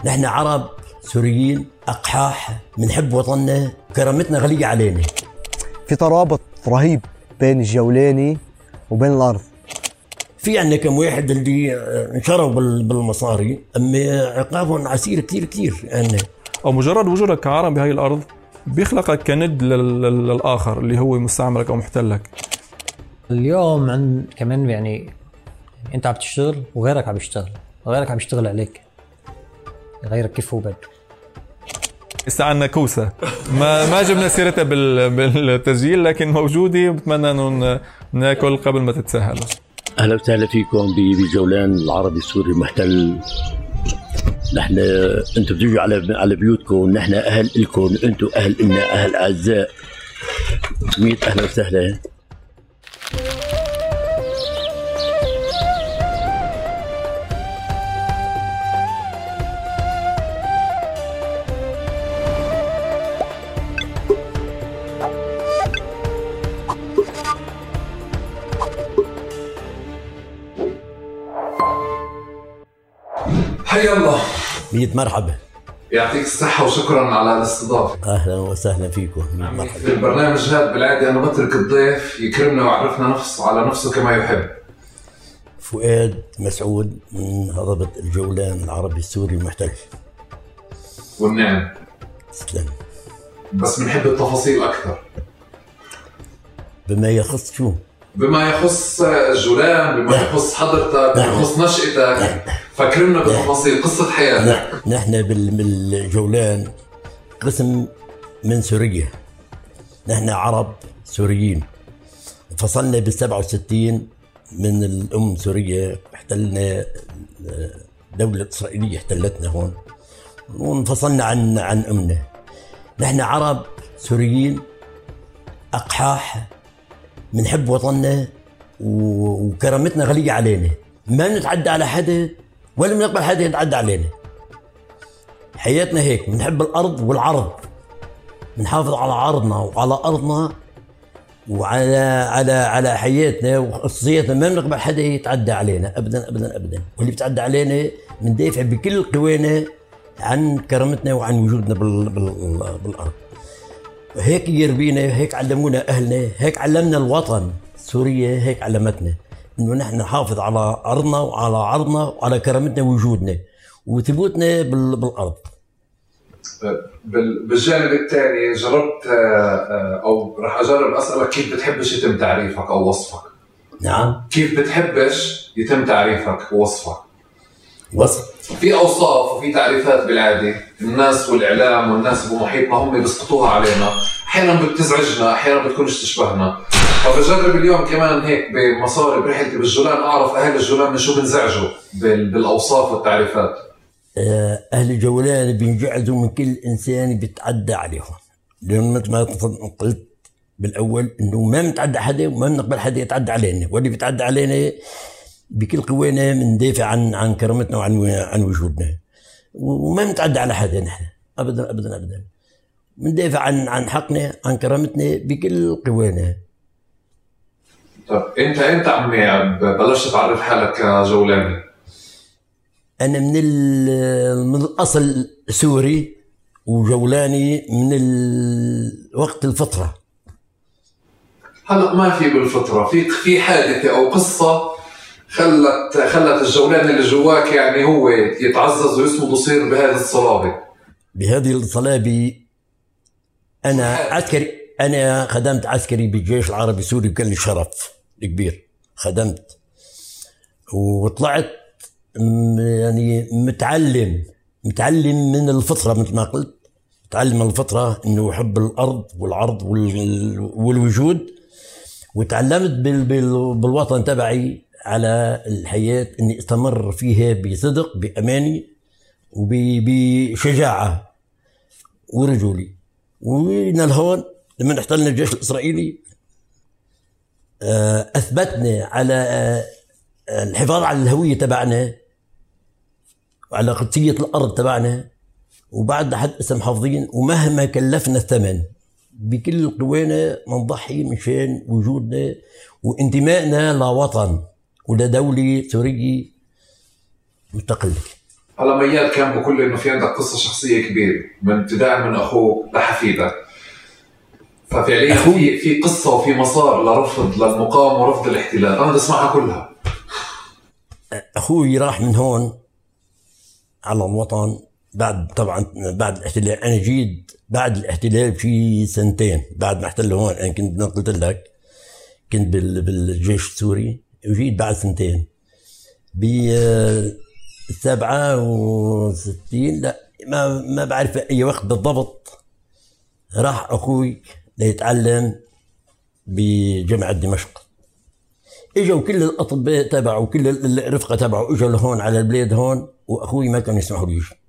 نحن عرب سوريين أقحاح، بنحب وطننا، كرامتنا غالية علينا. في ترابط رهيب بين الجولاني وبين الأرض. في عندنا كم واحد اللي انشروا بالمصاري، أما عقابهم عسير كتير كتير يعني. أو مجرد وجودك كعرب بهاي الأرض بيخلقك كند للآخر اللي هو مستعمرك أو محتلك. اليوم كمان يعني أنت عم تشتغل وغيرك عم يشتغل، وغيرك عم يشتغل عليك، غيرك كيف هو بده. استعنا كوسة ما جبنا سيرتها بالتسجيل، لكن موجودة، بتمنى انه ناكل قبل ما تتسهل. اهلا وسهلا فيكم بجولان العربي السوري المحتل. نحن انتم بتجوا على بيوتكم، نحن اهل الكم، انتم اهل إلنا، اهل اعزاء. 100 اهلا وسهلا. حيا الله. 100 مرحبا. يعطيك الصحة وشكرا على الاستضافة. أهلا وسهلا فيكم. 100 مرحبا. في البرنامج هذا بالعادة أنا بترك الضيف يكرمنا ويعرفنا نفسه على نفسه كما يحب. فؤاد مسعود من هضبة الجولان العربي السوري المحتل. والنعم. تسلم. بس بنحب التفاصيل أكثر. بما يخص شو؟ بما يخص الجولان، بما يخص حضرتك، بما يخص نشأتك، فكرمنا بتفاصيل قصة حياتك. نحن بالجولان قسم من سوريا، نحن عرب سوريين، انفصلنا بال67 من الأم سوريا، احتلنا دولة إسرائيلية احتلتنا هون وانفصلنا عن أمنا. نحن عرب سوريين أقحاح، بنحب وطننا وكرامتنا غالية علينا، ما نتعدى على حدا ولا بنقبل حدا يتعدى علينا. حياتنا هيك، بنحب الأرض والعرض، بنحافظ على عرضنا وعلى أرضنا وعلى على حياتنا وخصوصياتنا، ما بنقبل حدا يتعدى علينا أبدا أبدا أبدا. واللي بيتعدى علينا بندافع بكل قوانا عن كرامتنا وعن وجودنا بالأرض. هيك يربينا، هيك علمونا أهلنا، هيك علمنا الوطن. سوريا هيك علمتنا إنه نحن نحافظ على أرضنا وعلى عرضنا وعلى كرامتنا ووجودنا وثبوتنا بالأرض. بالجانب الثاني جربت أو راح أجرب أسألك كيف بتحبش يتم تعريفك أو وصفك؟ نعم. كيف بتحبش يتم تعريفك ووصفك؟ وصف. في أوصاف وفي تعريفات بالعادة الناس والإعلام والناس بمحيطنا هم بيسقطوها علينا، أحيانا بتزعجنا، أحيانا بتكونش تشبهنا. فبجرب اليوم كمان هيك بمصاري برحلتي بالجولان أعرف أهل الجولان من شو بنزعجوا بالأوصاف والتعريفات. أهل الجولان بينجعزوا من كل إنسان بيتعدى عليهم، لأن مثل ما قلت بالأول إنه ما بنتعدى حدا وما بنقبل حدا يتعدى علينا، واللي بيتعدى علينا بكل قوانا بندافع عن كرامتنا وعن وجودنا، وما بنتعدى على حدا نحن أبدا أبدا أبدا. بندافع عن حقنا عن كرامتنا بكل قوانا. طب أنت عمي بلشت تعرف حالك كجولاني؟ أنا من الأصل سوري وجولاني من وقت الفطرة. هلا ما في بالفطرة، في حادثة أو قصة خلت الجولان اللي جواك يعني هو يتعزز ويصمد ويصير بهذه الصلابة. بهذه الصلابة أنا عسكري، أنا خدمت عسكري بالجيش العربي السوري، كان لي شرف كبير، خدمت وطلعت يعني متعلم من الفطرة، مثل ما قلت متعلم من الفطرة إنه يحب الأرض والعرض والوجود، وتعلمت بالوطن تبعي على الحياة إني استمر فيها بصدق بأماني وبشجاعة ورجولي. ومن هون لما احتلنا الجيش الإسرائيلي أثبتنا على الحفاظ على الهوية تبعنا وعلى قدسية الأرض تبعنا، وبعد حد اسم محافظين، ومهما كلفنا الثمن بكل قوانا نضحي مشان وجودنا وانتمائنا لوطن ولدولة سورية مستقلة. هلا مياد كان بكل انه في عندك قصه شخصيه كبيره من ابتداء من اخوه لحفيدك، ففعليا في قصه وفي مسار لرفض للمقاومه ورفض الاحتلال، انا بدي اسمعها كلها. اخوي راح من هون على الوطن بعد الاحتلال. انا جيت بعد الاحتلال في سنتين بعد ما احتلوا هون. انا كنت قلت لك كنت بالجيش السوري، وجيت بعد سنتين ب 67 لا ما بعرف اي وقت بالضبط. راح اخوي ليتعلم بجامعة دمشق. اجوا كل الاطباء تبعه وكل الرفقه تبعه اجوا لهون على البلاد هون، واخوي ما كانوا يسمحوا لي يجي.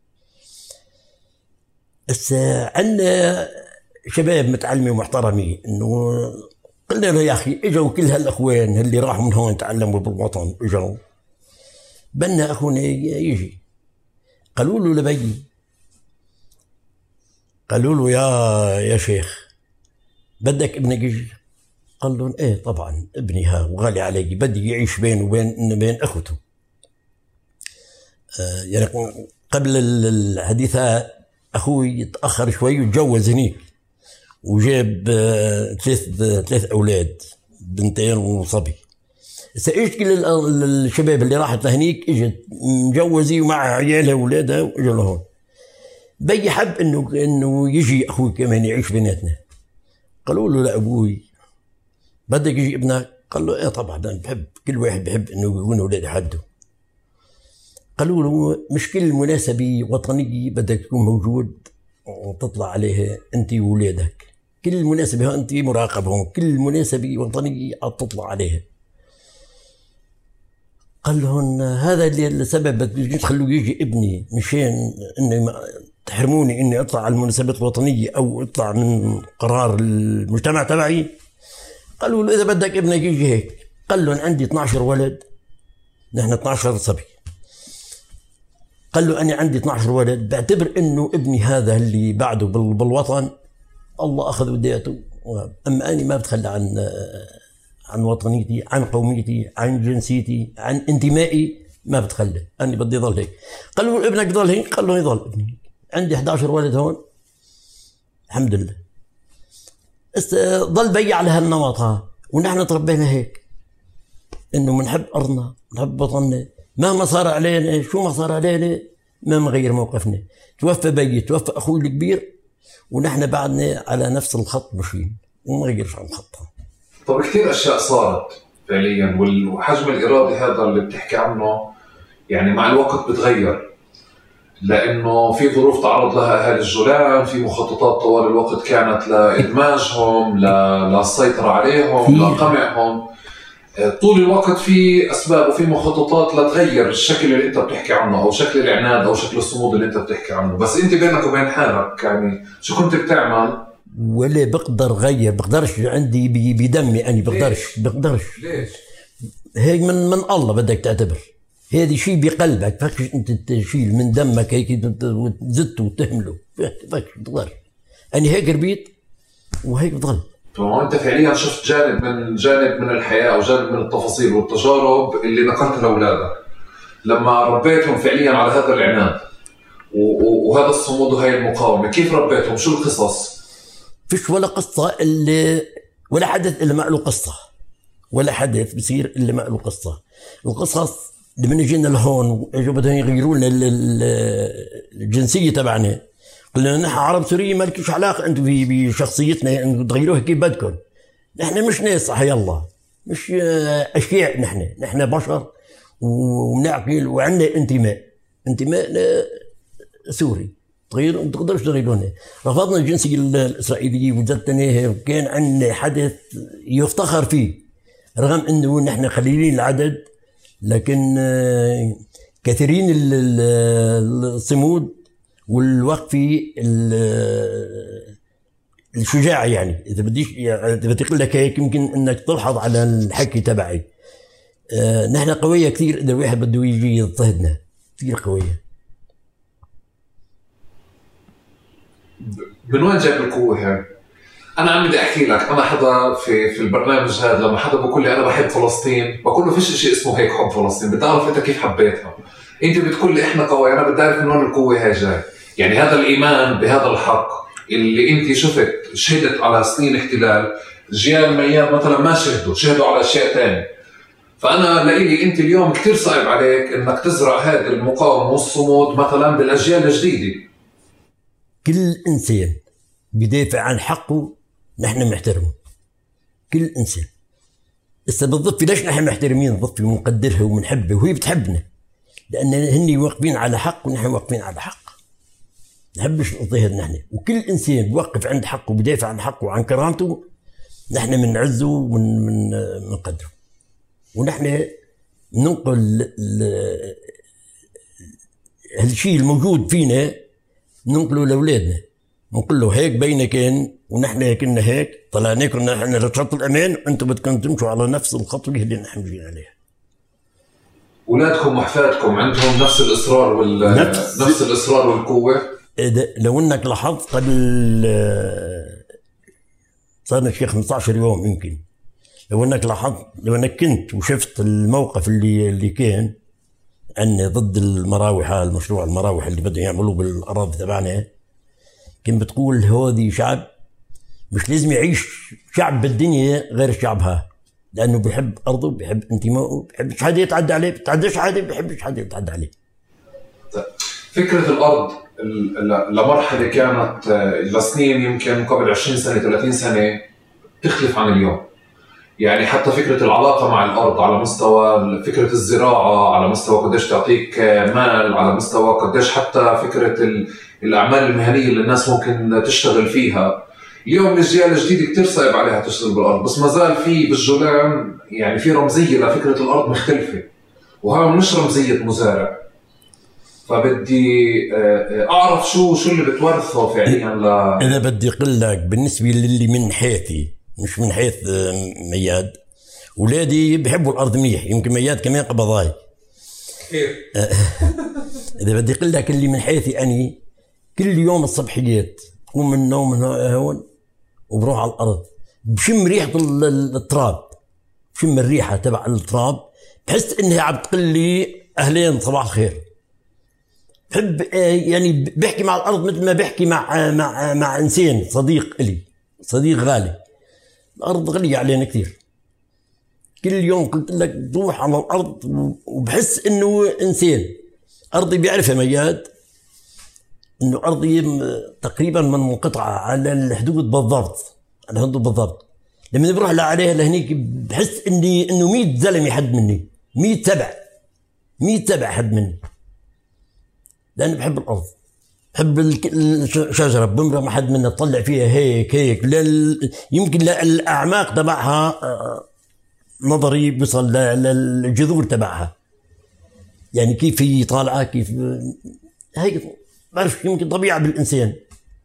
بس عندنا شباب متعلمين ومحترمين، انه قلنا له يا اخي اجوا كل هالاخوان اللي راحوا من هون تعلموا بالوطن اجوا، بدنا اخونا يجي. قالوا له لبي، قالوا له يا شيخ بدك ابنك يجي؟ قال لهم ايه طبعا ابني ها وغالي علي، بدي يعيش بينه وبين اخوته. يعني قبل الحديث اخوي تاخر شوي وتجوز هنيك، وجاب ثلاث اولاد، بنتين وصبي. اجت كل الشباب اللي راحت لهنيك اجت مجوزي ومع عيالها واولادها واجوا لهون. بي حب انه يجي اخوي كمان يعيش بيناتنا. قالوا له لابوي بدك يجي ابنك؟ قال له ايه طبعا انا بحب، كل واحد بحب انه يكون اولادي حده. قالوا له مش كل مناسبه وطنيه بدك تكون موجود وتطلع عليها انت واولادك، كل مناسبه انت مراقب هون، كل مناسبه وطنيه تطلع عليها. قال لهم هذا اللي السبب بدك تخلوا يجي ابني مشان انه تحرموني اني اطلع على المناسبات الوطنيه او اطلع من قرار المجتمع تبعي؟ قالوا له اذا بدك ابنك يجي هيك. قال لهم عندي 12 ولد، نحن 12 صبي. قال له انا عندي 12 ولد، بعتبر انه ابني هذا اللي بعده بالوطن الله اخذ وديته، اما انا ما بتخلى عن وطنيتي، عن قوميتي، عن جنسيتي، عن انتمائي، ما بتخلى، انا بدي ضل هيك. قالوا له ابنك ضل هيك؟ قال له يضل ابني، عندي 11 ولد هون الحمد لله. ضل بي على هالنمط ونحن تربينا هيك، انه بنحب ارضنا، بنحب وطننا، مهما صار علينا، شو ما صار علينا ما نغير موقفنا. توفى بي، توفى اخوي الكبير، ونحن بعدنا على نفس الخط ماشيين وما نغيرش عن خطها. طب كثير اشياء صارت فعليا، وحجم الاراده هذا اللي بتحكي عنه يعني مع الوقت بتغير، لانه في ظروف تعرض لها اهالي الجولان، في مخططات طوال الوقت كانت لادماجهم، للسيطره عليهم، لقمعهم. طول الوقت في اسباب وفي مخططات لتغير الشكل اللي انت بتحكي عنه، او شكل العناد او شكل الصمود اللي انت بتحكي عنه. بس انت بينك وبين حالك يعني شو كنت بتعمل؟ ولا بقدر غير، بقدرش، عندي بدمي انا بقدرش. ليش؟ هيك من الله بدك تعتبر، هذا شيء بقلبك، فكش انت تشيل من دمك هيك وتزته وتهمله، فكش بتقدر. انا هيك ربيت وهيك بضل. انت فعليا شفت جانب من الحياه او جانب من التفاصيل والتجارب اللي نقلتها لاولادك لما ربيتهم فعليا على هذا العناد وهذا الصمود وهي المقاومه. كيف ربيتهم؟ شو القصص؟ فيش ولا قصه ولا حدث الا ما له قصه، ولا حدث بصير الا ما له قصه. القصص لما جينا لهون اجوا بدهم يغيروا لنا الجنسيه تبعنا، قلنا نحن عرب سوريين ما لكش علاقه انتم بشخصيتنا، انتم تغيروها كيف بدكم. نحن مش ناس صح يلا، مش اشياء، نحن بشر وبنعقل وعندنا انتماء سوري. ما تقدرش تغيرونا. رفضنا الجنسيه الاسرائيليه وجدتناها، وكان عندنا حدث يفتخر فيه رغم انه نحن قليلين العدد، لكن كثيرين الصمود والوقفي الشجاع. يعني اذا بدي اقول لك هيك يمكن انك تلحظ على الحكي تبعي. نحن قويه كثير اذا الواحد بده يجي يضطهدنا، كثير قويه. من وين جايب القوه هاي؟ انا عم بدي احكي لك، انا حدا في البرنامج هذا لما حدا بقول لي انا بحب فلسطين، بقول له فيش شيء اسمه هيك حب فلسطين، بتعرف انت كيف حبيتها. انت بتقول لي احنا قوي، انا بدي اعرف من وين القوه هاي جاي. يعني هذا الايمان بهذا الحق اللي انت شهدت على سنين احتلال، جيال مياد مثلا ما شهدوا على اشياء ثانيه. فانا لإلي انت اليوم كثير صعب عليك انك تزرع هذه المقاومه والصمود مثلا بالاجيال الجديده. كل انسان بدافع عن حقه نحن بنحترمه، كل انسان. هسه بالضبط ليش نحن محترمين الضفه ومنقدرها ومنحبها وهي بتحبنا؟ لان هن واقفين على حق ونحن واقفين على حق. نحبش نضيهد نحن، وكل انسان بوقف عند حقه وبدافع عن حقه وعن كرامته نحن بنعزه ومنقدره. ونحن ننقل هالشيء الموجود فينا ننقله لاولادنا، نقول له هيك بينا كان ونحن كنا هيك طلعنا كنا نحن لشط الامان وانتم بدكم تمشوا على نفس الخطوه اللي نحن ماشيين عليها. اولادكم واحفادكم عندهم نفس الاصرار نفس الاصرار والقوه. لو انك لاحظت قبل صار الشيخ 15 يوم يمكن، لو انك لاحظت، لو انك كنت وشفت الموقف اللي كان عندنا ضد المراوح، المشروع المراوح اللي بدهم يعملوه بالاراضي تبعنا، كنت بتقول هذه شعب مش لازم يعيش شعب بالدنيا غير شعبها، لانه بيحب ارضه، بيحب انتمائه، بيحبش حدا يتعدى عليه، بتعداش حدا، بيحبش حدا يتعدى عليه. فكره الارض لمرحله كانت لسنين يمكن قبل 20 سنه 30 سنه تختلف عن اليوم. يعني حتى فكره العلاقه مع الارض على مستوى فكره الزراعه، على مستوى قديش تعطيك مال، على مستوى قديش حتى فكره الاعمال المهنيه اللي الناس ممكن تشتغل فيها. اليوم الأجيال الجديدة كتير صعب عليها تشتغل بالأرض، بس ما زال في بالجولان يعني في رمزية لفكرة الأرض مختلفة، وهذا مش رمزية مزارع. فبدي أعرف شو اللي بتورثه فعليا أنا بدي أقول لك بالنسبة للي من حيثي، مش من حيث مياد، أولادي بيحبوا الأرض منيح، يمكن مياد كمان قبضاي كيف. إذا بدي أقول لك اللي من حيثي أني كل يوم الصبحيات قوم من النوم من هون وبروح على الأرض، بشم ريحة التراب، بشم الريحة تبع التراب، بحس إنها عم تقول لي أهلين صباح الخير. بحب يعني بحكي مع الأرض مثل ما بحكي مع إنسان صديق إلي، صديق غالي. الأرض غالية علينا كثير. كل يوم قلت لك بروح على الأرض وبحس إنه إنسان. أرضي بيعرفها مياد، إنه أرضي تقريبا منقطعة على الحدود بالضبط، على الحدود بالضبط. لما بروح عليها لهنيك بحس إنه 100 زلمة حد مني، 100 سبع حد مني. لأني بحب الأرض، بحب الشجرة، بمرة ما حد منا تطلع فيها هيك يمكن للأعماق تبعها نظري بيصل للجذور تبعها، يعني كيف هي طالعة، كيف هيك بعرف، يمكن طبيعة بالإنسان.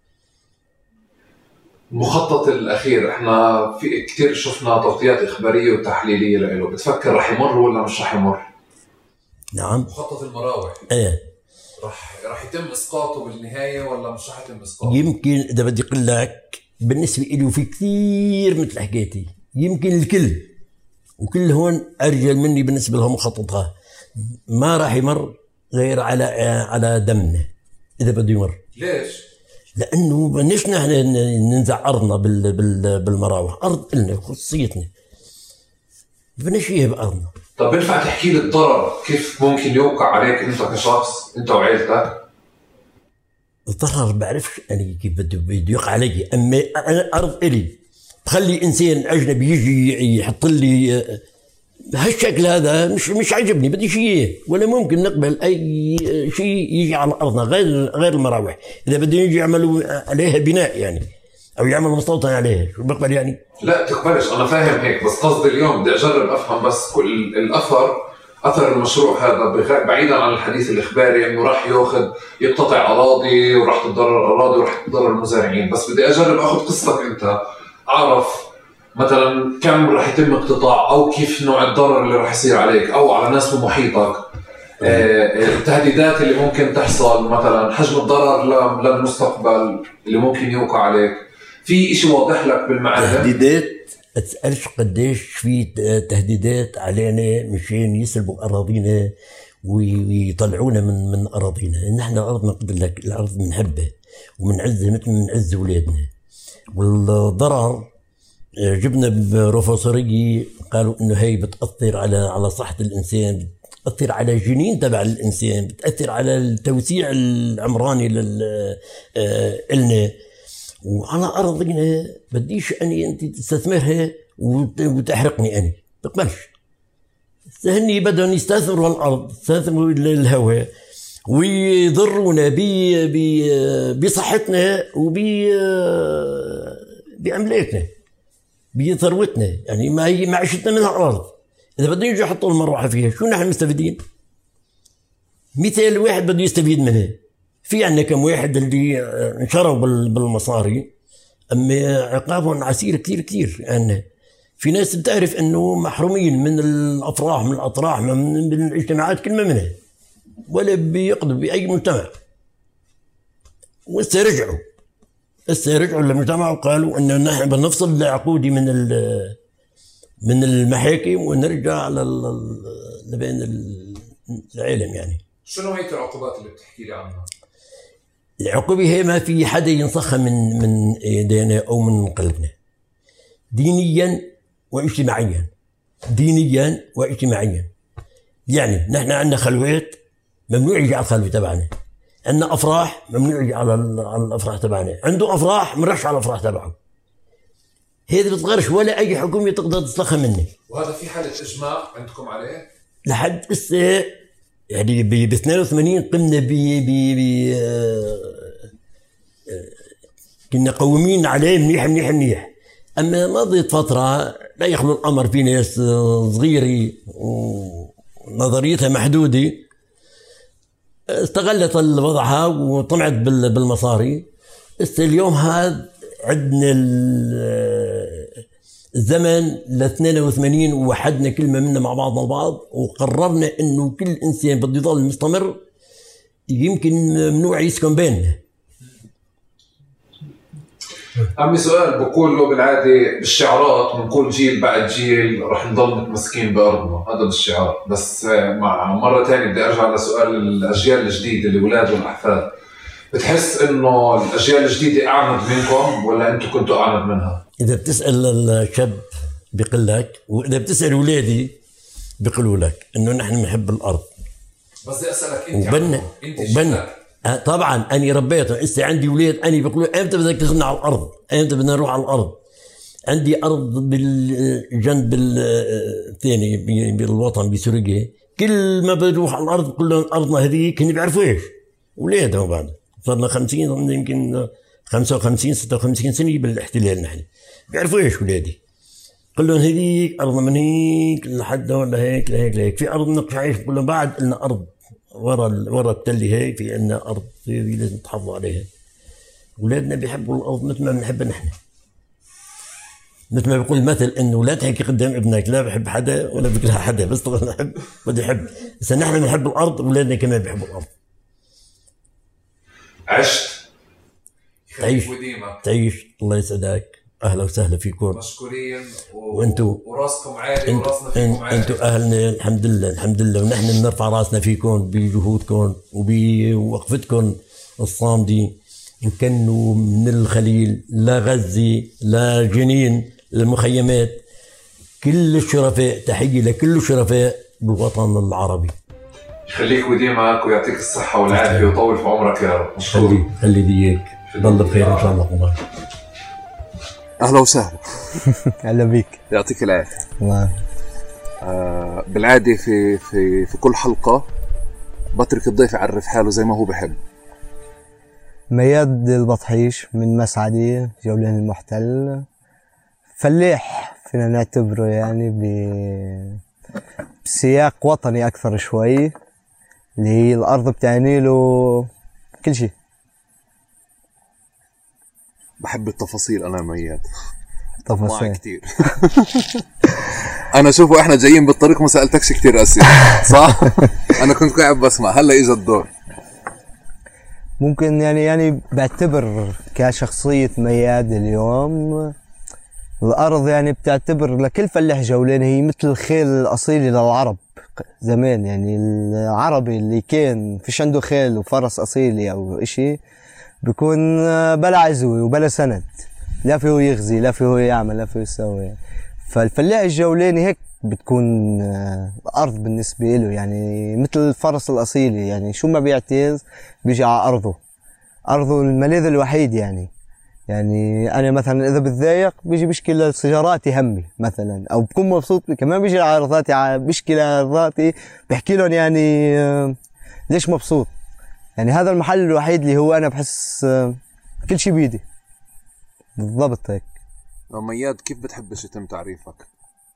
المخطط الأخير احنا في كتير شفنا تغطيات إخبارية وتحليلية له، بتفكر رح يمر ولا مش رح يمر؟ نعم. مخطط المراوح ايه رح يتم اسقاطه بالنهايه ولا مش رح يتم اسقاطه؟ يمكن اذا بدي اقول لك بالنسبه لي وفي كثير مثل حكيتي، يمكن الكل وكل هون ارجل مني بالنسبه لهم مخططها ما راح يمر غير على دمنا اذا بده يمر. ليش؟ لانه بدناش نحن ننزع ارضنا بالمراوح، ارض النا خصوصيتنا، بدناش اياها بارضنا. طب بينفع تحكي لي الضرر كيف ممكن يوقع عليك انت كشخص، انت وعائلتك؟ الضرر بعرفش انا كيف بده يوقع علي، اما انا ارض الي تخلي انسان اجنبي يجي يحط لي هالشكل هذا مش عجبني، بدي شيء ولا ممكن نقبل اي شيء يجي على ارضنا غير المراوح. اذا بدهم يجي يعملوا عليها بناء يعني او يعملوا مستوطن عليها، شو بقبل يعني؟ لا تقبلش، انا فاهم هيك، بس قصدي اليوم بدي اجرب افهم بس كل اثر المشروع هذا بعيدا عن الحديث الاخباري انه راح يقتطع اراضي وراح تتضرر اراضي وراح تتضرر المزارعين، بس بدي اجرب اخذ قصتك انت، اعرف مثلا كم راح يتم اقتطاع او كيف نوع الضرر اللي راح يصير عليك او على ناس بمحيطك، التهديدات اللي ممكن تحصل، مثلا حجم الضرر للمستقبل اللي ممكن يوقع عليك. في اشي واضح لك بالمعرفة؟ تهديدات تسألش قديش في تهديدات علينا مشان يسلبوا أراضينا ويطلعونا من أراضينا. نحن الأرض ما نقدر لك، الأرض بنحبها ومنعزها مثل ما بنعز أولادنا. والضرر جبنا بروفيسورية قالوا إنه هي بتأثر على صحة الإنسان، بتأثر على الجنين تبع الإنسان، بتأثر على التوسيع العمراني لنا وعلى أرضنا. بديش أني أنت تستثمرها وتحرقني، أنا بقبلش. هني بدهم يستثمروا الأرض، يستثمروا الهواء ويضرونا بصحتنا بأملاكنا بثروتنا، يعني ما هي معيشتنا من الأرض. إذا بدهم يجوا يحطوا المروحة فيها شو نحن مستفيدين؟ مثال واحد بده يستفيد منها، في عندنا كم واحد اللي انشروا بالمصاري أما عقابهم عسير كثير كثير. يعني في ناس بتعرف انه محرومين من الافراح من الاطراح من الاجتماعات كلمه منها ولا بيقضوا باي مجتمع. وهسه رجعوا للمجتمع وقالوا انه نحن بنفصل العقودي من المحاكم ونرجع لبين العالم. يعني شنو هي العقوبات اللي بتحكي لي عنها؟ العقوبه هي ما في حدا ينسخها من ايدينا او من قلبنا، دينيا واجتماعيا. يعني نحن عندنا خلوات ممنوع يجي على الخلوة تبعنا، عندنا افراح ممنوع يجي على الافراح تبعنا، عنده افراح منرش على الافراح تبعه. هذا بتغيرش ولا اي حكومه تقدر تسلخها مني. وهذا في حاله اجماع عندكم عليه؟ لحد هسه يعني ب 82 قمنا كنا قومين عليه منيح. أما مضيت فترة لا يخلو الأمر في ناس صغيرة ونظريتها محدودة استغلت الوضعها وطمعت بالمصاري. اليوم هذا عندنا الزمن ل 82 ووحدنا كلمة منا مع بعضنا البعض وقررنا إنه كل إنسان بده يضل مستمر يمكن ممنوع يسكن بيننا. عمي سؤال بقول له بالعادة بالشعارات بنقول جيل بعد جيل رح نضل متمسكين بأرضنا، هذا بالشعار. بس مع مرة ثانية بدي أرجع لسؤال الأجيال الجديدة الأولاد والأحفاد. بتحس إنه الأجيال الجديدة أعند منكم ولا أنتم كنتوا أعند منها؟ إذا بتسأل الشاب بيقول لك، وإذا بتسأل أولادي بيقولوا لك إنه نحن بنحب الأرض. بس بدي أسألك أنت وبنا طبعا أنا ربيته. هسه عندي أولاد أنا بيقولوا إمتى بدك تاخذنا على الأرض؟ إمتى بدنا نروح على الأرض؟ عندي أرض بالجنب الثاني بالوطن بسوريا، كل ما بروح على الأرض بقول لهم أرضنا هذيك، هن بيعرفوش أولادهم بعد صرنا 50 يمكن 55 56 سنة بالاحتلال، نحن بيعرفوش أولادي. قل لهم هذيك أرضنا من هيك لحد ولا هيك لهيك. في أرض نقش عايش بقول لهم بعد لنا أرض ورا التلي هي في عندنا أرض لازم تحافظوا عليها. أولادنا بيحبوا الأرض مثل ما بنحبها نحن. مثل ما بيقول المثل إنه لا تحكي قدام ابنك لا بحب حدا ولا بكره حدا، بس طبعا بده يحب. بس نحن بنحب الأرض وأولادنا كمان بيحبوا الأرض. عشت تعيش الله يسعدك. أهلا وسهلا فيكم، مشكورين وانتو وراسكم عالي وراسنا فيكم عالي. انتو أهلنا الحمد لله ونحن بنرفع راسنا فيكم بجهودكم وبوقفتكم الصامدة. إن كانوا من الخليل لا غزة لا جنين المخيمات، كل الشرفاء، تحية لكل الشرفاء بالوطن العربي. يخليك وديمك ويعطيك الصحة والعافية ويطول في عمرك يا رب. خلي ديك ضل بخير إن شاء الله. أهلا وسهلا. أهلا بيك. يعطيك العافية. الله. بالعادة في كل حلقة بترك الضيف يعرف حاله زي ما هو بحب. مياد البطحيش من مسعدي جولان المحتل، فلاح فينا نعتبره يعني بسياق وطني أكثر شوي، اللي هي الأرض بتعني له كل شيء. بحب التفاصيل أنا مياد، تفاصيل كتير. أنا شوفوا إحنا جايين بالطريق ما سألتكش كتير أسئلة صح؟ أنا كنت قاعد بسمع، هلا إجا الدور. ممكن يعني بعتبر كشخصية مياد اليوم الأرض يعني بتعتبر لكل فلاح جولاني هي مثل الخيل الأصيل للعرب زمان، يعني العربي اللي كان فيش عنده خيل وفرس أصيلي أو إشي بيكون بلا عزوة وبلا سند، لا فيه يغزي لا فيه يعمل لا فيه يسوي. فالفلاح الجولاني هيك بتكون أرض بالنسبة له، يعني مثل الفرس الأصيلي، يعني شو ما بيعتز بيجي على أرضه الملاذ الوحيد. يعني أنا مثلا إذا بتضايق بيجي بيشكي لسياراتي همي مثلا، أو بكون مبسوط كمان بيجي على عرضاتي بيشكي لعرضاتي بحكي لهم يعني ليش مبسوط. يعني هذا المحل الوحيد اللي هو أنا بحس كل شي بيدي بالضبط هيك. مياد، كيف بتحبش يتم تعريفك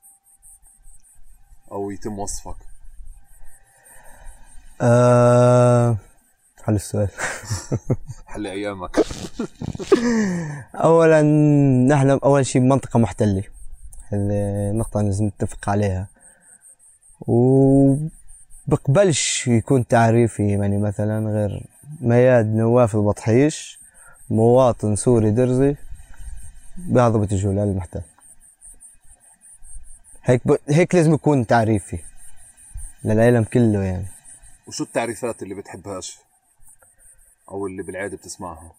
أو يتم وصفك؟ حل السؤال. حل أيامك. أولا نحن أول شيء منطقة محتلة، هذه نقطة لازم نتفق عليها، وبقبلش يكون تعريفي يعني مثلا غير مياد نواف البطحيش، مواطن سوري درزي بهضبة الجولان المحتل. هيك لازم يكون تعريفي للعالم كله يعني. وشو التعريفات اللي بتحبهاش أو اللي بالعادة بتسمعها؟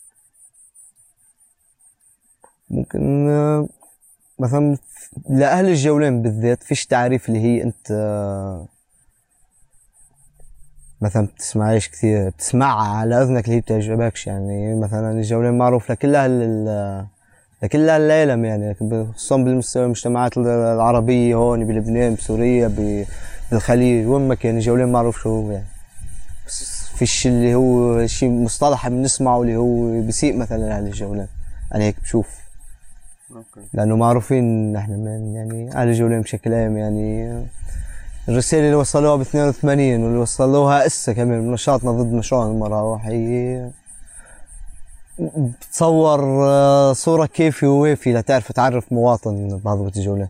ممكن مثلا لأهل الجولان بالذات فيش تعريف اللي هي أنت مثلا بتسمعيش كثير، بتسمعها على أذنك اللي هي بتعجبكش. يعني مثلا الجولان معروف لكل أهل العالم يعني، خصوصا بالمستوى المجتمعات العربية هون بلبنان بسوريا بالخليج وين ما كان الجولان معروف شو هو يعني. بس فيش اللي هو شيء مصطلح بنسمعه اللي هو بيسيء مثلا أهل الجولان، أنا هيك بشوف. لأنه معروفين نحن من يعني أهل الجولان بشكل عام. يعني الرسالة اللي وصلوها ب 82 واللي وصلوها إسا كمان بنشاطنا ضد مشروع المراوح هي بتصور صورة كيفي ووافي لتعرف تعرف مواطن بهضبة الجولان.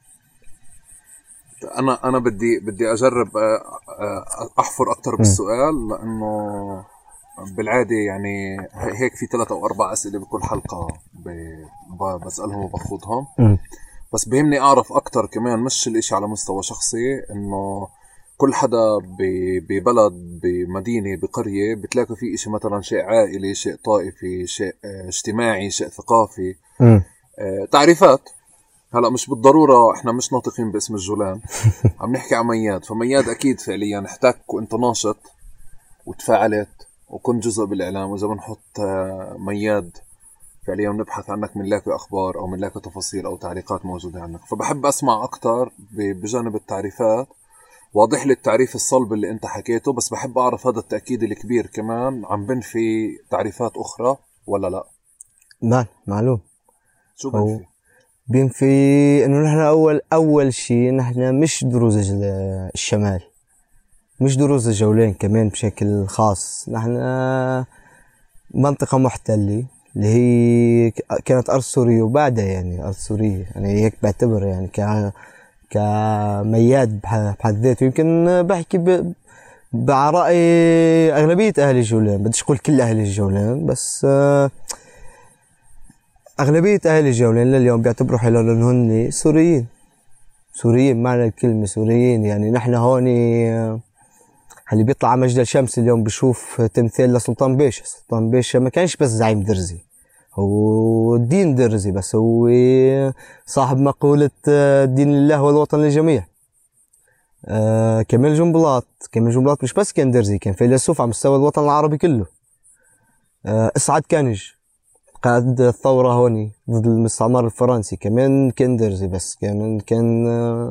أنا بدي أجرب أحفر أكتر بالسؤال، لأنه بالعادة يعني هيك في 3 أو 4 أسئلة بكل حلقة بسألهم وبخوضهم. بس بهمني أعرف أكتر كمان، مش الإشي على مستوى شخصي، إنه كل حدا ببلد بمدينة بقرية بتلاقي فيه إشي مثلا شيء عائلي، شيء طائفي، شيء اجتماعي، شيء ثقافي، تعريفات. هلا مش بالضرورة احنا مش ناطقين باسم الجولان. عم نحكي عن مياد، فمياد اكيد فعليا احتك وانت ناشط وتفاعلت وكنت جزء بالاعلام. واذا بنحط مياد فعليا نبحث عنك من لاقي اخبار او من لاقي تفاصيل او تعليقات موجودة عنك، فبحب اسمع اكتر بجانب التعريفات. واضح لي التعريف الصلب اللي انت حكيته، بس بحب اعرف هذا التأكيد الكبير كمان عم بنفي تعريفات اخرى ولا لا؟ لا معلوم. شو بنفي؟ بينفي انه نحن اول شيء نحن مش دروز الشمال، مش دروز الجولان كمان بشكل خاص. نحن منطقة محتلة اللي هي كانت ارض سورية وبعدها يعني ارض سورية، يعني هيك بعتبر يعني كمياد بحد ذاته. يمكن بحكي بعرأي اغلبية اهل الجولان، بديش اقول كل اهل الجولان، بس أغلبية أهل الجولان لليوم بيعتبروا حالهم هن سوريين معنى الكلمة سوريين. يعني نحن هون اللي بيطلع على مجد الشمس اليوم بيشوف تمثال لسلطان باشا. سلطان باشا ما كانش بس زعيم درزي، هو دين درزي، بس هو صاحب مقولة الدين لله والوطن للجميع. كمال جنبلاط مش بس كان درزي، كان فيلسوف على مستوى الوطن العربي كله. اسعد كانج قائد الثورة هوني ضد المستعمر الفرنسي كمان كان درزي، بس كمان كان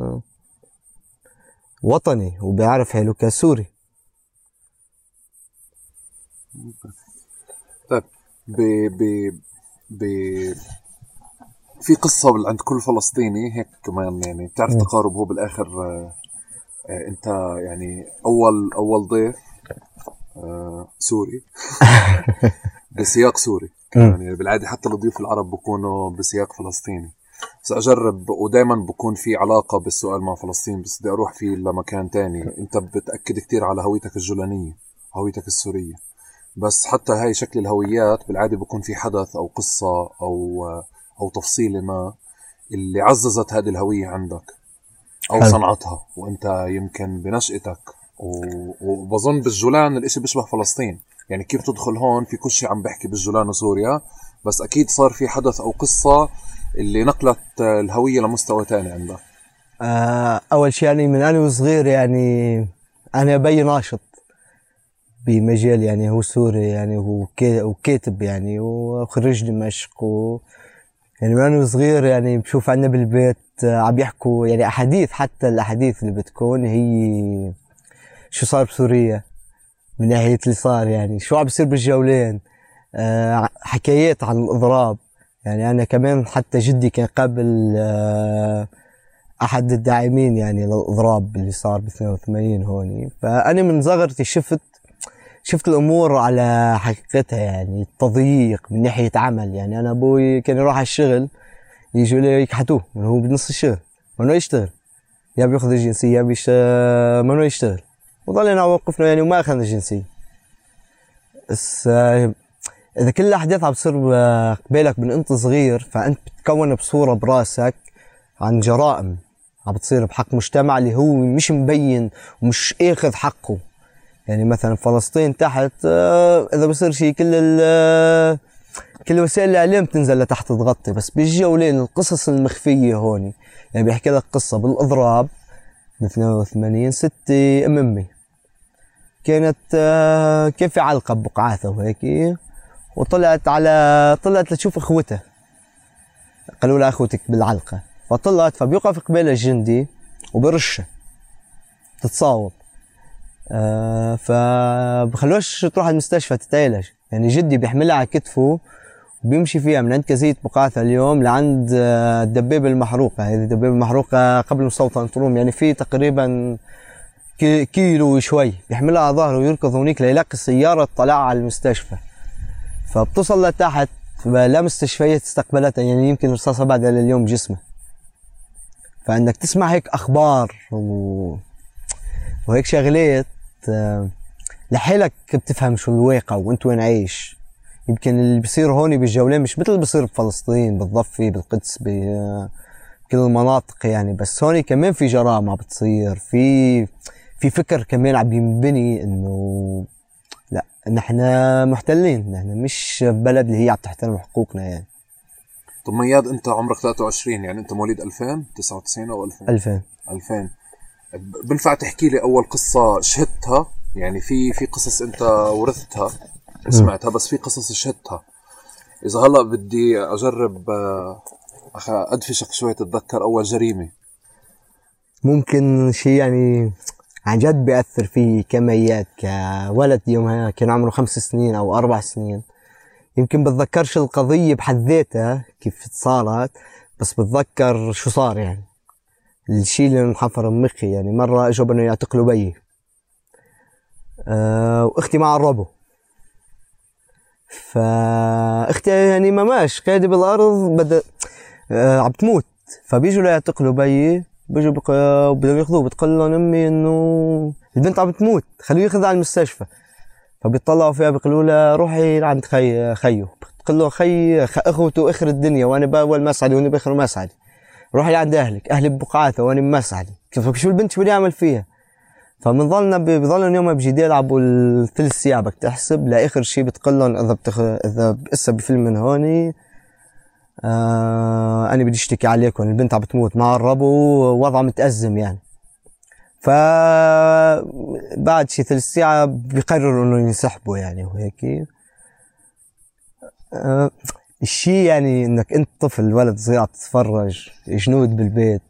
وطني وبيعرف حاله كسوري. طيب في قصة عند كل فلسطيني هيك كمان، يعني بتعرف تقارب هو بالآخر انت يعني اول ضيف سوري بسياق سوري. يعني بالعادة حتى الضيوف العرب بكونوا بسياق فلسطيني، بس أجرب ودايما بكون في علاقة بالسؤال مع فلسطين، بس بدي أروح فيه لمكان تاني. أنت بتأكد كتير على هويتك الجولانية، هويتك السورية، بس حتى هاي شكل الهويات بالعادة بكون في حدث أو قصة أو تفصيلة ما اللي عززت هذه الهوية عندك. او صنعتها وانت يمكن بنشأتك وبظن بالجولان الاشي بيشبه فلسطين، يعني كيف تدخل هون في كل شيء عم بحكي بالجولان وسوريا، بس اكيد صار في حدث او قصة اللي نقلت الهوية لمستوى تاني عندك. اول شيء يعني من انا وصغير يعني انا ابي ناشط بمجال، يعني هو سوري يعني وكاتب يعني وخريج دمشق يعني من انا صغير يعني بشوف عندنا بالبيت عم يحكوا يعني احاديث، حتى الاحاديث اللي بتكون هي شو صار بسوريا من ناحية اللي صار، يعني شو عم بيصير بالجولين، حكايات عن الاضراب. يعني انا كمان حتى جدي كان قبل احد الداعمين يعني للاضراب اللي صار ب 82 هون. فانا من صغرتي شفت الامور على حقيقتها، يعني التضييق من ناحيه عمل. يعني انا ابوي كان يروح على الشغل يجوا لي يكحتوه من هو بنص الشغل، ممنوع يشتغل، يا بياخذ الجنسيه يا ممنوع يشتغل، وضلينا وقفنا يعني وما اخذنا الجنسيه. بس اذا كل الاحداث عم تصير قبالك من انت صغير، فانت بتكون بصوره براسك عن جرائم عم بتصير بحق مجتمع اللي هو مش مبين ومش اخذ حقه. يعني مثلا فلسطين تحت اذا بصير شيء كل وسائل الاعلام تنزل لتحت تغطي، بس بالجولين القصص المخفيه هون. يعني بيحكي لك قصه بالاضراب ب 82 ستي امي كانت كان في علقه ببقعاثه وهيك، وطلعت لتشوف اخوتها، قالوا لها اخوتك بالعلقه، فطلعت فبيوقف قبالها الجندي وبرشها تتصاوب، فبخلوش تروح على المستشفى تتعالج. يعني جدي بيحملها على كتفه وبيمشي فيها من عند كزية بقعاثة اليوم لعند الدبابة المحروقة. هذه الدبابة المحروقة قبل مستوطنة روم، يعني في تقريبا كيلو وشوي، بيحملها على ظهره ويركض هونيك ليلاقي السيارة تطلعها على المستشفى. فبتصل لتحت لا مستشفيات استقبلتها، يعني يمكن رصاصة بعد اليوم جسمه. فانك تسمع هيك اخبار وهيك شغلات لحالك بتفهم شو الواقع وانت وين عايش. يمكن اللي بيصير هون بالجولين مش مثل اللي بيصير بفلسطين بالضفة بالقدس بكل المناطق يعني، بس هون كمان في جرائم عم بتصير، في فكر كمان عم ينبني انه لا نحن محتلين، نحن مش بلد اللي هي عم تحترم حقوقنا يعني. طب مياد انت عمرك 23، يعني انت مواليد 2000 99 او 2000؟ 2000. بنفع تحكي لي اول قصة شهدتها؟ يعني في قصص انت ورثتها سمعتها، بس في قصص شهدتها. اذا هلا بدي اجرب ادفشك شوي تتذكر اول جريمة. ممكن شيء يعني عن جد بيأثر فيه كميات كولد يومها كان عمره 5 سنين او 4 سنين. يمكن بتذكرش القضية بحد ذاتها كيف صارت، بس بتذكر شو صار. يعني الشيء اللي انحفر بمخي، يعني مرة اجوا بدهم يعتقلوا بيي واختي مع الربو، فاختي يعني ماماش قاعدة بالارض عم تموت، فبيجوا ليعتقلوا بيي، بيجوا بدهم ياخذوه، بتقول لهم امي انه البنت عم تموت خلوه ياخذها على المستشفى. فبيطلعوا فيها بيقولوا لها روحي لعند خيو، بتقول له خي اخوته اخر الدنيا وانا باول مسعدي وانا باخر مسعدي، روحي لعند اهلي ببقعاثه وانا بمسعدي. شو البنت شو بدي اعمل فيها؟ فبنضلنا بضلنا يوم بجدال يلعبوا الثلث ساعه بدك تحسب لاخر شيء بتقول لهم اذا هسه بفيلم من هون انا بدي اشتكي عليكم، البنت عم بتموت مع الربو ووضعها متأزم يعني. فبعد شي 3 ساعة بيقرروا انه ينسحبوا يعني وهيك. الشي يعني انك انت طفل ولد صغير عم تتفرج، جنود بالبيت،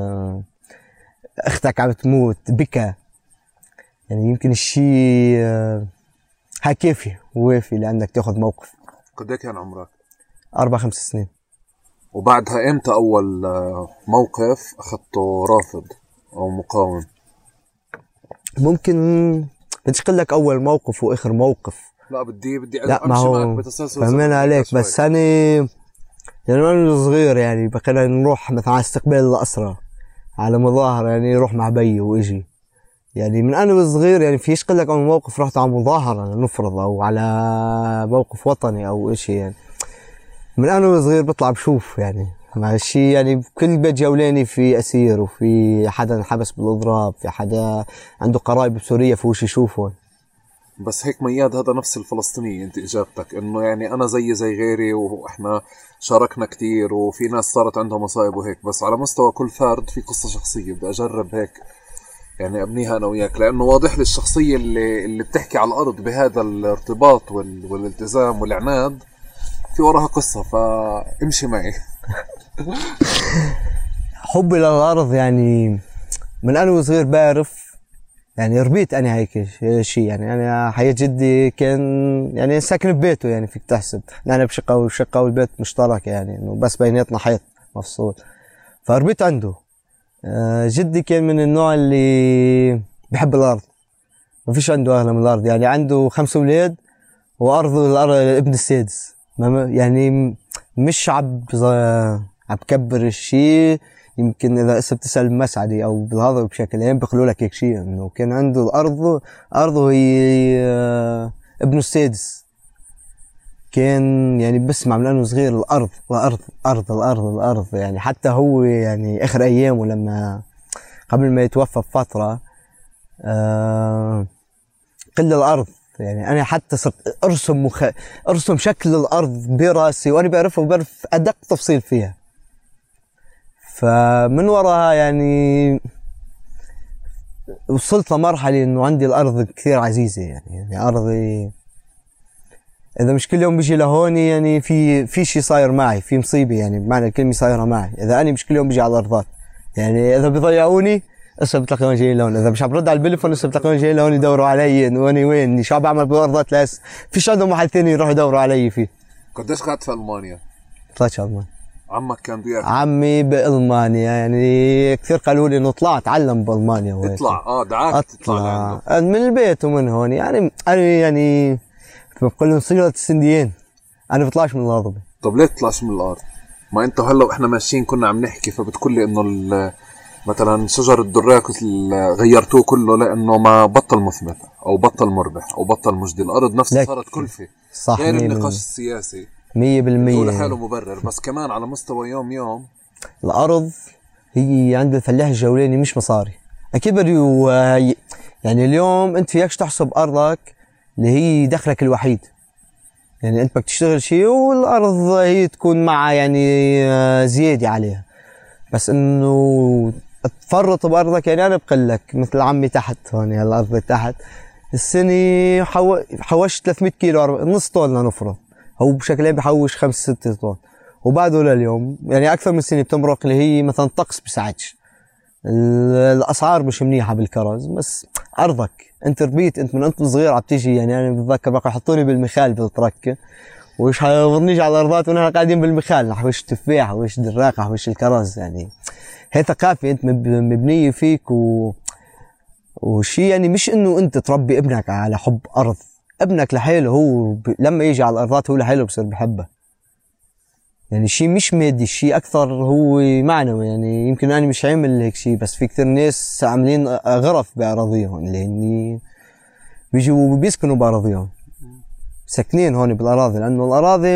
اختك عم تموت، بكى، يعني يمكن الشي هاي كافي ووافي لانك تاخذ موقف. قد كان عمرك؟ 4-5 سنين. وبعدها امتى اول موقف اخذته رافض او مقاوم؟ ممكن بديش اقول لك اول موقف واخر موقف، لا بدي لا ما هو فهمنا عليك. بس انا يعني وانا صغير يعني بقينا نروح مثلا على استقبال الاسرى على مظاهره، يعني نروح مع بيي واجي. يعني من انا صغير يعني فيش قل لك اول موقف رحت على مظاهره نفرض او على موقف وطني او اشي. يعني من انا صغير بطلع بشوف يعني مع الشيء يعني بكل بيت جولاني في اسير، وفي حدا انحبس بالاضراب، في حدا عنده قرايب بسوريا فوش يشوفهم. بس هيك مياد هذا نفس الفلسطيني انت اجابتك، انه يعني انا زي غيري واحنا شاركنا كتير وفي ناس صارت عندها مصايب وهيك، بس على مستوى كل فرد في قصة شخصية بدي اجرب هيك يعني ابنيها انا وياك، لانه واضح لي الشخصية اللي بتحكي على الارض بهذا الارتباط والالتزام والعناد في وراها قصة، فامشي معي. حبي للارض يعني من انا وصغير بعرف، يعني ربيت انا هيك شيء. يعني انا حياة جدي كان يعني ساكن ببيته، يعني فيك تحسب نحن بشقه وشقه والبيت مشترك، يعني انه بس بيناتنا حيط مفصول، فربيت عنده. جدي كان من النوع اللي بحب الارض، ما فيش عنده اغلى من الارض. يعني عنده 5 اولاد وارضه الارض ابن السادس، يعني مش عم كبر الشيء. يمكن اذا هسه بتسال بمسعدي او بالهذا بشكل عام بيقولوا لك هيك شيء، انه كان عنده ارضه هي ابنه السادس. كان يعني بسمع من انه صغير الارض الارض الارض الارض الارض. يعني حتى هو يعني اخر ايامه لما قبل ما يتوفى بفتره قل الارض. يعني انا حتى صرت ارسم شكل الارض براسي وانا بعرف ادق تفصيل فيها. فمن وراها يعني وصلت لمرحله انه عندي الارض كثير عزيزه. يعني ارضي اذا مش كل يوم بيجي لهوني يعني في شيء صاير معي، في مصيبه يعني بمعنى الكلمه صايره معي. اذا انا مش كل يوم بيجي على الارضات، يعني اذا بيضيعوني هسه بتلاقيهم جايين لهون، اذا مش عم برد على البليفون هسه بتلاقيهم جايين لهون يدوروا علي انه انا وين، شو عم بعمل بالارضات. لاس فيش عندهم محل ثاني يروحوا يدوروا علي فيه. قديش قعدت في المانيا؟ طلعت المانيا. عمك كان بياكل؟ عمي بالمانيا، يعني كثير قالوا لي انه اطلع اتعلم بالمانيا وهيك. اطلع دعاك تطلع من البيت ومن هون. يعني انا يعني بقول لهم صيغه السنديين، انا بطلعش من الارض. طب ليه تطلعش من الارض؟ ما انت هلا واحنا ماشيين كنا عم نحكي فبتقول لي انه مثلا شجر الدراك غيرتوه كله لانه ما بطل مثمر او بطل مربح او بطل مجدي. الارض نفسها صارت كلفه، صح. غير النقاش السياسي 100% هو لحاله مبرر، بس كمان على مستوى يوم الارض هي عند الفلاح الجولاني مش مصاري اكيد. يعني اليوم انت فيكش تحسب ارضك اللي هي دخلك الوحيد. يعني انت بدك تشتغل شيء والارض هي تكون مع يعني زياده عليها، بس انه تفرط بارضك. يعني انا بقول لك مثل عمي تحت هون الارض تحت السنه حوشت 300 كيلو، نص طن لنفرض، هو بشكل عام بحوش 5-6 طن، وبعده لليوم يعني اكثر من سنه بتمرق اللي هي مثلا الطقس بساعدش، الاسعار مش منيحه بالكرز. بس ارضك انت ربيت، انت من انت صغير عم تيجي. يعني انا بتذكر بقى يحطوني بالمخال بالتركه وش حيضرنيش على الارضات ونحن قاعدين بالمخال نحوش تفاح وش دراق نحوش الكرز. يعني هي ثقافه انت مبنيه فيك وشي. يعني مش انه انت تربي ابنك على حب ارض، ابنك لحاله هو لما يجي على الارضات هو لحاله بصير بحبها. يعني شيء مش مادي، شيء اكثر هو معنوي. يعني يمكن انا مش عامل هيك شيء، بس في كثير ناس عاملين غرف باراضيهم لاني بيجوا بيسكنوا باراضيهم، ساكنين هون بالاراضي. لانه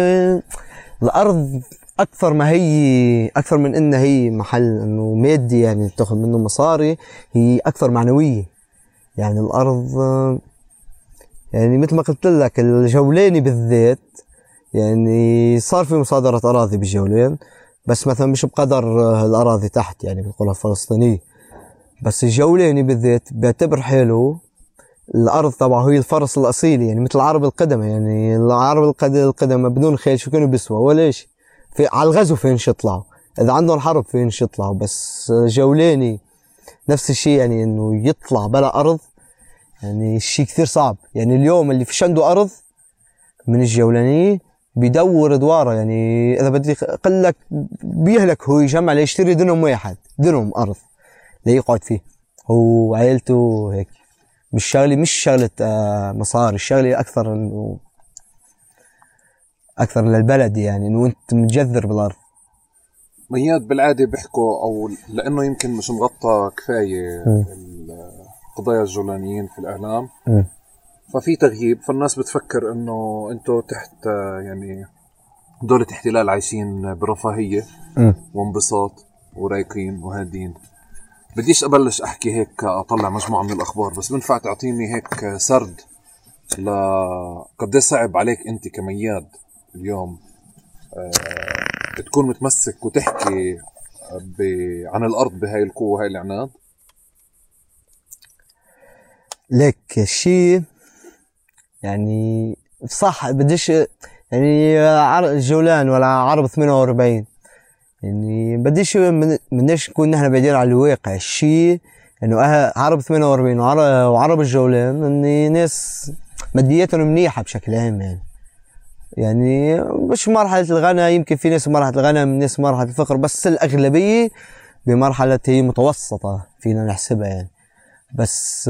الارض اكثر ما هي اكثر من انها هي محل انه مادي يعني تاخذ منه مصاري، هي اكثر معنويه. يعني الارض يعني مثل ما قلت لك الجولاني بالذات يعني صار في مصادرة أراضي بالجولان، بس مثلا مش بقدر الأراضي تحت يعني بيقولها فلسطينية. بس الجولاني بالذات بيعتبر حاله الأرض تبعه هي الفرس الأصيلي. يعني مثل العرب القدماء، يعني العرب القدماء بدون خيل شو كانوا بيسوى ولا شيء. على الغزو فينش يطلعوا، إذا عندهم حرب فينش يطلعوا. بس جولاني نفس الشيء، يعني إنه يطلع بلا أرض يعني شيء كثير صعب. يعني اليوم اللي فيش عنده أرض من الجولانية بيدور دواره. يعني اذا بدي اقول لك بيهلك هو يجمع ليشتري دنم واحد، دنم ارض ليقعد فيه هو وعائلته هيك. مش شغله مصاري، الشغله اكثر انه اكثر للبلد. يعني انه انت متجذر بالارض. مياد بالعاده بيحكوا او لانه يمكن مش مغطى كفايه قضايا الجولانيين في الاعلام ففي تغييب، فالناس بتفكر انه انتو تحت يعني دولة احتلال عايشين برفاهية وانبساط ورايقين وهادين. بديش أبلش أحكي هيك أطلع مجموعة من الأخبار، بس بنفع تعطيني هيك سرد قد صعب عليك أنت كمياد اليوم تكون متمسك وتحكي عن الأرض بهاي القوة وهاي العناد؟ لك شيء يعني صح، بديش يعني الجولان ولا عرب 48 يعني بديش نكون نحن بعيدين على الواقع. الشيء انه عرب 48 وعرب الجولان اني ناس مادياتهم منيحة بشكل عام، يعني مش مرحلة الغنى، يمكن في ناس مرحلة الغنى من ناس مرحلة الفقر، بس الأغلبية بمرحلة هي متوسطة فينا نحسبها يعني. بس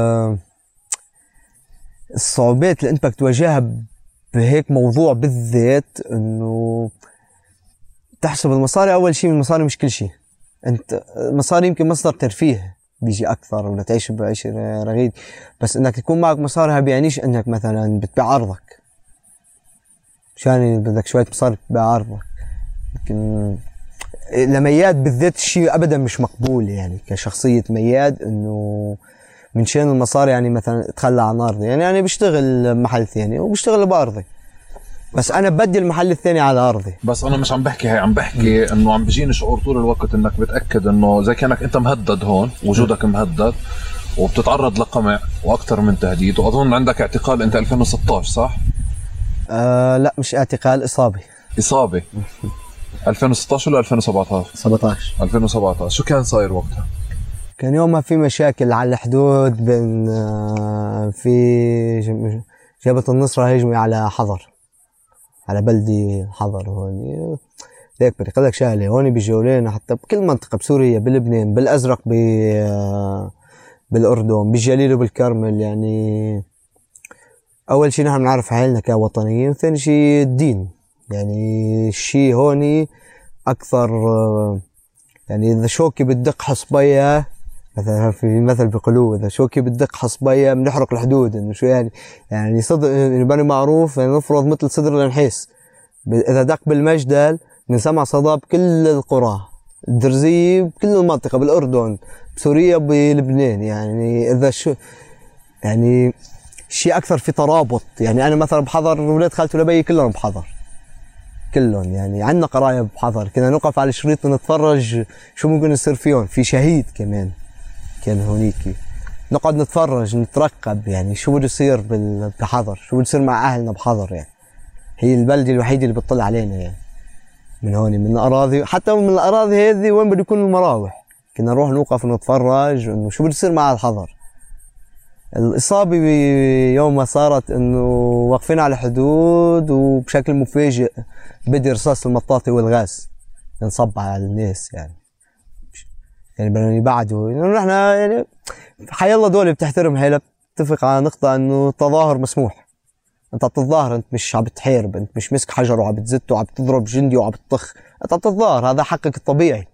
الصعوبات اللي انت بدك تواجهها بهيك موضوع بالذات انه تحسب المصاري. اول شيء المصاري مش كل شيء، انت المصاري يمكن مصدر ترفيه بيجي اكثر ولا تعيش بعيش رغيد، بس انك تكون معك مصاري بيعنيش انك مثلا بتبيع ارضك، مشان بدك شوية مصاري تبيع ارضك. لكن لمياد بالذات الشيء ابدا مش مقبول يعني كشخصية مياد انه من شان المصاري يعني مثلا اتخلى عن ارضي. يعني انا بشتغل محل ثاني وبشتغل بارضي، بس انا بدي المحل الثاني على ارضي. بس انا مش عم بحكي هي، عم بحكي انه عم بيجيني شعور طول الوقت انك بتاكد انه زي كانك انت مهدد هون، وجودك مهدد وبتتعرض لقمع واكثر من تهديد. واظن عندك اعتقال انت 2016 صح؟ لا مش اعتقال، اصابه 2016 ولا 2017؟ 17. 2017. شو كان صاير وقتها؟ كان يومها في مشاكل على الحدود بين في جبهة النصرة هجمة على حضر، على بلدي حضر هون. ليك بدي اقول لك شغله، هون بجولان حتى بكل منطقة بسوريا، بلبنان، بالازرق، بالاردن، بالجليل وبالكرمل. يعني اول شيء نحن بنعرف حالنا كوطنيين، وثاني شيء الدين. يعني الشيء هون اكثر يعني اذا شوكي بتدق حصبيه، مثلا في مثل بيقولوه اذا شوكي بتدق حصبيه بنحرق الحدود. انه شو يعني صدر بني معروف يعني نفرض مثل صدر النحيس، اذا دق بالمجدل بنسمع صدى بكل القرى، الدرزيه بكل المنطقه، بالاردن، بسوريا، بلبنان. يعني اذا شو يعني شيء اكثر في ترابط. يعني انا مثلا بحضر ولاد خالتي ولبي كلهم بحضر، كلهم يعني عندنا قرايب بحضر، كنا نوقف على الشريط ونتفرج شو ممكن يصير فيهم. في شهيد كمان كان هونيك، نقعد نتفرج نترقب يعني شو بده يصير بحضر، شو بده يصير مع اهلنا بحضر. يعني هي البلده الوحيده اللي بتطلع علينا يعني من هون، من الاراضي، حتى من الاراضي هذه وين بده يكون المراوح كنا نروح نوقف ونتفرج انه شو بده يصير مع الحضر. الإصابة يوم ما صارت إنه واقفين على الحدود وبشكل مفاجئ بدي رصاص المطاطي والغاز ينصب على الناس. يعني بدهم يبعدوا. يعني نحن يعني حيالله دولة بتحترم حالها، بتتفق على نقطة إنه التظاهر مسموح. أنت عم تتظاهر، أنت مش عم بتحارب، أنت مش مسك حجر وعم بتزت وعم بتضرب جندي وعم بتطخ، أنت عم تتظاهر، هذا حقك الطبيعي.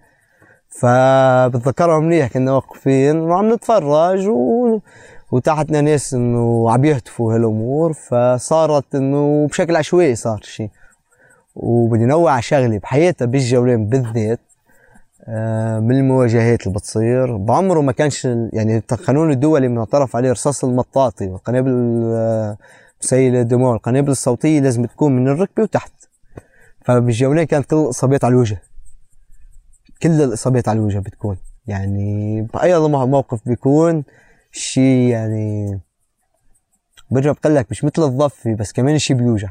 فبتذكرهم منيح كنا واقفين وعم نتفرج وتحتنا ناس انه عم يهتفوا هالامور، فصارت انه بشكل عشوائي صار شيء. وبدي نوع شغله بحياتها بالجولان بالذات، من المواجهات اللي بتصير بعمره ما كانش يعني القانون الدولي معترف عليه رصاص المطاطي والقنابل مسيلة الدموع والقنابل الصوتية لازم تكون من الركبة وتحت. فبالجولان كانت كل الاصابات على الوجه، كل الاصابات على الوجه بتكون يعني باي موقف بيكون شيء يعني برجع بقول لك مش مثل الضفي، بس كمان الشيء بيوجع.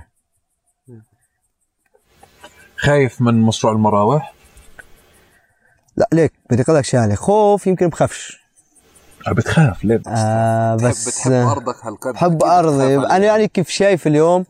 خايف من مشروع المراوح؟ لا ليك بدي اقول لك شغله، خوف يمكن بخافش. بتخاف ليه؟ بس بتحب ارضك هالقد؟ بحب ارضي انا يعني كيف شايف اليوم.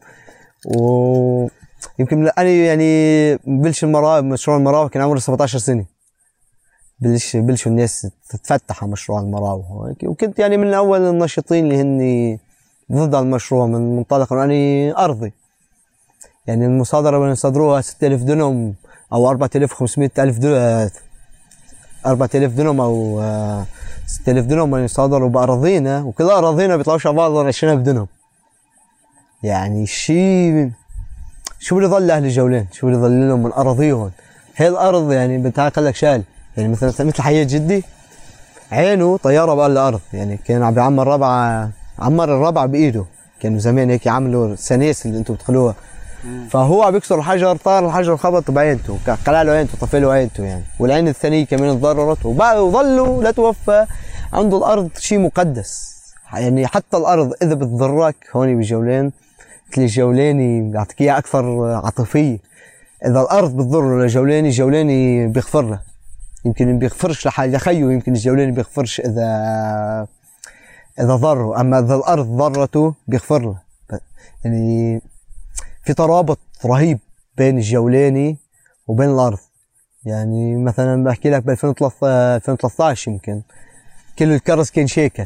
ويمكن انا يعني بلش مشروع المراوح كان عمري 17 سنه، بلشوا الناس تتفتح على مشروع المراوح، وكنت يعني من اول الناشطين اللي هن ضد المشروع من منطلق اني ارضي. يعني المصادره اللي صدروها 6000 دنم او 4500 الف دنم، 4000 دنم او 6000 دنم اللي صادروا باراضينا، وكل اراضينا بيطلعوش على بعض 20000 دنم. يعني شيء شو اللي ظل اهل الجولين؟ شو اللي ظل لهم من اراضيهم؟ هي الارض يعني بتعال لك شال، يعني مثل حياة جدي عينه طياره بقى الارض، يعني كان عم بيعمر عمر الربع بايده، كانوا زمان هيك يعملوا السنيس اللي انتم بتدخلوها. فهو عم بيكسر الحجر، طار الحجر خبط بعينته، قلع له عينته، طفي له عينته يعني، والعين الثانيه كمان تضررت، وظلوا لا توفى عنده الارض شيء مقدس. يعني حتى الارض اذا بتضرك هون بالجولين، مثل الجولاني بيعطيك اياها اكثر عاطفيه. اذا الارض بتضر لجولاني، الجولاني بيغفر له، يمكن ما بيغفرش لخيه، يمكن الجولاني بيغفرش اذا ضره، اما اذا الارض ضرته بيغفر له. يعني في ترابط رهيب بين الجولاني وبين الارض. يعني مثلا بحكي لك ب 2013 يمكن كل الكرز كان شيكل،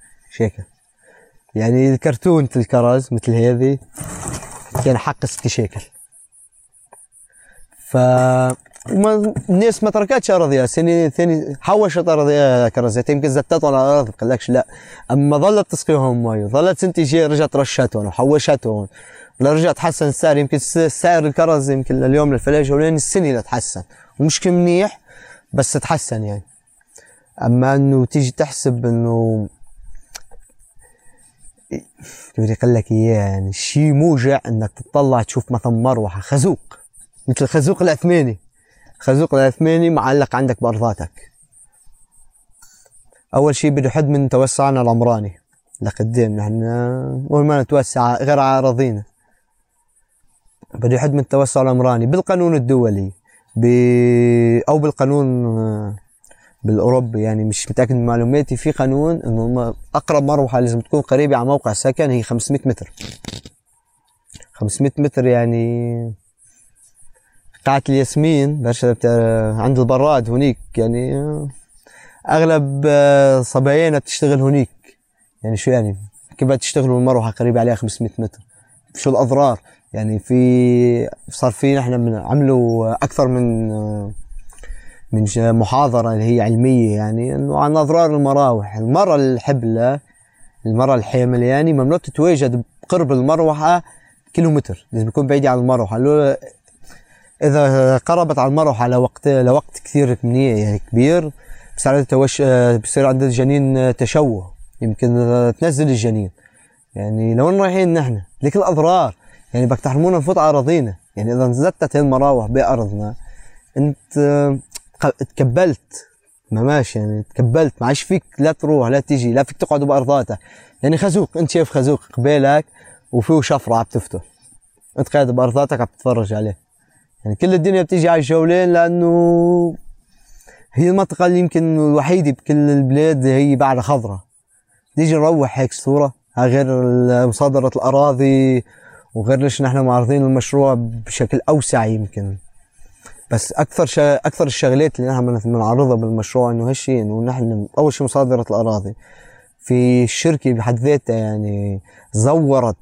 يعني الكرتون الكرز مثل هذه كان حق 6 شيكل. الناس ما تركتش اراضيها، سنه ثاني حوشت اراضيها كرزات، يمكن زتتهم على الارض ما لكش لا، اما ظلت تسقيهم مي، ظلت سنتي جاي رجعت رشتهم وحوشتهم، ولا رجع تحسن السعر. يمكن سعر الكرز يمكن اليوم للفلاحه جولين السنه لا تحسن، ومش منيح بس تحسن يعني. اما انه تيجي تحسب انه كيف بدي اقول لك اياه، يعني شيء موجع انك تطلع تشوف مثلا مروحه خازوق مثل خازوق العثماني معلق عندك بارضاتك. اول شيء بده حد من توسعنا العمراني لقدام، نحن اول ما نتوسع غير على اراضينا بده حد من التوسع العمراني بالقانون الدولي او بالقانون بالاوروبي، يعني مش متاكد من معلوماتي. في قانون انه اقرب مروحه لازم تكون قريبه على موقع سكن هي 500 متر. 500 متر يعني قاعة الياسمين برشا عند البراد هونيك، يعني اغلب صبايانا بتشتغل هونيك. يعني شو يعني كيف تشتغلوا المروحه قريبه عليها 500 متر؟ شو الاضرار؟ يعني صار في نحن عملوا اكثر من محاضره اللي هي علميه، يعني انه عن اضرار المراوح. المراه الحبلة، المراه الحامل يعني ممنوع تتواجد بقرب المروحه كيلومتر، لازم يكون بعيده عن المروحه. اذا قربت على المروحه لوقت كثير منيح يعني كبير، بصير عند الجنين تشوه، يمكن تنزل الجنين. يعني لوين رايحين نحن؟ ليك الاضرار، يعني بدك تحرمونا نفوت على اراضينا. يعني اذا نزلت هاي المراوح بارضنا انت تكبلت، ما ماشي يعني تكبلت، ما عادش فيك لا تروح لا تيجي، لا فيك تقعد بارضاتك. يعني خازوق، انت شايف خازوق قبالك وفيه شفره عم تفتح، انت قاعد بارضاتك عم تتفرج عليه. يعني كل الدنيا بتيجي على الجولين، لانه هي المنطقه اللي يمكن الوحيده بكل البلاد هي بعد خضراء. نيجي نروح هيك صوره، غير مصادره الاراضي وغير ليش نحن معرضين المشروع بشكل اوسع يمكن. بس اكثر الشغلات اللي نحن بنعرضها بالمشروع انه هالشيء، انه نحن اول شيء مصادره الاراضي. في الشركه بحد ذاتها يعني زورت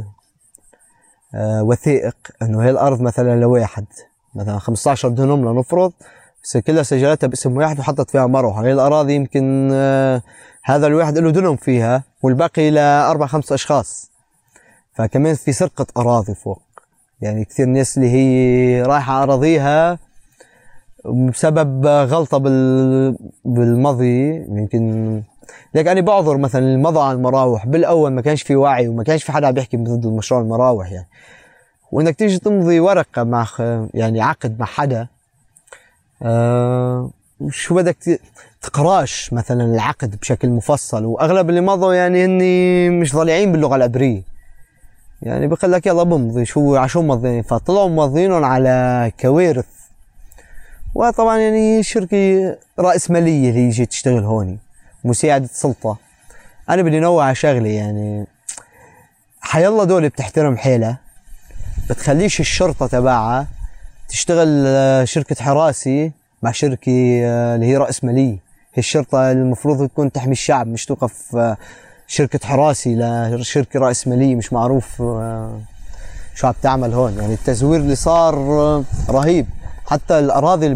وثائق انه هي الارض مثلا لواحد، مثلا 15 دنم لنفرض، بس كلها سجلتها باسم واحد وحطت فيها مروحه. هي الاراضي يمكن هذا الواحد له دنم فيها والباقي ل4 5 اشخاص. فكمان في سرقه اراضي فوق، يعني كثير ناس اللي هي رايحه اراضيها بسبب غلطه بالماضي يمكن. لك انا بعذر مثلا المضى على المراوح، بالاول ما كانش في وعي وما كانش في حدا عم بيحكي ضد المشروع المراوح يعني. وانك تيجي تمضي ورقه مع يعني عقد مع حدا، شو بدك تقراش مثلا العقد بشكل مفصل. واغلب اللي مضوا يعني هني مش ضليعين باللغه العبريه، يعني بقول لك يلا بمضي شو مضين، فطلعوا ماضينهم على كوارث. وطبعا يعني شركه راسماليه اللي جت تشتغل هوني، مساعدة سلطة. أنا بدي نوع على شغلة، يعني حيالله دولة بتحترم حالها، بتخليش الشرطة تبعها تشتغل شركة حراسي مع شركة اللي هي رأسمالية. هي الشرطة المفروض تكون تحمي الشعب، مش توقف شركة حراسي لشركة رأسمالية مش معروف شو عم تعمل هون. يعني التزوير اللي صار رهيب. حتى الأراضي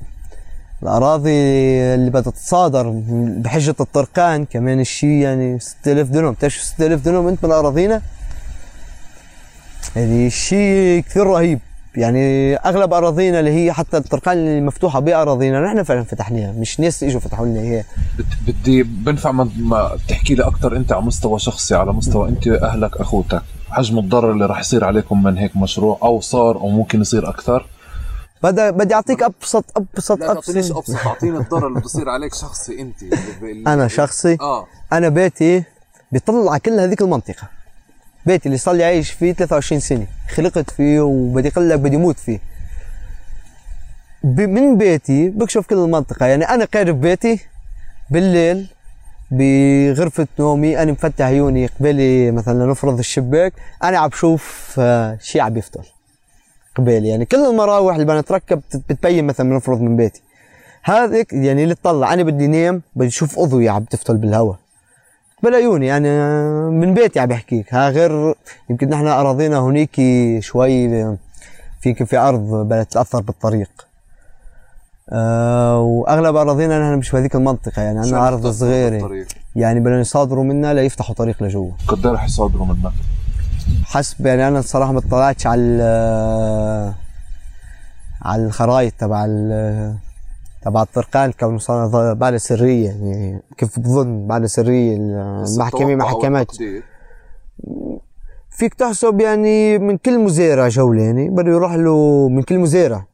اللي بدها تتصادر بحجة الطرقان كمان الشيء، يعني 6000 دنم. بتعرف 6000 دنم انت من اراضينا؟ يعني شيء كثير رهيب. يعني اغلب اراضينا اللي هي حتى الطرقان اللي مفتوحه باراضينا نحن فعلا فتحناها، مش ناس اجوا فتحوا لنا اياها. بدي بنفع ما تحكي لي اكثر انت على مستوى شخصي، على مستوى انت اهلك اخوتك، حجم الضرر اللي راح يصير عليكم من هيك مشروع، او صار او ممكن يصير اكثر. بدي اعطيك ابسط لا تعطينيش ابسط، اعطيني الضرر اللي بصير عليك شخصي انت. انا شخصي انا بيتي بيطلع على كل هذيك المنطقه. بيتي اللي صار لي عايش فيه 23 سنه، خلقت فيه وبدي اقول لك بدي اموت فيه. من بيتي بكشف كل المنطقه. يعني انا قارب بيتي بالليل بغرفه نومي، انا مفتح عيوني قبالي مثلا نفرض الشباك، انا عم بشوف شيء عم يفتل قبالي. يعني كل المراوح اللي بنتركب بتبين مثلا نفرض من بيتي هذيك. يعني اللي تطلع انا بدي نام بدي اشوف اضويه عم تفتل بالهواء بالعيوني. يعني من بيتي عم بحكيك. ها غير يمكن نحن اراضينا هنيك شوي في ارض بدها تتاثر بالطريق. واغلب اراضينا نحن مش بهذيك المنطقه. يعني عندنا ارض صغيره، يعني بدنا يصادروا منا ليفتحوا طريق لجوا. قد رح يصادروا منا؟ حسب يعني انا الصراحه ما اطلعتش على الخرائط تبع الطرقان، كونه صار بعد سريه. يعني كيف بظن بعد سريه المحكمه ما حكمتش. فيك تحسب يعني من كل مزارع جولاني بده يروح له، من كل مزارع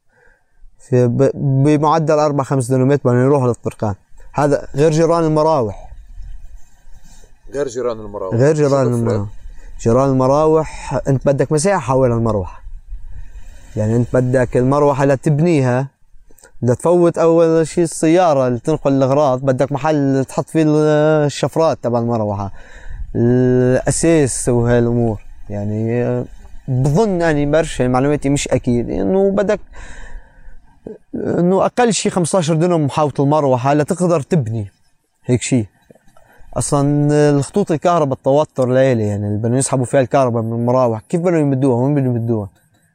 بمعدل 4-5 دنومات بده يروح للطرقان. هذا غير جيران المراوح. غير جيران المراوح. غير جيران المراوح. جيران المراوح انت بدك مساحه حول المروحه. يعني انت بدك المروحه لتبنيها لتفوت اول شيء السياره اللي تنقل الاغراض، بدك محل تحط فيه الشفرات تبع المروحه، الاساس وهالامور. يعني بظن اني برشا معلوماتي مش اكيد انه بدك انه اقل شيء 15 دنم محاوطه المروحه لتقدر تبني هيك شيء. اصلا الخطوط الكهرباء التوتر ليلي، يعني اللي بدهم يسحبوا فيها الكهرباء من المراوح كيف بدهم يمدوها؟ وين بدهم يمدوها؟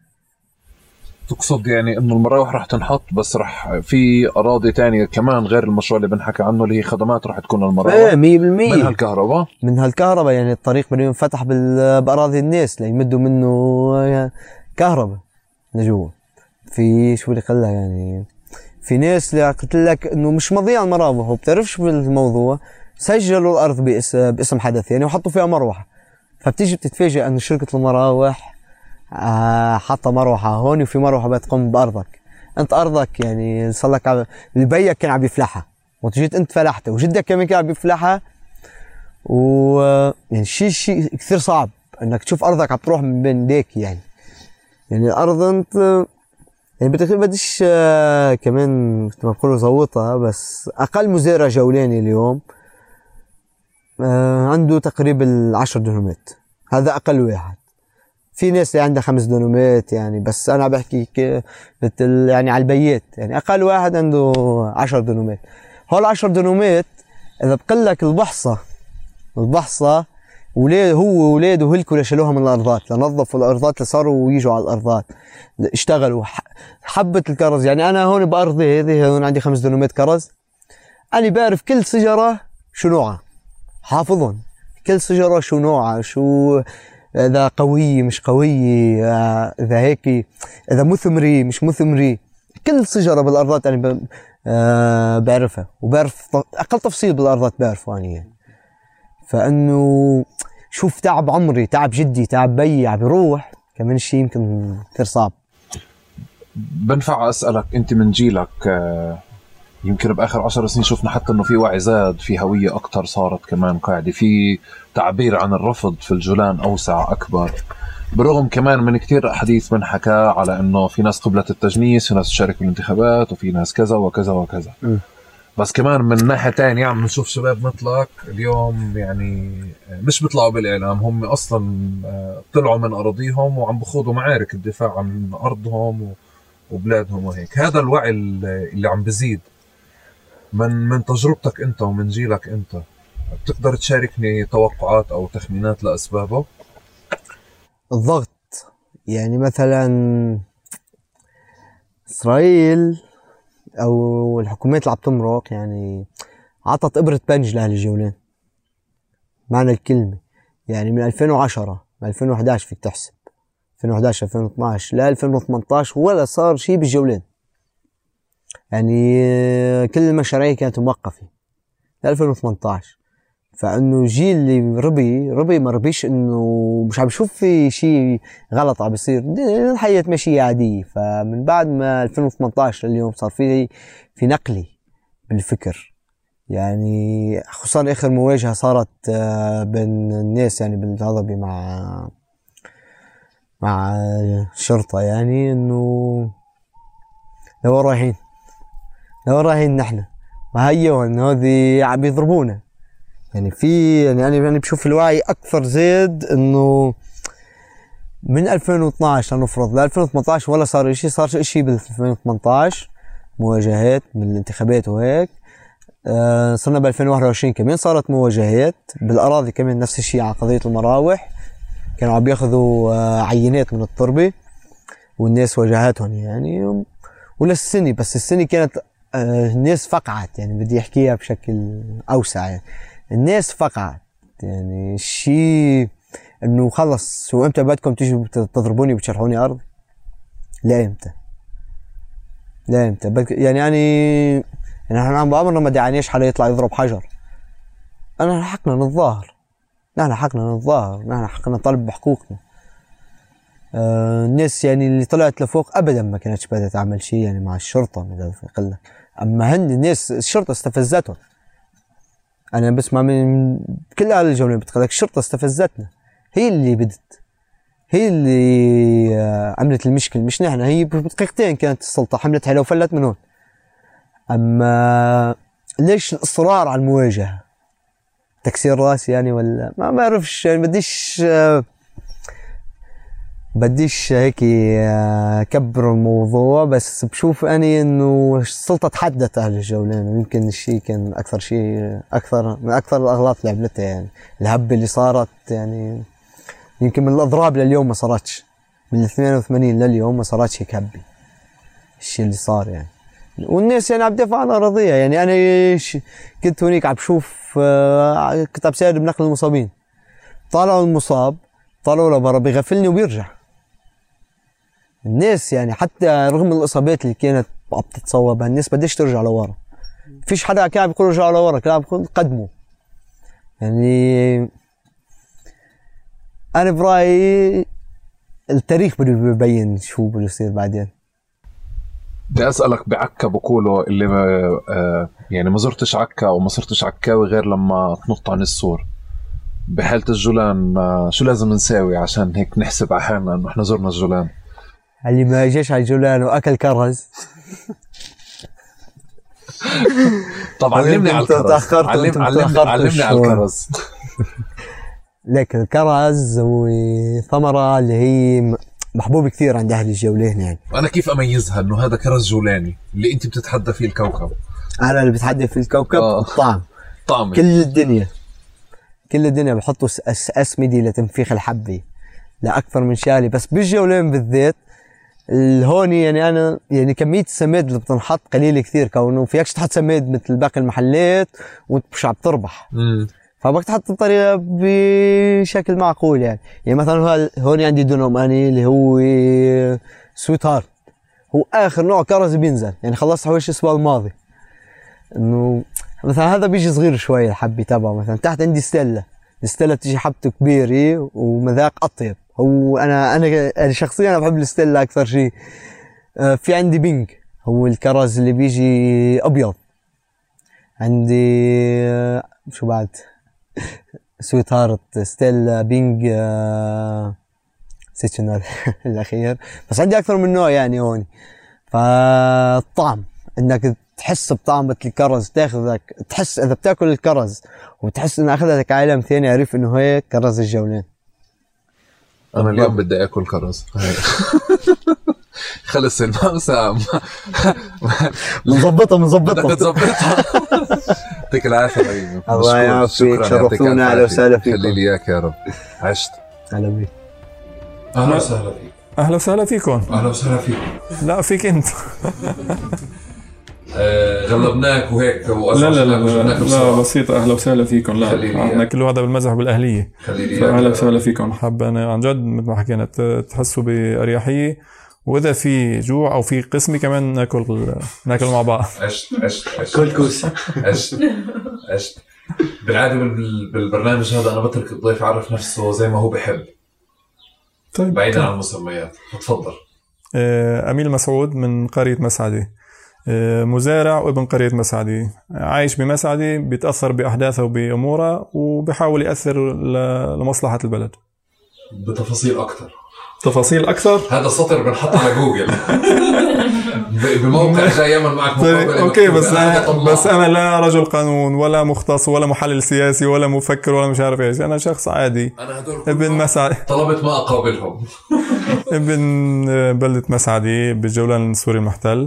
تقصد يعني انه المراوح رح تنحط بس رح في اراضي تانية كمان غير المشروع اللي بنحكي عنه اللي هي خدمات رح تكون المراوح 100% من هالكهرباء. من هالكهرباء. يعني الطريق بده ينفتح باراضي الناس ليمدوا منه كهرباء لجوا. في شو بدي اقول لك، يعني في ناس اللي قلت لك انه مش مضيع المراوح وبتعرفش بالموضوع، سجلوا الارض باسم حدا ثاني وحطوا فيها مروحه. فبتيجي بتتفاجئ انه شركه المراوح حاطه مروحه هون وفي مروحه بتقوم بارضك. انت ارضك يعني صار لك اللي بيك كان عم يفلحها وتجيت انت فلحتها وجدك كمان كان عم يفلحها. و يعني شيء كثير صعب انك تشوف ارضك عم تروح من بين ايديك. يعني الارض انت يعني بديش كمان مثل ما بقولوا زوطها، بس اقل مزارع جولاني اليوم عنده تقريبا 10 دنومات. هذا اقل واحد. في ناس عندها 5 دنومات يعني، بس انا بحكي مثل يعني على البيات. يعني اقل واحد عنده 10 دنومات. هول 10 دنومات اذا بقول لك البحصه هو واولاده هلكوا لشالوها من الارضات، لنظفوا الارضات لصاروا ويجوا على الارضات اشتغلوا. حبه الكرز، يعني انا هون بارضي هذه هون عندي 5 دنومات كرز، انا بعرف كل شجره شو نوعها، حافظهم كل شجره شو نوعها، شو اذا قويه مش قويه، اذا هيك اذا مثمري مش مثمري. كل شجره بالارضات انا بعرفها، وبعرف اقل تفصيل بالارضات بعرفه انا يعني. فانه شوف تعب عمري، تعب جدي، تعب بيي عم بيروح كمان شيء يمكن كثير صعب. بنفع اسالك انت من جيلك، يمكن باخر 10 سنين شفنا حتى انه في وعي زاد، في هويه اكثر صارت كمان قاعده، في تعبير عن الرفض في الجولان اوسع اكبر، بالرغم كمان من كثير حديث بنحكى على انه في ناس قبلت التجنيس، في ناس تشارك بالانتخابات، وفي ناس كذا وكذا وكذا. بس كمان من ناحيه ثانيه عم نشوف شباب مثلك اليوم يعني مش بيطلعوا بالاعلام، هم اصلا طلعوا من اراضيهم وعم بخوضوا معارك الدفاع عن ارضهم وبلادهم وهيك. هذا الوعي اللي عم بزيد من تجربتك انت ومن جيلك انت، بتقدر تشاركني توقعات او تخمينات لاسبابه؟ الضغط، يعني مثلا اسرائيل او الحكومات اللي عم تمرق يعني عطت ابره بنج لاهل الجولان، معنى الكلمه. يعني من 2010 ل 2011 فيك تحسب 2011 2012 ل 2018 ولا صار شيء بالجولان. يعني كل المشاريع كانت موقفة ل 2018. فانه جيل اللي ربي ما ربيش انه مش عم بشوف في شيء غلط عم بيصير، الحياة ماشية عادية. فمن بعد ما 2018 لليوم صار في نقلة بالفكر، يعني خصوصا اخر مواجهة صارت بين الناس يعني بالغضبي مع الشرطة، يعني انه لوين رايحين نحن، ما هي انه هذه عم يضربونا. يعني يعني انا بشوف الوعي اكثر زاد انه من 2012 لنفرض ل 2018 ولا صار شيء بال 2018 مواجهات من الانتخابات وهيك. صرنا ب 2021 كمان صارت مواجهات بالاراضي كمان، نفس الشيء على قضية المراوح، كانوا عم ياخذوا عينات من التربة والناس واجهتهم يعني. وللسنة بس السنة كانت الناس فقعت، يعني بدي احكيها بشكل اوسع، يعني الناس فقعت، يعني الشيء انه خلص وامتى بدكم تيجوا تضربوني وتشرحوني ارض؟ لا امتى يعني احنا عمرنا ما دعانيش حدا يطلع يضرب حجر. نحن حقنا نتظاهر، نحن حقنا نطالب بحقوقنا. الناس يعني اللي طلعت لفوق ابدا ما كانتش بدها تعمل شيء يعني مع الشرطه بدها يقول، اما هن الناس الشرطه استفزتهم. انا بسمع من كل اهل الجولان بتقول لك الشرطه استفزتنا، هي اللي عملت المشكله مش نحن. هي بدقيقتين كانت السلطه حملت حيلها وفلت من هون. اما ليش الاصرار على المواجهه؟ تكسير راس يعني ولا ما بعرفش يعني. بديش هيك كبر الموضوع، بس بشوف اني انه السلطه تحدت اهل الجولان، ويمكن الشيء كان اكثر من الاغلاط اللي عملتها. يعني الهبه اللي صارت يعني يمكن من الاضراب لليوم ما صارتش، من 82 لليوم ما صارتش هيك هبه الشيء اللي صار يعني. والناس يعني عم تدافع عن اراضيها. يعني انا كنت هونيك عم بشوف، كنت عم بساعد بنقل المصابين، طالعوا المصاب طالعوا لبرا بيغفلني وبيرجع. الناس يعني حتى رغم الاصابات اللي كانت عم تتصوبها الناس بديش ترجع لورا. فيش حدا كان عم بيقول رجعوا لورا، كان عم بيقول قدموا. يعني انا برايي التاريخ بده يبين شو بده يصير بعدين. بدي اسالك بعكا بقولوا اللي يعني ما زرتش عكا او ما صرتش عكاوي غير لما تنط عن السور. بحالة الجولان شو لازم نساوي عشان هيك نحسب على حالنا انه احنا زرنا الجولان؟ اللي ما جاش على الجولان واكل كرز طب علمني على الكرز. علمني على الكرز. لك الكرز هو ثمرة اللي هي محبوب كثير عند اهل الجولان. يعني انا كيف اميزها انه هذا كرز جولاني اللي انت بتتحدى فيه الكوكب؟ انا اللي بتحدى فيه الكوكب الطعم. طعم كل الدنيا بحطوا اسمدة لتنفيخ الحبة لاكثر من شغله، بس بالجولان بالذات هوني يعني انا يعني كمية السماد اللي بتنحط قليلة كثير، كونه فيكش تحط سماد مثل باقي المحلات وانت مش عم تربح. فبدك تحط الطريقة بشكل معقول. يعني مثلا هون عندي دونوماني اللي هو سويت هارت، هو اخر نوع كرز بينزل، يعني خلصت حوالي الاسبوع الماضي. انه مثلا هذا بيجي صغير شوي الحبة تبعه. مثلا تحت عندي ستيلا بتيجي حبته كبيرة ومذاق اطيب. هو انا شخصيا انا بحب الستيلا اكثر شيء. في عندي بينج، هو الكرز اللي بيجي ابيض. عندي شو بعد سويت هارت، ستيلا، بينج، نسيت شنو الاخير، بس عندي اكثر من نوع يعني هون. فالطعم انك تحس بطعمة الكرز، تاخذك تحس اذا بتاكل الكرز وتحس انه اخذتك عالم ثاني، عرف انه هيك كرز الجولان. انا اليوم بدي اكل كرز. خلص الموسم. بنظبطها بدك تظبطها. يعطيك العافيه حبيبي. الله يعافيك، شرفتونا. اهلا وسهلا فيكم. خلي لي اياك يا رب. عشت. اهلا بيك. اهلا وسهلا فيك. اهلا وسهلا فيكم. اهلا وسهلا فيك. لا فيك انت. غلبناك وهيك لا بسيطة. أهلا وسهلا فيكم. لا احنا كله هذا بالمزح بالأهلية. أهلا وسهلا فيكم. حابة عن جد مثل ما حكينا تحسوا بأريحية، وإذا في جوع أو في قسمي كمان ناكل مع بعض. عشت كل كوسة. عشت بالعادة بالبرنامج هذا أنا بترك الضيف يعرف نفسه زي ما هو بحب. طيب بعيدا عن المسميات. تفضل. أميل مسعود من قرية مسعدي، مزارع وابن قرية مسعدي، عايش بمسعدي، بيتأثر بأحداثها وبأمورها وبيحاول يأثر لمصلحة البلد. تفاصيل أكثر هذا السطر بنحط على جوجل بموقع جاي يعمل معك مقابلة. أوكي بس أنا لا رجل قانون ولا مختص ولا محلل سياسي ولا مفكر ولا مش عارف إيش. أنا شخص عادي. أنا هدول ابن مسعدي. طلبت ما أقابلهم. ابن بلدة مسعدي بالجولان السوري المحتل.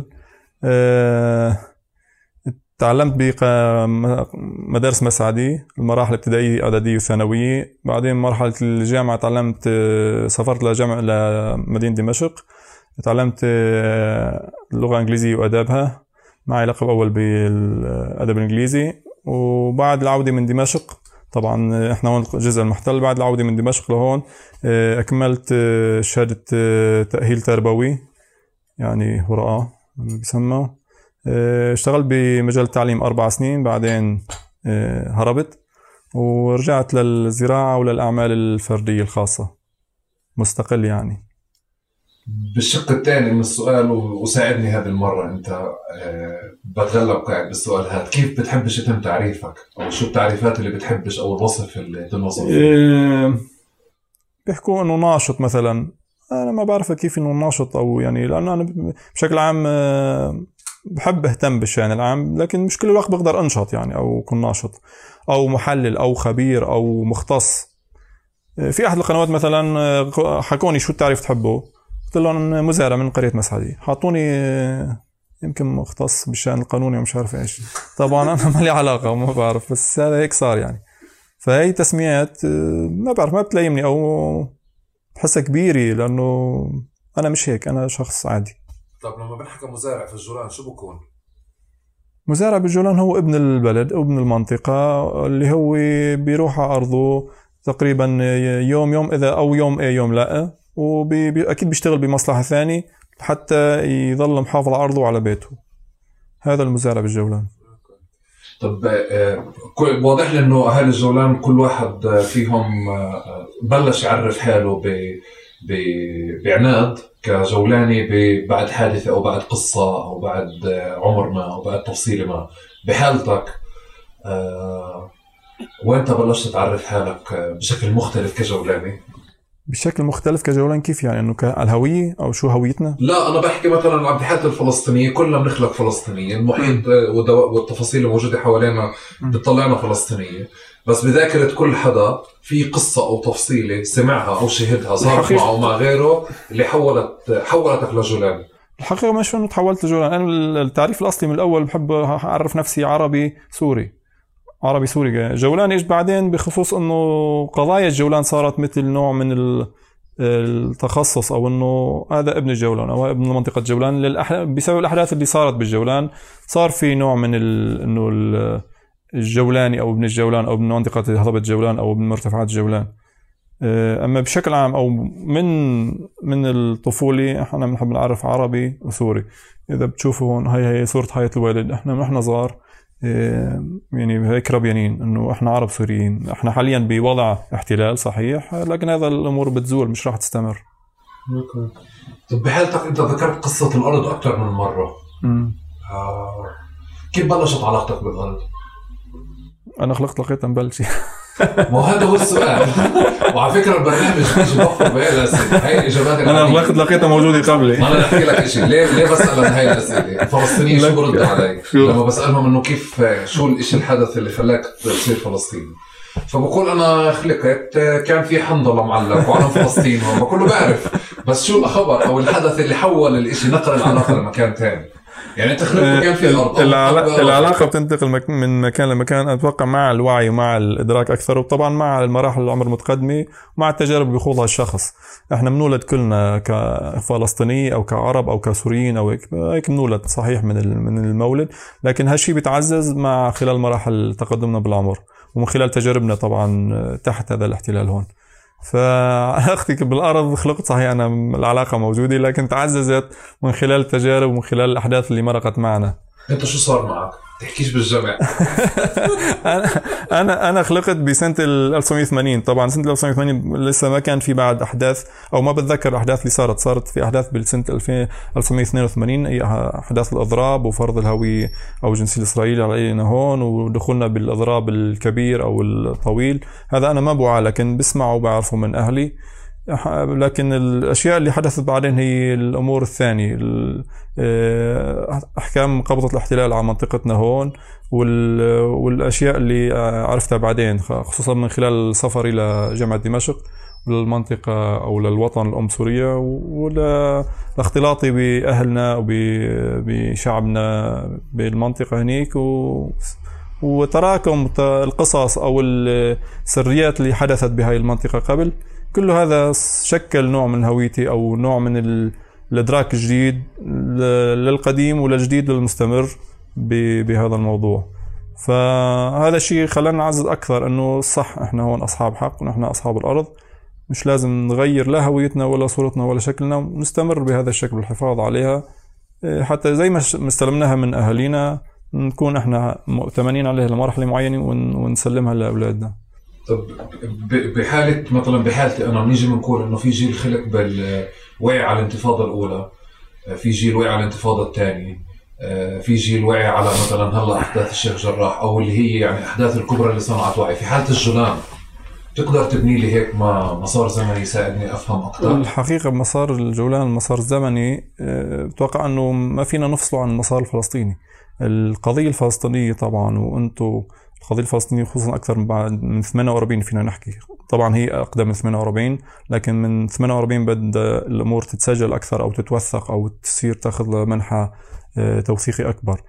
تعلمت بمدارس مسعدي المراحل الابتدائية إعدادية وثانوية. بعدين مرحلة الجامعة تعلمت، سافرت لمدينة دمشق، تعلمت اللغة الإنجليزية وأدابها، معي لقب أول بالأدب الإنجليزي. وبعد العودة من دمشق، طبعا إحنا هون جزء المحتل، بعد العودة من دمشق لهون أكملت شهادة تأهيل تربوي، يعني هراء بيسمى. اشتغلت بمجال التعليم 4 سنين، بعدين هربت ورجعت للزراعة وللأعمال الفردية الخاصة، مستقل يعني. بالشق الثاني من السؤال، وساعدني هذه المرة أنت، بتغلب قاعد بالسؤال هذا، كيف بتحبش يتم تعريفك؟ أو شو التعريفات اللي بتحبش أو الوصف اللي تنوصف؟ بيحكوا إنه ناشط مثلا. أنا ما بعرف كيف إنه ناشط، أو يعني لأنه أنا بشكل عام بحب اهتم بالشأن العام، لكن مش كل الوقت بقدر انشط يعني او اكون ناشط او محلل او خبير او مختص. في احد القنوات مثلا حكوني شو التعريف تحبه، قلت لهم مزارع من قرية مسعدي، حاطوني يمكن مختص بالشأن القانوني ومش عارف ايش. طبعا انا ما لي علاقة وما بعرف، بس هذا هيك صار يعني. فهي تسميات ما بعرف، ما بتلايمني او بحسها كبيرة، لانه انا مش هيك، انا شخص عادي. طب لما بنحكي مزارع في الجولان شو بكون؟ مزارع بالجولان هو ابن البلد او ابن المنطقة، اللي هو بيروح على أرضه تقريبا يوم إذا أو يوم يوم لا، وأكيد بيشتغل بمصلحة ثاني حتى يظل محافظ على أرضه وعلى بيته. هذا المزارع بالجولان. طب واضح لي إنه أهل الجولان كل واحد فيهم بلش يعرف حاله بعناد كجولاني بعد حادثة أو بعد قصة أو بعد عمر ما أو بعد تفصيلة ما. بحالتك وأنت بلشت تعرف حالك بشكل مختلف كجولاني؟ بشكل مختلف كجولان كيف يعني؟ إنه الهوية أو شو هويتنا؟ لا أنا بحكي مثلا عن بحالة الفلسطينية، كلنا بنخلق فلسطينيين، المحيط والتفاصيل الموجودة حوالينا بتطلعنا فلسطينية، بس بذاكرة كل حدا في قصة أو تفصيلة سمعها أو شهدها صارت معه ومع غيره اللي حولتك لجولان. الحقيقة مش إنه تحولت لجولان، أنا التعريف الأصلي من الأول بحب أعرف نفسي عربي سوري. جولان إيش بعدين بخصوص إنه قضايا الجولان صارت مثل نوع من التخصص، أو إنه هذا ابن الجولان أو ابن منطقة جولان بسبب الأحداث اللي صارت بالجولان. صار في نوع من إنه الجولاني أو ابن الجولان أو ابن منطقة هضبة جولان أو ابن مرتفعات جولان. أما بشكل عام أو من الطفولة إحنا بنحب نعرف عربي وسوري. إذا بتشوفوا هون هاي صورة حياة الوالد، إحنا من إحنا صغار يعني هيك ربيانين إنه إحنا عرب سوريين. إحنا حاليا بوضع احتلال صحيح، لكن هذا الأمور بتزول مش راح تستمر. طب بحالتك أنت ذكرت قصة الأرض أكثر من مرة. كيف بلشت علاقتك بالأرض؟ أنا خلقت لقيتها مبلشة. ما هذا هو السؤال. وعلى فكرة البرنامج بيجي بوفر بهاي الأسئلة، هاي الإجابات اللي أنا خلقت لقيتها موجودة قبلي. ما أنا أحكي لك إشي، ليه بسأل عن هاي الأسئلة؟ الفلسطينيين شو بردوا علي لما بسألهم إنه كيف شو الإشي الحدث اللي خلاك تصير فلسطيني؟ فبقول أنا خلقت كان في حنظلة معلق وعلم فلسطين، وما كله بعرف، بس شو الخبر أو الحدث اللي حول الإشي نقل العلاقة لمكان تاني؟ يعني انت خلقت كان في ارض العلاقه بتنتقل من مكان لمكان، اتوقع مع الوعي ومع الادراك اكثر، وطبعا مع المراحل العمر المتقدمه ومع التجارب اللي بيخوضها الشخص. احنا بنولد كلنا كفلسطيني او كعرب او كسوريين او هيك بنولد صحيح من المولد، لكن هالشيء بيتعزز مع خلال مراحل تقدمنا بالعمر ومن خلال تجاربنا طبعا تحت هذا الاحتلال هون. فعلاقتي بالأرض خلقت صحيح أنا العلاقة موجودة، لكن تعززت من خلال التجارب ومن خلال الأحداث اللي مرقت معنا. أنت شو صار معك؟ تحكيش بالجمع. أنا خلقت بسنة 1980. طبعا سنة 1980 لسه ما كان في بعد أحداث، أو ما بتذكر الأحداث اللي صارت في أحداث بالسنة 1982 أي أحداث الأضراب وفرض الهوية أو الجنسية الإسرائيلية علينا هون ودخولنا بالأضراب الكبير أو الطويل. هذا أنا ما بوعى، لكن بسمع وبعرفه من أهلي. لكن الأشياء اللي حدثت بعدين هي الأمور الثانية، أحكام قبضة الاحتلال على منطقتنا هون، والأشياء اللي عرفتها بعدين خصوصا من خلال سفري لجامعة دمشق للمنطقة أو للوطن الأم سوريا، ولاختلاطي بأهلنا وبشعبنا بالمنطقة هنيك، وتراكم القصص أو السريات اللي حدثت بهاي المنطقة قبل. كل هذا شكل نوع من هويتي أو نوع من الإدراك الجديد للقديم وللجديد للمستمر بهذا الموضوع. فهذا الشيء خلانا نعزز أكثر أنه صح إحنا هون أصحاب حق ونحن أصحاب الأرض، مش لازم نغير لا هويتنا ولا صورتنا ولا شكلنا، ونستمر بهذا الشكل والحفاظ عليها حتى زي ما استلمناها من أهالينا نكون إحنا مؤتمنين عليها لمرحلة معينة ونسلمها لأولادنا. طب بحالة مثلا بحالتي أنا بنيجي بنقول إنه في جيل خلق بالوعي على الانتفاضة الأولى، في جيل وعي على الانتفاضة الثانية، في جيل وعي على مثلا هلا أحداث الشيخ جراح أو اللي هي يعني أحداث الكبرى اللي صنعت وعي. في حالة الجولان تقدر تبني لي هيك مسار زمني يساعدني أفهم أكثر؟ الحقيقة مسار الجولان المسار الزمني أتوقع أنه ما فينا نفصله عن المسار الفلسطيني. القضية الفلسطينية طبعا، وأنتو القضية الفلسطينية خصوصا أكثر من 48 فينا نحكي، طبعا هي أقدم من 48، لكن من 48 بدأ الأمور تتسجل أكثر أو تتوثق أو تصير تأخذ منحى توثيقي أكبر.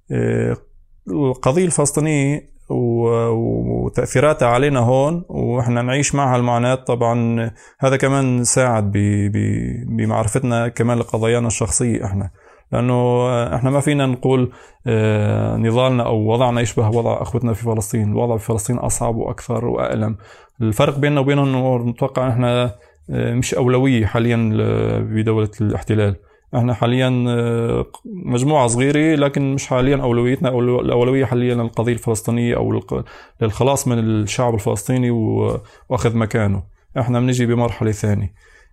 القضية الفلسطينية وتأثيراتها علينا هون وإحنا نعيش معها المعاناة، طبعا هذا كمان ساعد بمعرفتنا كمان لقضايانا الشخصية إحنا، لأنه إحنا ما فينا نقول نضالنا أو وضعنا يشبه وضع أخوتنا في فلسطين. الوضع في فلسطين أصعب وأكثر وأألم. الفرق بيننا وبينهم أنه نتوقع إحنا مش أولوية حاليا بدولة الاحتلال. إحنا حاليا مجموعة صغيرة، لكن مش حاليا أولويتنا، الأولوية حاليا القضية الفلسطينية أو للخلاص من الشعب الفلسطيني وأخذ مكانه. إحنا بنجي بمرحلة ثانية.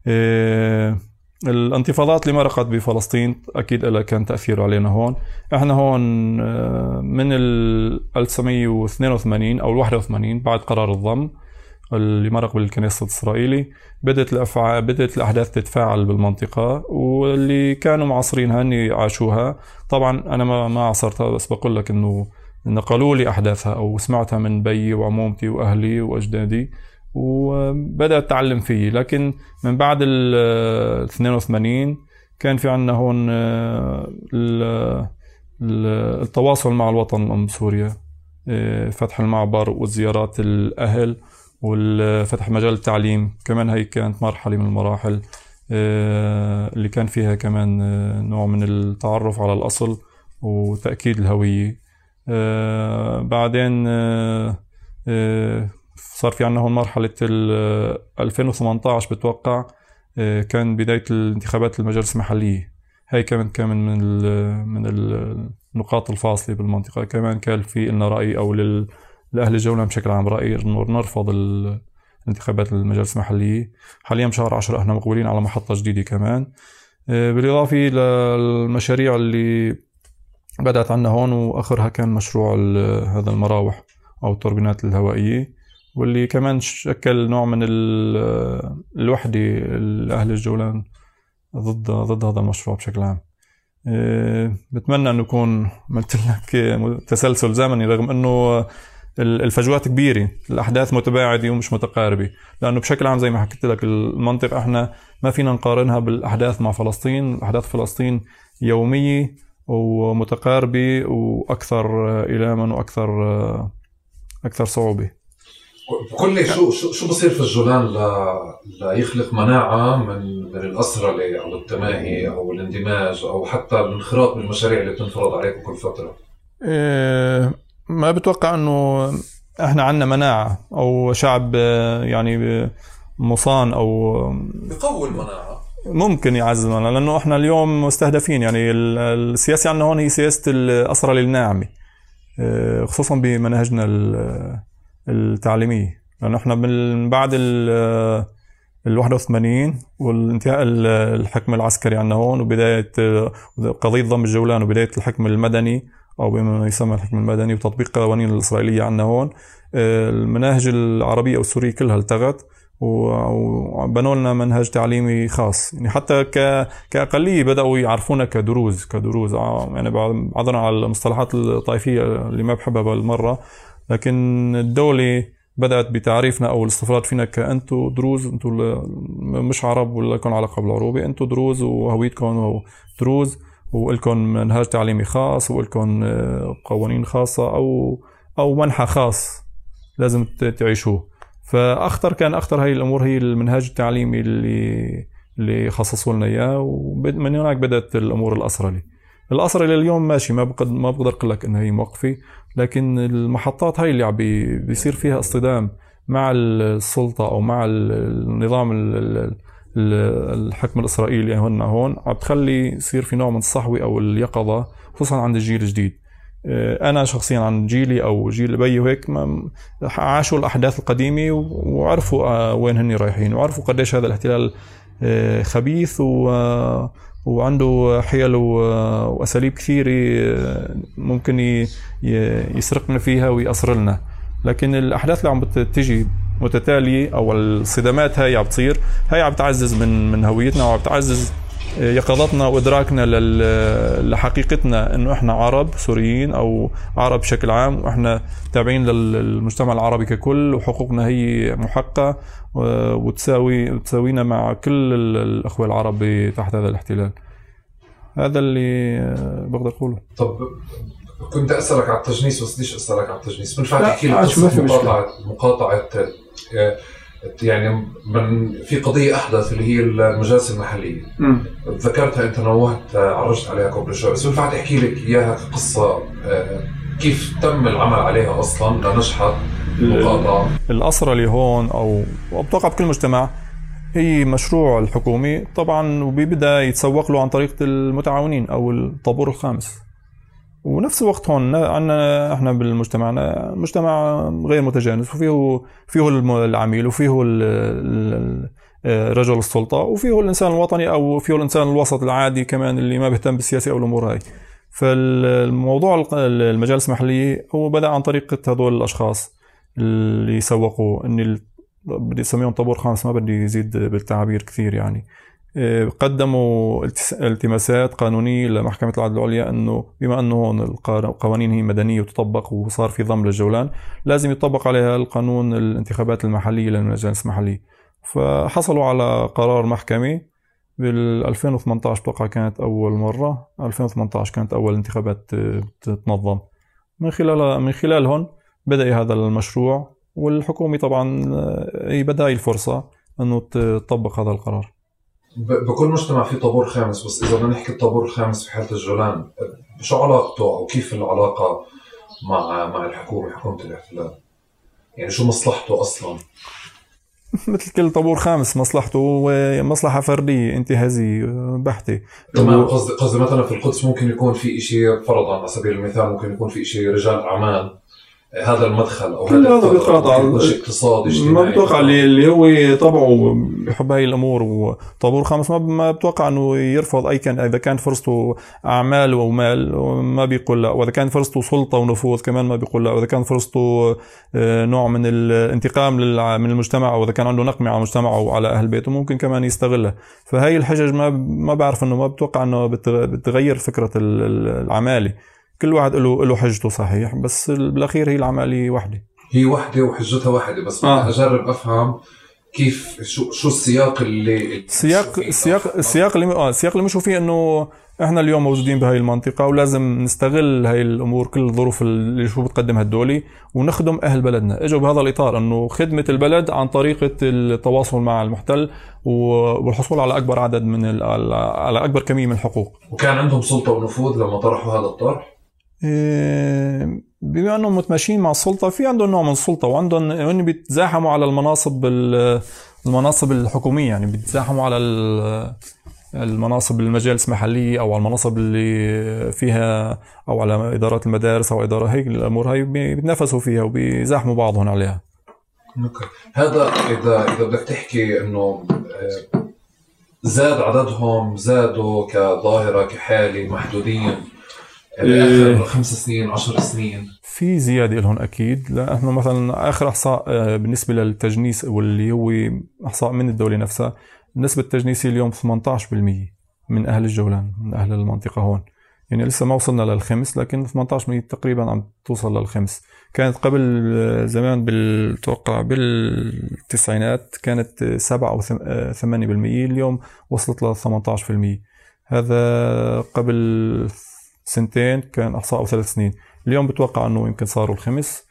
الانتفاضات اللي مرقت بفلسطين أكيد لها كان تأثير علينا هون. إحنا هون من 1982 أو 81 بعد قرار الضم اللي مرق بالكنيسة الإسرائيلي بدأت الأحداث تتفاعل بالمنطقة، واللي كانوا معاصرينها أني عاشوها. طبعا أنا ما عاصرتها، بس بقول لك إنه نقلوا لي أحداثها أو سمعتها من بيي وعمومتي وأهلي وأجدادي وبدأت أتعلم فيه. لكن من بعد 82 كان في عنا هون التواصل مع الوطن الأم سوريا، فتح المعبر والزيارات الأهل والفتح مجال التعليم كمان. هي كانت مرحلة من المراحل اللي كان فيها كمان نوع من التعرف على الأصل وتأكيد الهوية. بعدين صار في عنا هون مرحلة 2018 بتوقع كان بداية الانتخابات المجالس المحلية. هاي كمان من النقاط الفاصلة بالمنطقة. كمان كان في لنا رأي أو لأهل الجولان بشكل عام رأي إنه نرفض الانتخابات المجالس المحلية. حاليا بشهر 10 احنا مقبولين على محطة جديدة كمان، بالإضافة للمشاريع اللي بدأت عنا هون، وآخرها كان مشروع هذا المراوح أو التوربينات الهوائية، واللي كمان شكل نوع من الوحدة لأهل الجولان ضد هذا المشروع بشكل عام. بتمنى أن يكون عملت لك تسلسل زمني، رغم أنه الفجوات كبيرة، الأحداث متباعدة ومش متقاربة، لأنه بشكل عام زي ما حكيت لك المنطقة احنا ما فينا نقارنها بالأحداث مع فلسطين. أحداث فلسطين يومية ومتقاربة وأكثر إلاما وأكثر صعوبة. بكل شو بصير في الجولان ليخلق مناعة من الأسرلة أو التماهي أو الاندماج أو حتى الانخراط بالمشاريع اللي بتنفرض عليكم كل فترة؟ ما بتوقع أنه إحنا عنا مناعة أو شعب يعني مصان أو بقوي المناعة. ممكن يعزز المناعة، لأنه إحنا اليوم مستهدفين. يعني السياسة عندنا هون هي سياسة الأسرة الناعمة، خصوصا بمناهجنا التعليمية، لأنه إحنا من بعد 81 والانتهاء الحكم العسكري عندنا هون وبداية قضية ضم الجولان وبداية الحكم المدني أو بما يسمى الحكم المدني وتطبيق قوانين الإسرائيلية عندنا هون، المناهج العربية أو السورية كلها التغت وبنوا لنا منهج تعليمي خاص. يعني حتى كأقلية بدأوا يعرفونا كدروز يعني عذرا على المصطلحات الطائفية اللي ما بحبها بالمرة، لكن الدولة بدأت بتعريفنا أو الاستفراد فينا كأنتوا دروز، أنتوا مش عرب ولا لكم علاقة بالعروبة، أنتوا دروز وهويتكم دروز ولكم منهج تعليمي خاص ولكم قوانين خاصة أو منحى خاص لازم تعيشوه. فأخطر هاي الأمور هي المنهج التعليمي اللي خصصوا لنا إياه، ومن هناك بدأت الأمور الأسرلي اليوم ماشي، ما بقدر أقول لك إنها هي موقفة، لكن المحطات هاي اللي بيصير فيها اصطدام مع السلطة أو مع النظام الحكم الإسرائيلي هون عم تخلي يصير في نوع من الصحوة أو اليقظة، خصوصا عند الجيل الجديد. أنا شخصيا عن جيلي أو جيل أبي وهيك عاشوا الأحداث القديمة وعرفوا وين هني رايحين، وعرفوا قديش هذا الاحتلال خبيث وعنده حيل وأساليب كثيرة ممكن يسرقنا فيها ويأسر لنا. لكن الأحداث اللي عم بتجي متتالية أو الصدامات هاي عم بتصير، هاي عم بتعزز من هويتنا وعم بتعزز يقظتنا وإدراكنا لحقيقتنا إنه إحنا عرب سوريين أو عرب بشكل عام، وإحنا تابعين للمجتمع العربي ككل، وحقوقنا هي محققة وتساوينا مع كل الأخوة العرب تحت هذا الاحتلال. هذا اللي بقدر أقوله. طب كنت أسألك على التجنيس بس ليش أسألك على التجنيس؟ من فاتح كيلو مقاطعة يعني في قضية أحدث اللي هي المجالس المحلية. ذكرتها أنت، نوهت عرجت عليها قبل شوي، بس بنفع تحكي لك إياها قصة كيف تم العمل عليها أصلا لنجحت المقاطعة. الأسرة اللي هون أو بتوقع بكل مجتمع هي مشروع الحكومي طبعا، وبيبدأ يتسوق له عن طريق المتعاونين أو الطابور الخامس. ونفس الوقت هون عندنا احنا بالمجتمعنا مجتمع غير متجانس، وفيه العميل وفيه رجل السلطة وفيه الإنسان الوطني أو فيه الإنسان الوسط العادي كمان اللي ما بيهتم بالسياسة أو الأمور هاي. فالموضوع المجالس المحلية هو بدأ عن طريق هذول الأشخاص اللي سوقوا، إني بدي أسميهم طابور خامس، ما بدي يزيد بالتعابير كثير. يعني قدموا التماسات قانونية لمحكمة العدل العليا أنه بما أنه هون القوانين هي مدنية وتطبق وصار في ضم للجولان، لازم يطبق عليها القانون الانتخابات المحلية للمجالس المحلية. فحصلوا على قرار محكمي بال 2018 بقى كانت أول مرة، 2018 كانت أول انتخابات تتنظم. من خلالهم بدأ هذا المشروع، والحكومة طبعا هي بدأ الفرصة أنه تطبق هذا القرار. بكل مجتمع في طابور خامس، بس إذا بدنا نحكي الطابور الخامس في حالة الجولان شو علاقته أو كيف العلاقة مع حكومة الاحتلال؟ يعني شو مصلحته أصلا؟ مثل كل طابور خامس مصلحته مصلحة فردية انتهازية بحتة. تمام. قصدي مثلا في القدس ممكن يكون في إشي، فرضا على سبيل المثال ممكن يكون في إشي رجال أعمال، هذا المدخل او هذا اقتصادي اجتماعي. ما بتوقع اللي هو طبعه بحب هاي الامور، وطابور خامس ما بتوقع انه يرفض اي كان. اذا كان فرصته اعمال ومال ما بيقول لا، واذا كان فرصته سلطه ونفوذ كمان ما بيقول لا، واذا كان فرصته نوع من الانتقام من المجتمع، او اذا كان عنده نقمه على مجتمعه وعلى اهل بيته ممكن كمان يستغلها. فهاي الحجج ما بعرف انه ما بتوقع انه بتغير فكره العمالي. كل واحد له حجته صحيح، بس بالاخير هي العمليه واحده، وحجتها واحده. بس بدي اجرب افهم كيف شو السياق اللي السياق اللي مشوا فيه انه احنا اليوم موجودين بهاي المنطقة ولازم نستغل هاي الامور، كل الظروف اللي شو بتقدمها الدولة، ونخدم اهل بلدنا. اجوا بهذا الاطار انه خدمة البلد عن طريقة التواصل مع المحتل والحصول على اكبر عدد من على اكبر كمية من الحقوق. وكان عندهم سلطة ونفوذ لما طرحوا هذا الطرح؟ بما انهم متماشيين مع السلطة، في عندهم نوع من السلطة، وعندهم هن بيتزاحموا على المناصب الحكومية، يعني بيتزاحموا على المناصب المجالس المحلية أو على المناصب اللي فيها، أو على إدارات المدارس أو إدارة هيك الأمور هاي بيتنافسوا فيها وبيزاحموا بعضهم عليها. هذا إذا بدك تحكي إنه زاد عددهم، زادوا كظاهرة كحالة محدودين بآخر 5 سنين 10 سنين، في زيادة لهم أكيد. لا إحنا مثلا آخر إحصاء بالنسبة للتجنيس واللي هو إحصاء من الدولة نفسها، النسبة التجنيسية اليوم 18% من أهل الجولان، من أهل المنطقة هون. يعني لسه ما وصلنا للخمس، لكن 18% تقريبا عم توصل للخمس. كانت قبل زمان بالتوقع بالتسعينات كانت 7 أو 8%، اليوم وصلت ل 18%. هذا قبل سنتين كان إحصاء أو 3 سنين، اليوم بتوقع أنه يمكن صاروا الخمس.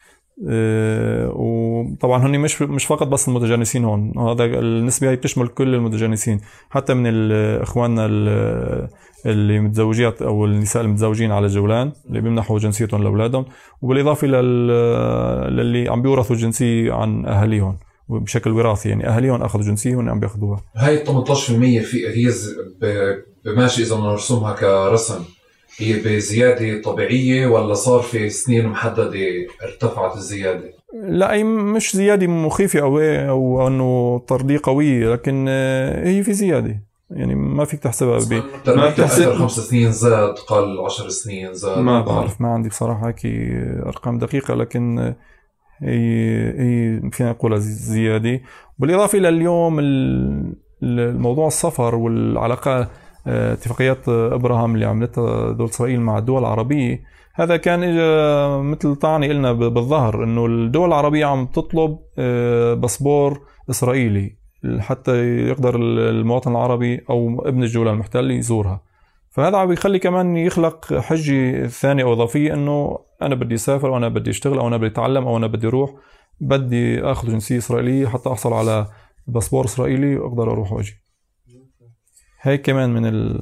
وطبعا هني مش فقط بس المتجانسين هون، هذا النسبة هي بتشمل كل المتجانسين، حتى من إخواننا اللي متزوجين أو النساء المتزوجين على الجولان اللي بيمنحوا جنسيتهم لأولادهم، وبالإضافة للي عم بيورثوا الجنسية عن أهاليهم بشكل وراثي، يعني أهاليهم أخذوا جنسية وهم عم بياخذوها. هاي 18% هي بماشي إذا نرسمها كرسم، هي بزيادة طبيعية ولا صار في سنين محددة ارتفعت الزيادة؟ لا، أي مش زيادة مخيفة أو أنه طردية قوية، لكن هي في زيادة، يعني ما فيك تحسبها ما بتحسب 5 سنين زاد، قل 10 سنين زاد، ما بعرف، ما عندي بصراحة هيك أرقام دقيقة، لكن هي فينا نقولها زيادة. بالإضافة إلى اليوم الموضوع السفر والعلاقة، اتفاقيات إبراهام اللي عملتها دولة إسرائيل مع الدول العربية، هذا كان إجا مثل طعني لنا بالظهر إنه الدول العربية عم تطلب باسبور إسرائيلي حتى يقدر المواطن العربي أو ابن الجولان المحتل يزورها. فهذا عم يخلي كمان يخلق حجة ثانية أو إضافية إنه أنا بدي أسافر، وأنا بدي أشتغل، أو أنا بدي أتعلم، أو أنا بدي أروح، بدي أخذ جنسية إسرائيلية حتى أحصل على باسبور إسرائيلي وأقدر أروح وأجي. هاي كمان من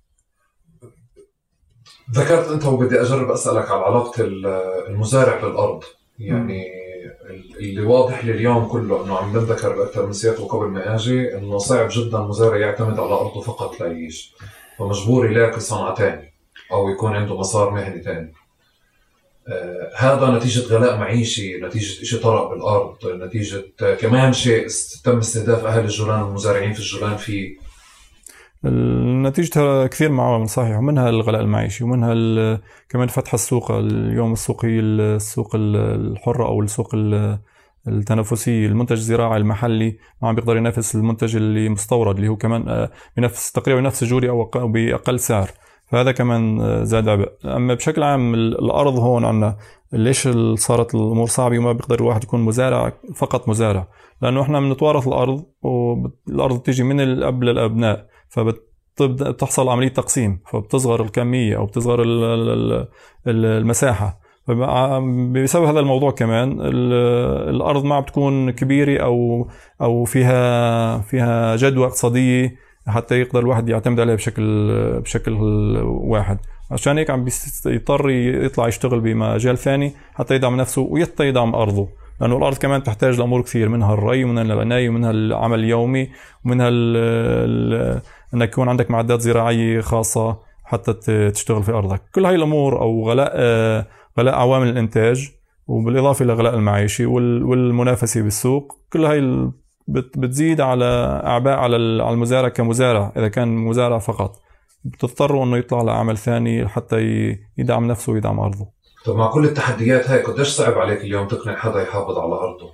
ذكرت أنت، وبدي أجرب أسألك على علاقة المزارع بالأرض. يعني اللي واضح لليوم كله أنه عم بنذكر بأكثر من سياق وقبل ما أجي أنه صعب جدا المزارع يعتمد على أرضه فقط ليعيش، فمجبور يلاقي صنعة تاني أو يكون عنده مسار مهني تاني. هذا نتيجة غلاء معيشي، نتيجة إشي طرق بالأرض، نتيجة كمان شيء تم استهداف أهل الجولان والمزارعين في الجولان فيه. نتيجتها كثير معاومل صحيح، ومنها الغلاء المعيشي، ومنها كمان فتح السوق. اليوم السوق هي السوق الحرة أو السوق التنافسي. المنتج الزراعي المحلي ما عم بيقدر ينافس المنتج اللي مستورد، اللي هو كمان بنفس تقريبا نفس الجودة أو بأقل سعر، فهذا كمان زاد عبء. أما بشكل عام الأرض هون عنا ليش صارت الأمور صعبة وما بيقدر الواحد يكون مزارع فقط مزارع؟ لأنه إحنا بنتوارث الأرض، والأرض تيجي من الأب للأبناء، فبتحصل عملية تقسيم، فبتصغر الكمية أو بتصغر المساحة. بسبب هذا الموضوع كمان الأرض ما بتكون كبيرة أو فيها جدوى اقتصادية حتى يقدر الواحد يعتمد عليها بشكل واحد. عشان هيك عم يضطر يطلع يشتغل بمجال ثاني حتى يدعم نفسه ويحتى يدعم أرضه، لأنه الأرض كمان تحتاج لأمور كثير، منها الري، ومنها العناية، ومنها العمل اليومي، ومنها أنك يكون عندك معدات زراعية خاصة حتى تشتغل في أرضك. كل هاي الأمور أو غلاء عوامل الإنتاج، وبالإضافة إلى غلاء المعيشي والمنافسة بالسوق، كل هاي بتزيد على أعباء على المزارع كمزارع. إذا كان مزارع فقط بتضطر أنه يطلع لعمل ثاني حتى يدعم نفسه ويدعم أرضه. طب مع كل التحديات هاي قديش صعب عليك اليوم تقنع حدا يحافظ على أرضه؟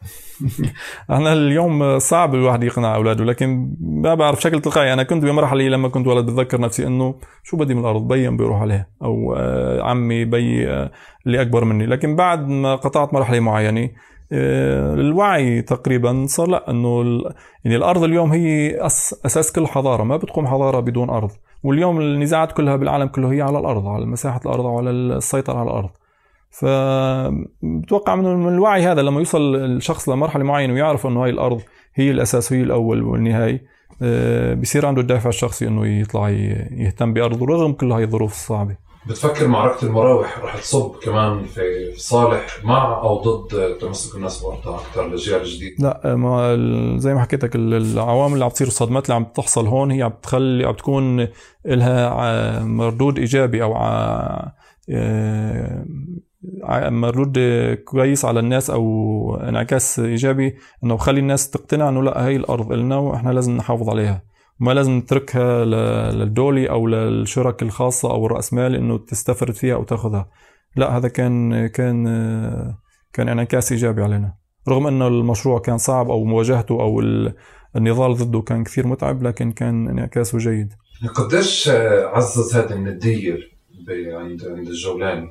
احنا اليوم صعب الواحد يقنع أولاده، لكن ما بعرف بشكل تلقائي. أنا كنت بمرحلة لما كنت ولد بتذكر نفسي إنه شو بدي من الأرض، بيي بيروح عليها، أو عمي بي اللي أكبر مني. لكن بعد ما قطعت مرحلة معينة الوعي تقريبا صار لا انه يعني الارض اليوم هي اساس كل حضاره، ما بتقوم حضاره بدون ارض. واليوم النزاعات كلها بالعالم كله هي على الارض، على مساحه الارض وعلى السيطره على الارض. فبتوقع من الوعي هذا لما يوصل الشخص لمرحله معينه ويعرف انه هاي الارض هي الاساس وهي الاول والنهايه، بصير عنده الدافع الشخصي انه يطلع يهتم بارضه رغم كل هاي الظروف الصعبه. بتفكر معركة المراوح رح تصب كمان في صالح مع أو ضد تمسك الناس بأرضها أكثر للأجيال الجديدة؟ لا، ما زي ما حكيت لك العوامل اللي عم تصير، الصدمات اللي عم تحصل هون هي عم تكون لها مردود إيجابي أو مردود كويس على الناس أو انعكاس إيجابي، إنه بخلي الناس تقتنع إنه لا، هاي الأرض إلنا وإحنا لازم نحافظ عليها، ما لازم نتركها للدولة أو للشركة الخاصة أو الرأسمال إنه تستفرد فيها أو تأخذها. لا، هذا كان انعكاس إيجابي علينا، رغم أنه المشروع كان صعب أو مواجهته أو النضال ضده كان كثير متعب، لكن كان انعكاسه جيد. قديش عزز هذا الندية عند الجولاني؟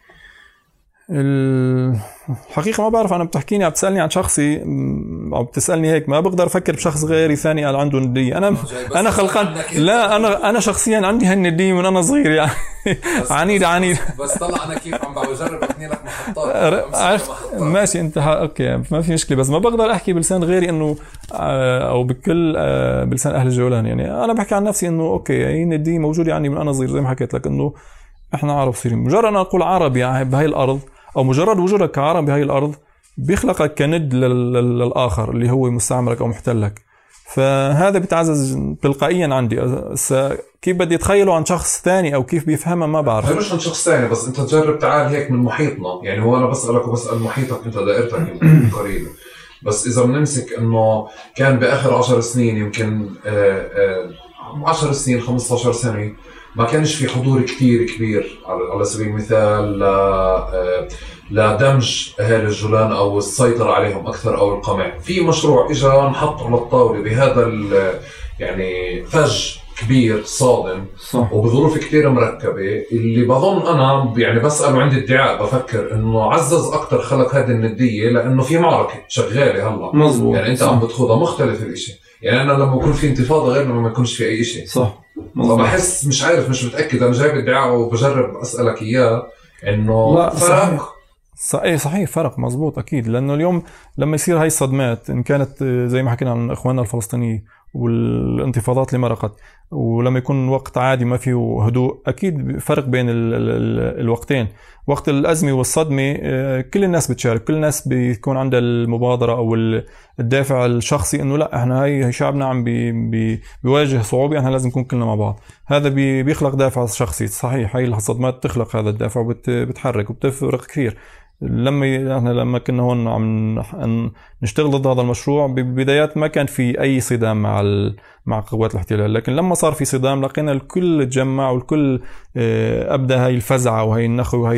الحقيقة ما بعرف، أنا بتحكيني عم تسألني عن شخصي أو بتسألني هيك، ما بقدر أفكر بشخص غيري ثاني قال عنده ندية. أنا خلقان، لا أنا شخصيا عندي هالندية من أنا صغير يعني. عنيد بس طلع أنا كيف عم بجرب أبني لك محطات. ماشي أنت أوكي، ما في مشكلة، بس ما بقدر أحكي بلسان غيري إنه أو بكل بلسان أهل الجولان. يعني أنا بحكي عن نفسي إنه أوكي، هي الندية موجودة عندي من أنا صغير، زي ما حكيت لك إنه إحنا عرب صيرين. مجرد أن أقول عربي يعني بهاي الأرض أو مجرد وجودك كعربي بهاي الأرض بيخلقك كند للآخر اللي هو مستعمرك أو محتلك، فهذا بيتعزز تلقائيا عندي. كيف بدي أتخيله عن شخص ثاني أو كيف بيفهمها ما بعرف. مش عن شخص ثاني، بس أنت تجرب تعال هيك من محيطنا، يعني هو أنا بسألك وبسأل محيطك أنت، دائرتك يمكن قريبة، بس إذا بنمسك إنه كان بآخر 10 سنين يمكن 10 سنين 15 سنة ما كانش في حضور كتير كبير على سبيل المثال لدمج أهالي الجولان أو السيطرة عليهم أكثر أو القمع. في مشروع إجا نحط على الطاولة بهذا يعني فج كبير صادم صح. وبظروف كتير مركبة، اللي بظن أنا يعني بسأل وعندي ادعاء بفكر إنه عزز أكتر خلق هذه الندية، لأنه في معركة شغالة هلا مزبوط. يعني أنت عم بتخوضها مختلف الإشي، يعني أنا لما يكون في انتفاضة غير لما ما يكونش في أي إشي صح. بحس مش عارف، مش متأكد، أنا جايب ادعاء وبجرب أسألك إياه إنه فرق. صحيح فرق مزبوط أكيد، لأنه اليوم لما يصير هاي الصدمات إن كانت زي ما حكينا عن إخواننا الفلسطينيين والانتفاضات اللي مرقت، ولما يكون وقت عادي ما فيه هدوء، أكيد فرق بين الوقتين. وقت الأزمة والصدمة كل الناس بتشارك، كل الناس بيكون عندها المبادرة أو الدافع الشخصي إنه لا، إحنا هاي شعبنا عم بيواجه صعوبة، إحنا لازم نكون كلنا مع بعض. هذا بيخلق دافع شخصي صحيح. هاي الصدمات تخلق هذا الدافع وبتحرك وبتفرق كثير. لما كنا هون عم نشتغل ضد هذا المشروع ببدايات ما كان في أي صدام مع قوات الاحتلال، لكن لما صار في صدام لقينا الكل تجمع والكل أبدأ هاي الفزعة وهي النخوة وهي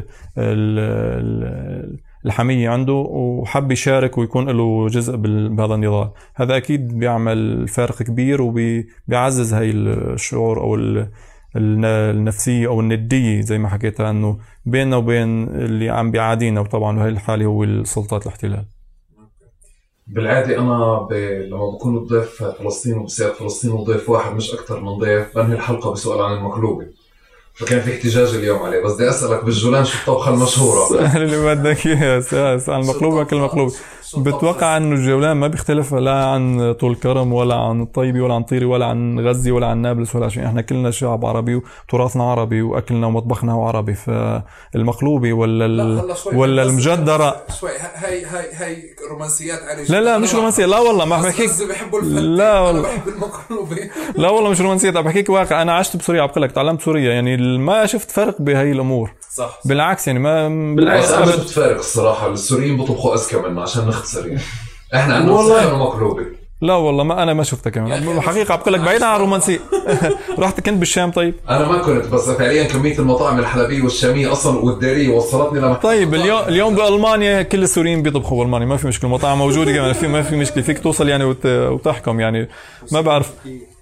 الحمية عنده، وحب يشارك ويكون له جزء بهذا النضال. هذا أكيد بيعمل فارق كبير وبيعزز هاي الشعور أو النفسية أو الندية زي ما حكيتها، أنه بيننا وبين اللي عم بيعادينا، وطبعا بهاي الحالة هو السلطات الاحتلال. بالعادة أنا لما بكون ضيف فلسطين وبسيادة فلسطين وضيف واحد مش أكتر من ضيف، بنهي الحلقة بسؤال عن المقلوبة، فكان في احتجاج اليوم عليه، بس بدي أسألك بالجولان شو الطبخة المشهورة؟ سهل اللي بدك إياه، عن المقلوبة كل مقلوبة. بتوقع أنه الجولان ما بيختلف لا عن طول كرم ولا عن الطيبي ولا عن طيري ولا عن غزة ولا عن نابلس ولا شيء. احنا كلنا شعب عربي وتراثنا عربي وأكلنا ومطبخنا عربي. فالمقلوبة ولا المجدرة هاي رومانسيات علي. لا مش رومانسية، لا والله ما بحكيك. لا والله بحب المقلوبة. لا والله مش رومانسية، بحكيك واقع. أنا عشت بسوريا، عبقلك تعلمت سوريا، يعني ما شفت فرق بهاي الأمور. صح. بالعكس يعني ما بالعكس أنا شفت فرق الصراحة. السوريين بيطبخوا أذكى منا عشان نختصر يعني. احنا عندنا سخن ومقلوبة. لا والله أنا ما شفتها كمان يعني حقيقة. عبقلك بعيدا عن الرومانسية. رحت كنت بالشام. طيب أنا ما كنت، بس فعليا كمية المطاعم الحلبية والشامية أصلا والدارية وصلتني لما. طيب اليوم بألمانيا كل السوريين بيطبخوا بألمانيا، ما في مشكلة، المطاعم موجودة كمان، ما في مشكلة، فيك توصل يعني وتحكم يعني. ما بعرف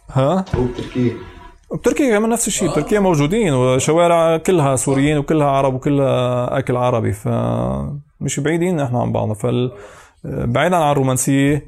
بتركيا كمان نفس الشيء. بتركيا موجودين وشوارع كلها سوريين وكلها عرب وكلها أكل عربي. مش بعيدين احنا عن بعضنا. بعيدا عن الرومانسيه،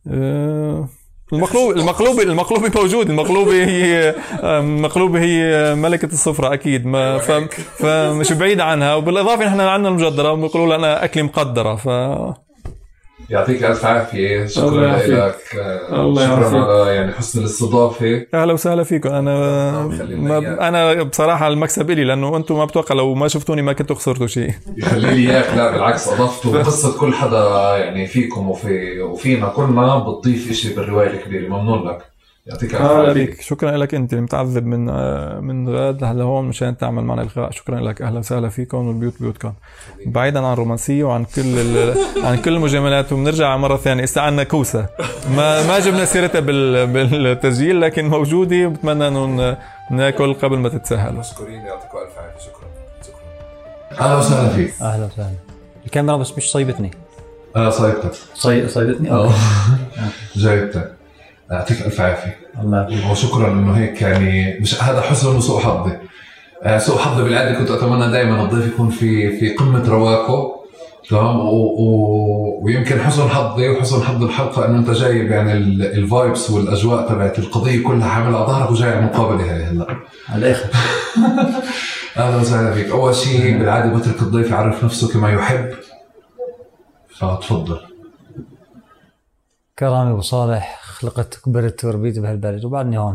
المقلوبة موجود. المقلوبة هي ملكة السفرة أكيد، فمش بعيد عنها. وبالإضافة نحن عندنا المجدرة وبيقولوا لنا أكل مقدرة. يعطيك ألف عافية، شكرا لك. شكرا يعني حسن الاستضافة. أهلا وسهلا فيكم. أنا بصراحة المكسب إلي، لأنه أنتم ما بتوقع لو ما شفتوني ما كنتوا خسرتوا شيء. يخلي لي إياك. لا بالعكس، أضفتوا قصة كل حدا يعني فيكم وفينا كلنا بتضيف إشي بالرواية الكبيرة. ممنون لك، يعطيك الف عافية. شكرا لك انت اللي متعذب من غاد لهون مشان تعمل معنا اللقاء. شكرا لك. اهلا وسهلا فيكم، والبيوت بيوتكم. بعيدا عن الرومانسيه وعن عن كل المجاملات، وبنرجع مره ثانيه. استعنا كوسه ما جبنا سيرتها بالتسجيل، لكن موجوده، وبتمنى انه ناكل قبل ما تتسهلوا. مشكورين، يعطيكم الف عافيه. شكرا. اهلا وسهلا فيك. اهلا وسهلا. الكاميرا بس مش صيبتني. انا صيبتك. صيبتني. جايبتك. يعطيك الف عافيه. الله يعافيك. وشكرا انه هيك يعني مش هذا حسن وسوء حظي. سوء حظي بالعاده كنت اتمنى دائما الضيف يكون في قمه رواقه، تمام. ويمكن حسن حظي وحسن حظ الحلقه انه انت جايب يعني الفايبس والاجواء تبعت القضيه كلها حامل على ظهرك وجاي على المقابله هاي هلا على الاخر. اهلا وسهلا فيك. اول شيء بالعاده بترك الضيف يعرف نفسه كما يحب، فتفضل. كرامي أبو صالح، خلقت كبرت وربيت بهالبلد وبعدني هون.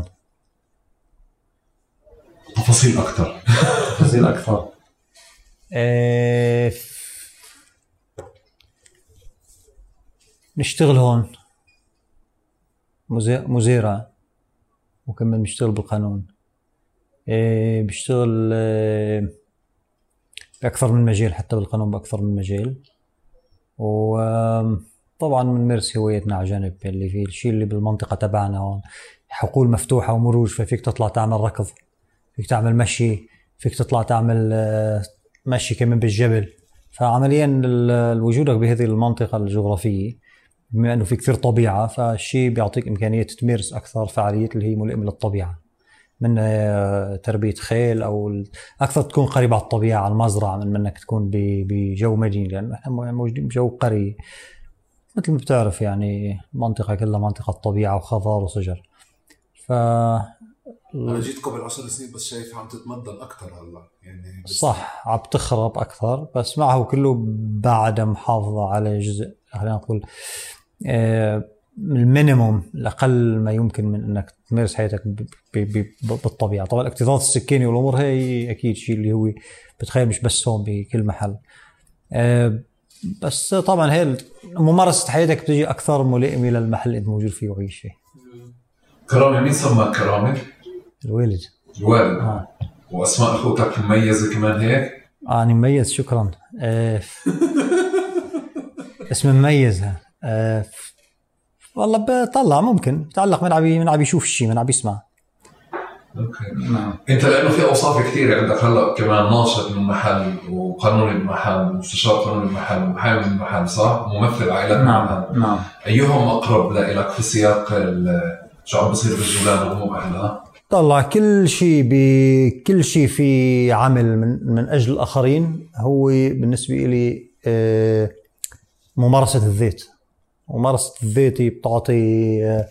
تفاصيل أكثر. نشتغل هون مزيرة، وكمان بنشتغل بالقانون. بشتغل بأكثر من مجال، حتى بالقانون بأكثر من مجال. طبعا بنمارس هوايتنا على جانب اللي في الشيء اللي بالمنطقة تبعنا هون، حقول مفتوحة ومروج، ففيك تطلع تعمل ركض، فيك تعمل مشي، فيك تطلع تعمل مشي كمان بالجبل. فعمليا وجودك بهذه المنطقة الجغرافية، بما أنه في كثير طبيعة، فالشيء بيعطيك إمكانية تمارس أكثر فعاليات اللي هي ملائمة للطبيعة، من تربية خيل أو أكثر تكون قريب على الطبيعة، على المزرعة، من أنك تكون بجو مديني، لأن إحنا موجودين بجو قرية مثل ما بتعرف. يعني منطقة كلها منطقة طبيعة وخضار وشجر. أنا جيت قبل 10 سنين بس شايف عم تتمدن أكثر هلا يعني. صح، عم تخرب أكثر، بس معه كله بعد محافظة على جزء، خلينا نقول المينيموم، الأقل ما يمكن من أنك تمارس حياتك بالطبيعة. طبعا الاكتظاظ السكاني والأمور هي أكيد شيء اللي هو بتخيل مش بس هون بكل محل. بس طبعا هي ممارسة حياتك بتجي أكثر ملائمة للمحل اللي أنت موجود فيه وعيش فيه. كرامي، مين سماك كرامي؟ الوالد. وأسماء أخوتك مميزة كمان هيك؟ أنا مميز، شكرا. اسم مميز. والله بطلع ممكن بتعلق من عم يشوف الشيء، من عم يسمع. اوكي. نعم. انت لانه في اوصاف كثيره عندك هلا، كمان ناشط من محل، وقانوني بمحل، مستشار قانوني بمحل، ومحامي من محل، صح؟ ممثل عائلات من محل. نعم. ايهم اقرب لك في سياق شو عم بصير بالجولان وهم اهلها؟ طلع كل شيء في عمل من اجل الاخرين هو بالنسبه لي ممارسه الذات. ممارسه الذات بتعطي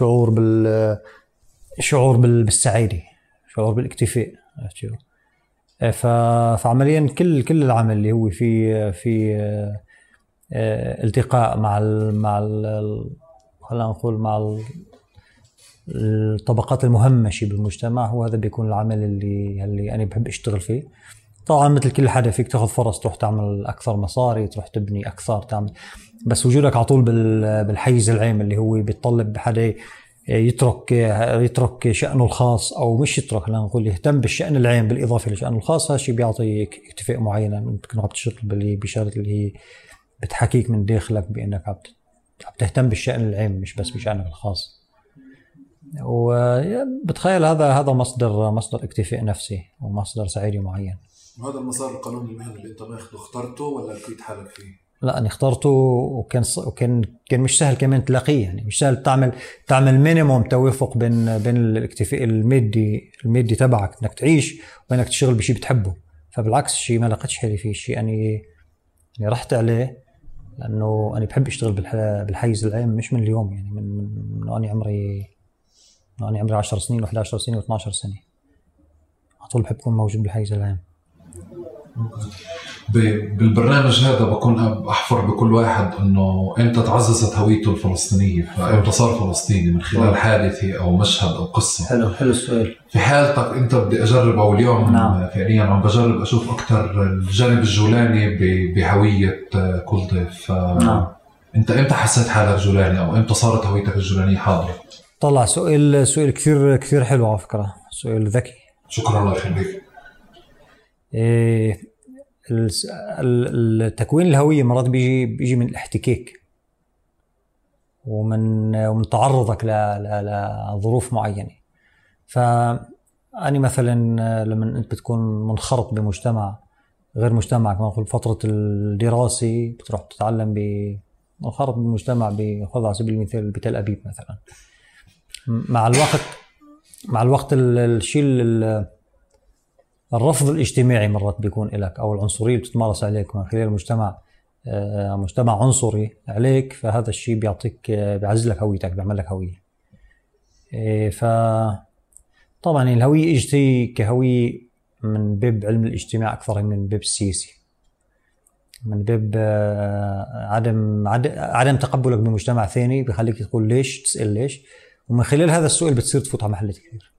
شعور بالسعادة، شعور بالاكتفاء. فعمليا كل العمل اللي هو في التقاء خلينا نقول مع الطبقات المهمشة بالمجتمع، هو هذا بيكون العمل اللي أنا بحب أشتغل فيه. طبعا مثل كل حدا فيك تاخذ فرص تروح تعمل أكثر مصاري، تروح تبني أكثر، تعمل، بس وجودك على طول بالحيز العام اللي هو بيتطلب حدا يترك شأنه الخاص، أو مش يترك، خلينا نقول يهتم بالشأن العام بالإضافة لشأنه الخاص. هذا الشيء بيعطي اكتفاء معين، ممكن عم تشتغل بشغلة اللي هي بتحكيك من داخلك بأنك عم تهتم بالشأن العام مش بس بشأنك الخاص. وبتخيل هذا مصدر اكتفاء نفسي ومصدر سعادة معين. وهذا المسار القانوني المهني اللي انت ماخذه اخترته ولا لقيت حالك فيه؟ لا، أنا اخترته، وكان مش سهل كمان تلاقيه. يعني مش سهل تعمل مينيموم توافق بين الاكتفاء المادي تبعك انك تعيش وبينك تشتغل بشيء بتحبه. فبالعكس الشيء ما لقيتش حالي فيه. شيء يعني يعني رحت عليه لأنه أنا بحب أشتغل بالحيز العام، مش من اليوم يعني من أنا عمري 10 سنين و11 سنة و12 سنة على طول بحب أكون موجود بالحيز العام. بالبرنامج هذا بكون أحفر بكل واحد إنه إمتى تعززت هويته الفلسطينية، فإمتى صار فلسطيني من خلال حادثة أو مشهد أو قصة. حلو السؤال. في حالتك أنت بدي أجرب، أو اليوم نعم. فعليا عم بجرب أشوف أكتر الجانب الجولاني بهوية كل ضيف. نعم. أنت إمتى حسيت حالك جولاني، أو إمتى صارت هويتك الجولانية حاضرة؟ طلع سؤال كثير حلو على فكرة، سؤال ذكي. شكرا الله يخليك. التكوين الهوية مرات بيجي من الاحتكاك ومن تعرضك لظروف معينة. فأني مثلا لما أنت بتكون منخرط بمجتمع غير مجتمعك، مثلا فترة الدراسي بتروح تتعلم منخرط بمجتمع خذ على سبيل المثال بتل أبيب مثلا. مع الوقت الشيء الرفض الاجتماعي مرات بيكون لك، أو العنصرية اللي بتتمارس عليك من خلال مجتمع عنصري عليك، فهذا الشيء بيعزز لك هويتك، بيعمل لك هوية. فطبعا الهوية اجتي كهوية من باب علم الاجتماع أكثر من باب السياسي، من باب عدم تقبلك بمجتمع ثاني بيخليك تقول ليش، تسأل ليش، ومن خلال هذا السؤال بتصير تفوت على محلات كثير.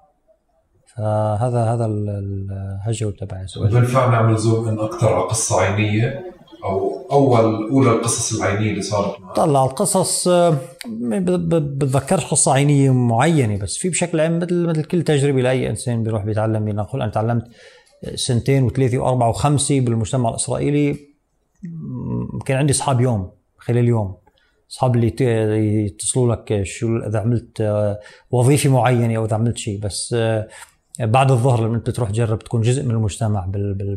فهذا الجو تبع السؤال. بنفع نعمل زوم إن أكثر على قصة عينية أو أولى القصص العينية اللي صارت معك؟ طلع القصص بتذكرش قصة عينية معينة، بس في بشكل عام مثل كل تجربة لأي إنسان بيروح بيتعلم. نقول أنا تعلمت 2 و3 و4 و5 بالمجتمع الإسرائيلي. كان عندي أصحاب يوم خلال يوم، أصحاب اللي يتصلوا لك شو إذا عملت وظيفة معينة أو إذا عملت شيء. بس بعد الظهر لما أنت تروح تجرب تكون جزء من المجتمع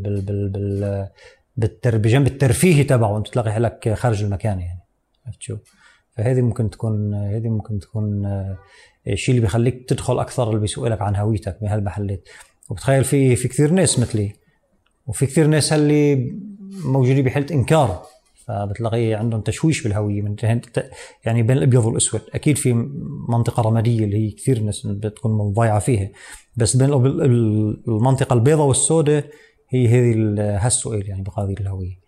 بجنب الترفيهي تبعه، أنت تلاقي حالك خارج المكان يعني. شو فهذه ممكن تكون الشيء اللي بيخليك تدخل أكثر، اللي بيسألك عن هويتك بهالمحلات. وبتخيل في كثير ناس مثلي، وفي كثير ناس اللي موجودين بحالة إنكار، فبتلاقي عندهم تشويش بالهوية يعني بين الأبيض والأسود. أكيد في منطقة رمادية اللي هي كثير ناس بتكون مضيعة فيها، بس بين المنطقة البيضاء والسوداء هي هالسؤال يعني بقضية الهوية.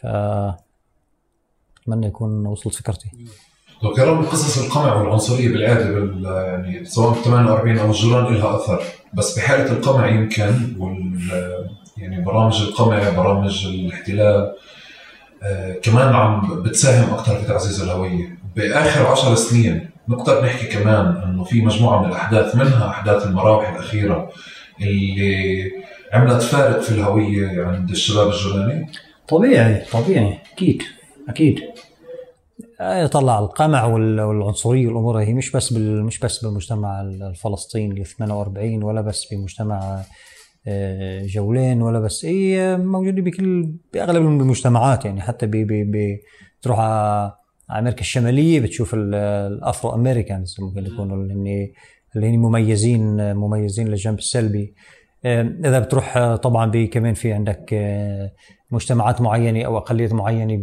فأتمنى يكون وصلت فكرتي. لو كلام قصص القمع والعنصرية بالعادة يعني سواء في 48 أو الجولان إلها أثر، بس بحالة القمع يمكن يعني برامج القمع، برامج الاحتلال كمان عم بتساهم أكثر في تعزيز الهوية. بآخر 10 سنين نقدر نحكي كمان إنه في مجموعة من الأحداث، منها أحداث المراوح الأخيرة اللي عملت فارق في الهوية عند الشباب الجولاني. طبيعي أكيد. طلع القمع والعنصرية والأمور هي مش بس بالمجتمع الفلسطيني 48، ولا بس بمجتمع جولان، ولا بس هي موجودة بأغلب المجتمعات يعني. حتى بتروح على أمريكا الشمالية بتشوف الأفرو أمريكانز ممكن يكونوا اللي مميزين للجانب السلبي. إذا بتروح طبعا كمان في عندك مجتمعات معينة أو أقليات معينة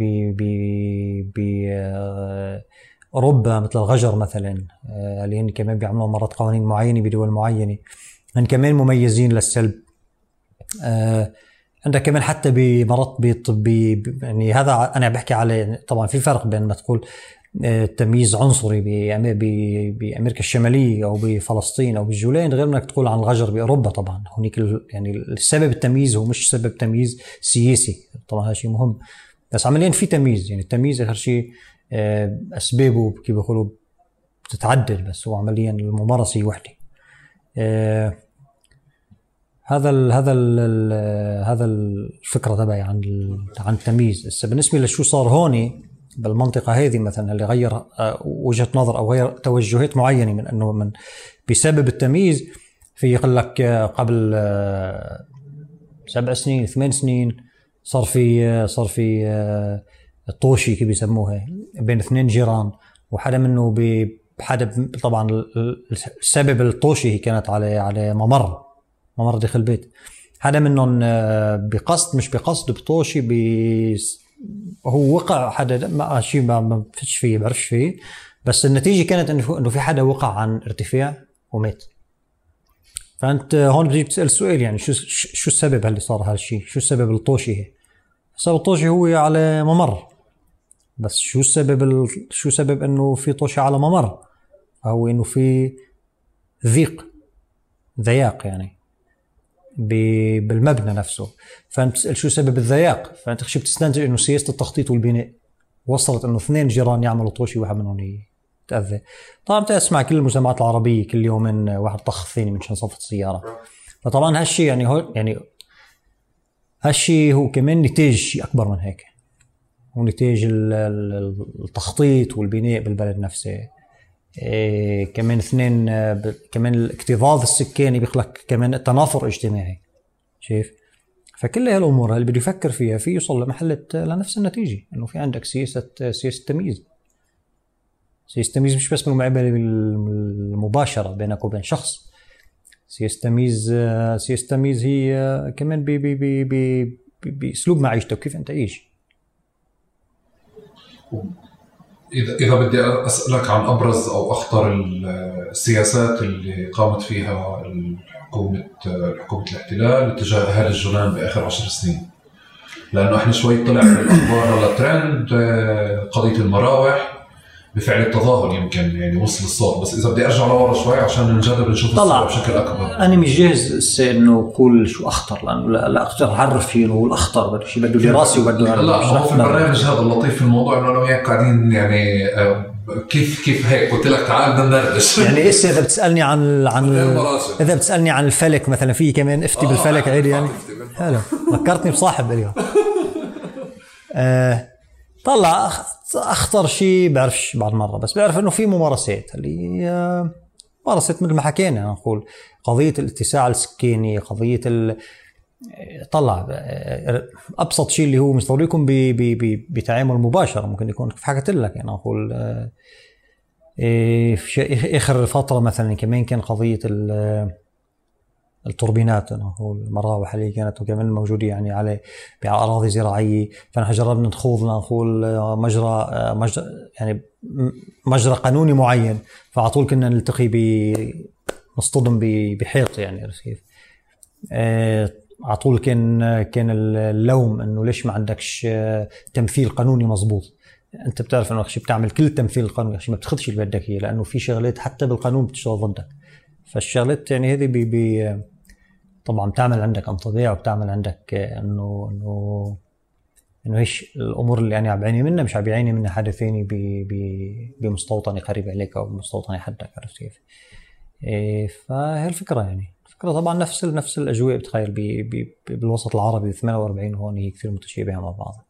بأوروبا مثل الغجر مثلا، اللي هن كمان بيعملوا مرات قوانين معينة بدول معينة، هن كمان مميزين للسلب. عندك كمان حتى بمرات يعني هذا أنا بحكي على، طبعا في فرق بين ما تقول تمييز عنصري بأمريكا الشمالية أو بفلسطين أو بالجولان، غير انك تقول عن الغجر بأوروبا. طبعا هناك يعني السبب التمييز هو مش سبب تمييز سياسي، طبعا هذا شيء مهم، بس عمليا في تمييز. يعني التمييز آخر شيء أسبابه كيف بيقولوا بتتعدد، بس هو عمليا الممارسة وحدة. هذا الفكرة تبعي عن التمييز. بس بالنسبة لشو صار هوني بالمنطقة هذه مثلا اللي غير وجهة نظر أو غير توجهات معينة من أنه بسبب التمييز، في يقول لك قبل 7 سنين 8 سنين صار في طوشي كيف بيسموها بين 2 جيران، وحدا منه بحدا. طبعا السبب الطوشي هي كانت على ممر داخل البيت. حدا منهم بقصد مش بقصد بطوشي هو وقع حدا ما شيء ما فتش فيه بعرفش فيه، بس النتيجة كانت إنه في حدا وقع عن ارتفاع ومات. فأنت هون بتيجي بتسأل سؤال يعني شو السبب اللي صار هالشيء؟ شو السبب الطوشي؟ السبب الطوشي هو على ممر، بس شو سبب إنه في طوشة على ممر؟ هو إنه في ضياق يعني بالمبنى نفسه. فأنت بتسأل شو سبب الضياق، فأنت خشي بتستنتج إنه سياسة التخطيط والبناء وصلت إنه 2 جيران يعملوا طوشي واحد منهم يتأذى. طبعا بتسمع كل المجتمعات العربية كل يومين واحد طخ الثاني من شان صفت السيارة. فطبعا هالشي يعني هالشي هو كمان نتاج شيء أكبر من هيك، هو نتاج التخطيط والبناء بالبلد نفسه. كمان كمان الاكتظاظ السكاني بيخلق كمان التنافر اجتماعي، شايف؟ فكل هالامور اللي بده يفكر فيها في يوصل لمحل لنفس النتيجه، انه في عندك سياسه تمييز. سياسه تمييز مش بس بالمعامله المباشره بينك وبين شخص، سياسه تمييز هي كمان باسلوب معيشتك وكيف انت تعيش. إذا بدي أسألك عن أبرز أو أخطر السياسات اللي قامت فيها حكومة الاحتلال تجاه أهالي الجولان بآخر 10 سنين، لأنه إحنا شوي طلع من الأخبار على ترند قضية المراوح بفعل التظاهر، يمكن يعني وصل الصوت، بس إذا بدي أرجع لورا شوي عشان نجرب نشوف الصورة بشكل أكبر. أنا مش جاهز إنه أقول شو أخطر، لأنه لا أقدر أعرف فيه إنه الأخطر بده شيء، بده دراسة وبده. لا هو في البرنامج هذا اللطيف في الموضوع إنه أنا وياك قاعدين يعني كيف هيك قلت لك تعال بدنا ندردش. يعني إذا بتسألني إذا بتسألني عن الفلك مثلا، في كمان افتي بالفلك عادي يعني. هلا فكرتني بصاحب اليوم. طلع أخطر شيء بعرفش بعد مرة، بس بعرف إنه في ممارسات اللي ممارسات مثل ما حكينا، نقول قضية الاتساع السكاني، قضية طلع أبسط شيء اللي هو مش ضروري يكون بتعامل مباشر، ممكن يكون كيف حكيت لك يعني نقول في آخر فترة مثلا كمان كان قضية التوربينات، المراوح اللي كانت كمان موجودة يعني على أراضي زراعية. فنحن جربنا نقول مجرى قانوني معين، فعطول كنا نلتقي نصطدم بحيط يعني رسيف. عطول كان اللوم إنه ليش ما عندكش تمثيل قانوني مزبوط. أنت بتعرف إنه أخشي بتعمل كل تمثيل قانوني، أخشي ما بتاخدش اللي بدك إياه، لأنه في شغلات حتى بالقانون بتشتغل ضدك. فالشغلات يعني هذه طبعا بتعمل عندك انطباع، وبتعمل عندك انه ايش الامور اللي انا عم بعاني منها مش عم بيعاني منها حدا ثاني بمستوطنه قريب عليك او بمستوطنه حدك، عرفت كيف؟ فهي الفكره يعني الفكره طبعا نفس الاجواء بتخيل بالوسط العربي 48 هون هي كثير متشابهه مع بعض.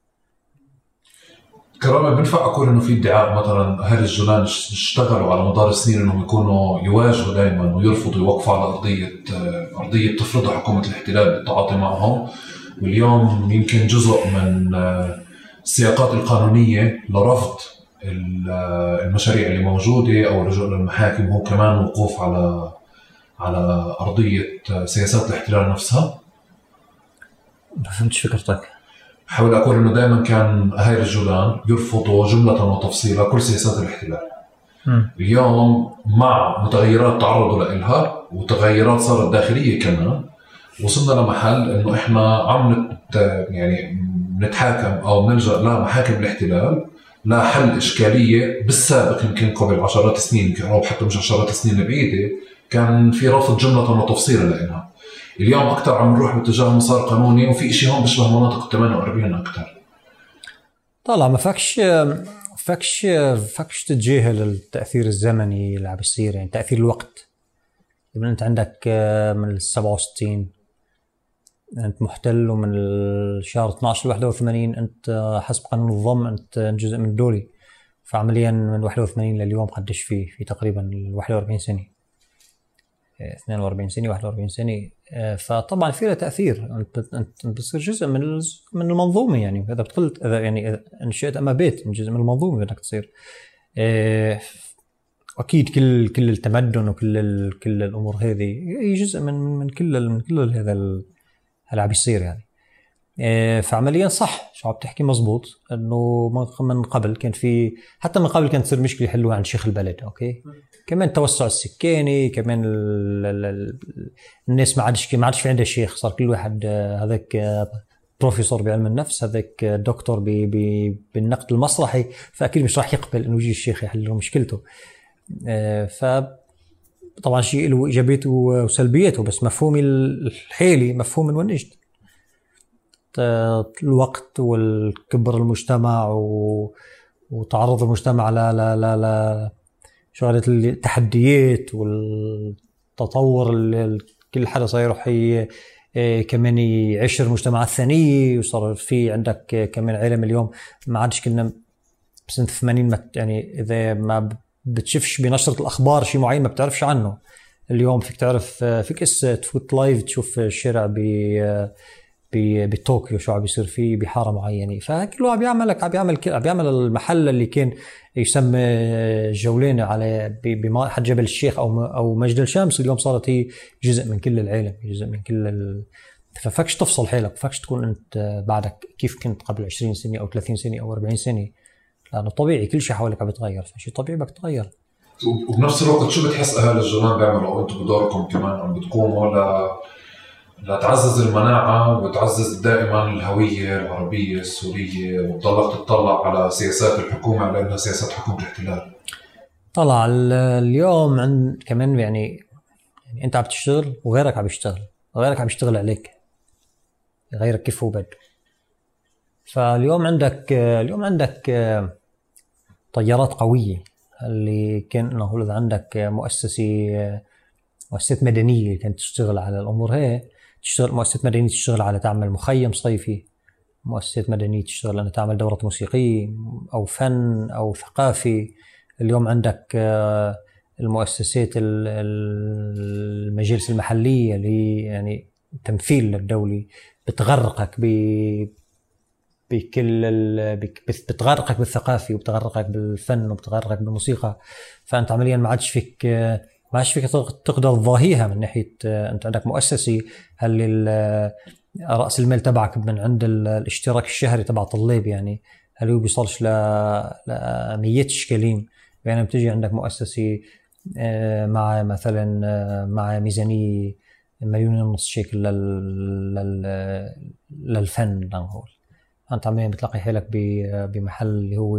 كرامة بنفع أقول إنه في ادعاء مثلا أهل الجولان اشتغلوا على مدار السنين إنهم يكونوا يواجهوا دائما ويرفضوا يوقفوا على أرضية تفرضها حكومة الاحتلال بالتعاطي معهم، واليوم يمكن جزء من السياقات القانونية لرفض المشاريع اللي موجودة أو الرجوع للمحاكم هو كمان وقوف على أرضية سياسات الاحتلال نفسها. ما فهمتش فكرتك. حاول أقول إنه دائما كان أهالي الجولان يرفضوا جملة وتفصيلا كل سياسات الاحتلال. اليوم مع متغيرات تعرضوا لها وتغيرات صارت داخلية كمان، وصلنا لمحل إنه إحنا عم يعني نتحاكم أو نلجأ لمحاكم الاحتلال لحل إشكالية بالسابق يمكن قبل عشرات السنين أو حتى مش عشرات السنين بعيدة كان في رفض جملة وتفصيلا لها. اليوم أكتر عم نروح باتجاه مسار قانوني، وفي إشي هون بشبه مناطق 48 أكتر. طلع ما فكش تتجاهل التأثير الزمني اللي عم بيصير، يعني تأثير الوقت. إذا أنت عندك من 67 أنت محتل، ومن الشهر 12 81 أنت حسب قانون الضم أنت جزء من الدولة. فعمليا من 81 لليوم قديش في تقريبا 41 سنة، 42 سنة 41 سنة. فطبعا في له تأثير، أنت بتصير جزء من المنظومة. يعني إذا بتقلت إذا يعني انشأت أما بيت جزء من المنظومة بدك تصير. أكيد كل التمدن وكل الأمور هذه هي جزء من كل هذا اللي عم يصير يعني. فعمليا صح شو عم تحكي مزبوط انه من قبل كان في، حتى من قبل كانت تصير مشكله يحلوها عند شيخ البلد. اوكي كمان التوسع السكاني، كمان الناس ما عادش في عندها شيخ، صار كل واحد هذاك بروفيسور بعلم النفس، هذاك دكتور بالنقد المسرحي، فاكيد مش راح يقبل انه يجي الشيخ يحل له مشكلته. ف طبعا شيء له ايجابيته وسلبياته، بس مفهومي الحالي مفهوم من وين اجت الوقت والكبر المجتمع وتعرض المجتمع ل شغلة التحديات والتطور اللي كل حدا صار يروح كمان يعيش المجتمعات الثانية، وصار في عندك كمان عالم اليوم ما عادش كنا بسنة 80 يعني إذا ما بتشوفش بنشرة الأخبار شيء معين ما بتعرفش عنه. اليوم فيك تعرف، فيك تفوت لايف تشوف الشارع بطوكيو شو عم بيصير فيه بحاره معينه، فكله عم بيعمل المحل اللي كان يسمى جولانه على بحد جبل الشيخ او مجد الشمس، اليوم صارت هي جزء من كل العالم، جزء من كل ففكش تفصل حالك، فكش تكون انت بعدك كيف كنت قبل 20 سنه او 30 سنه او 40 سنه، لانه طبيعي كل شيء حواليك عم بيتغير، فشيء طبيعي بدك تتغير. وبنفس الوقت شو بتحس اهل الجولان بيعملوا انتم بدوركم كمان عم بتقوموا لتعزز المناعة وتعزز دائما الهوية العربية السورية، وتضلك تطلع على سياسات الحكومة على أنها سياسات حكومة الاحتلال؟ طلع اليوم عند كمان يعني أنت عم تشتغل وغيرك عم يشتغل، وغيرك عم يشتغل عليك، غيرك كيف هو بده. فاليوم عندك طيارات قوية، اللي كان إنه إذا عندك مؤسسات مدنية كانت تشتغل على الأمور هي، تشتغل مؤسسات مدنية تشتغل على تعمل مخيم صيفي، مؤسسات مدنية تشتغل أن تعمل دورة موسيقية أو فن أو ثقافي. اليوم عندك المؤسسات المجالس المحلية اللي هي يعني تمثيل للدولة، بتغرقك بتغرقك بالثقافي وبتغرقك بالفن وبتغرقك بالموسيقى. فأنت عمليا ما عادش فيك تقدر تضاهيها من ناحية أنت عندك مؤسسة هل رأس المال تبعك من عند الاشتراك الشهري تبع طلاب، يعني هل هو بيصلش لمية شكالين. يعني بتجي عندك مؤسسة مع مثلا مع ميزانية 1.5 مليون شيكل للفن، نقول أنت عمليا بتلاقي حالك بمحل اللي هو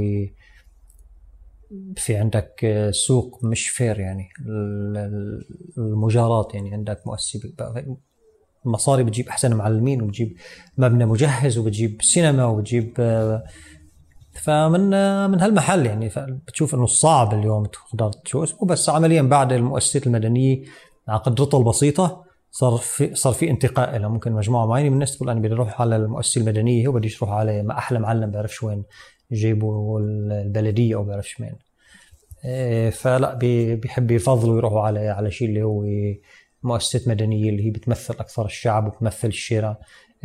في عندك سوق مش فير، يعني المجاراة، يعني عندك مؤسسة مصاري بتجيب أحسن معلمين وبتجيب مبنى مجهز وبتجيب سينما وبتجيب فمن هالمحل يعني بتشوف إنه صعب اليوم تقدر شو اسمه. بس عمليا بعد المؤسسات المدنية على قدرتها البسيطة صار في انتقاء له. ممكن مجموعة معينة من الناس تقول أنا بدي أروح على المؤسسة المدنية وبديش أروح على ما أحلى معلم بعرفش وين جيبوا البلدية أو بعرفش مين، فلا بيحب يفضلوا يروحوا على شيء اللي هو مؤسسات مدنية اللي هي بتمثل أكثر الشعب وبتمثل الشارع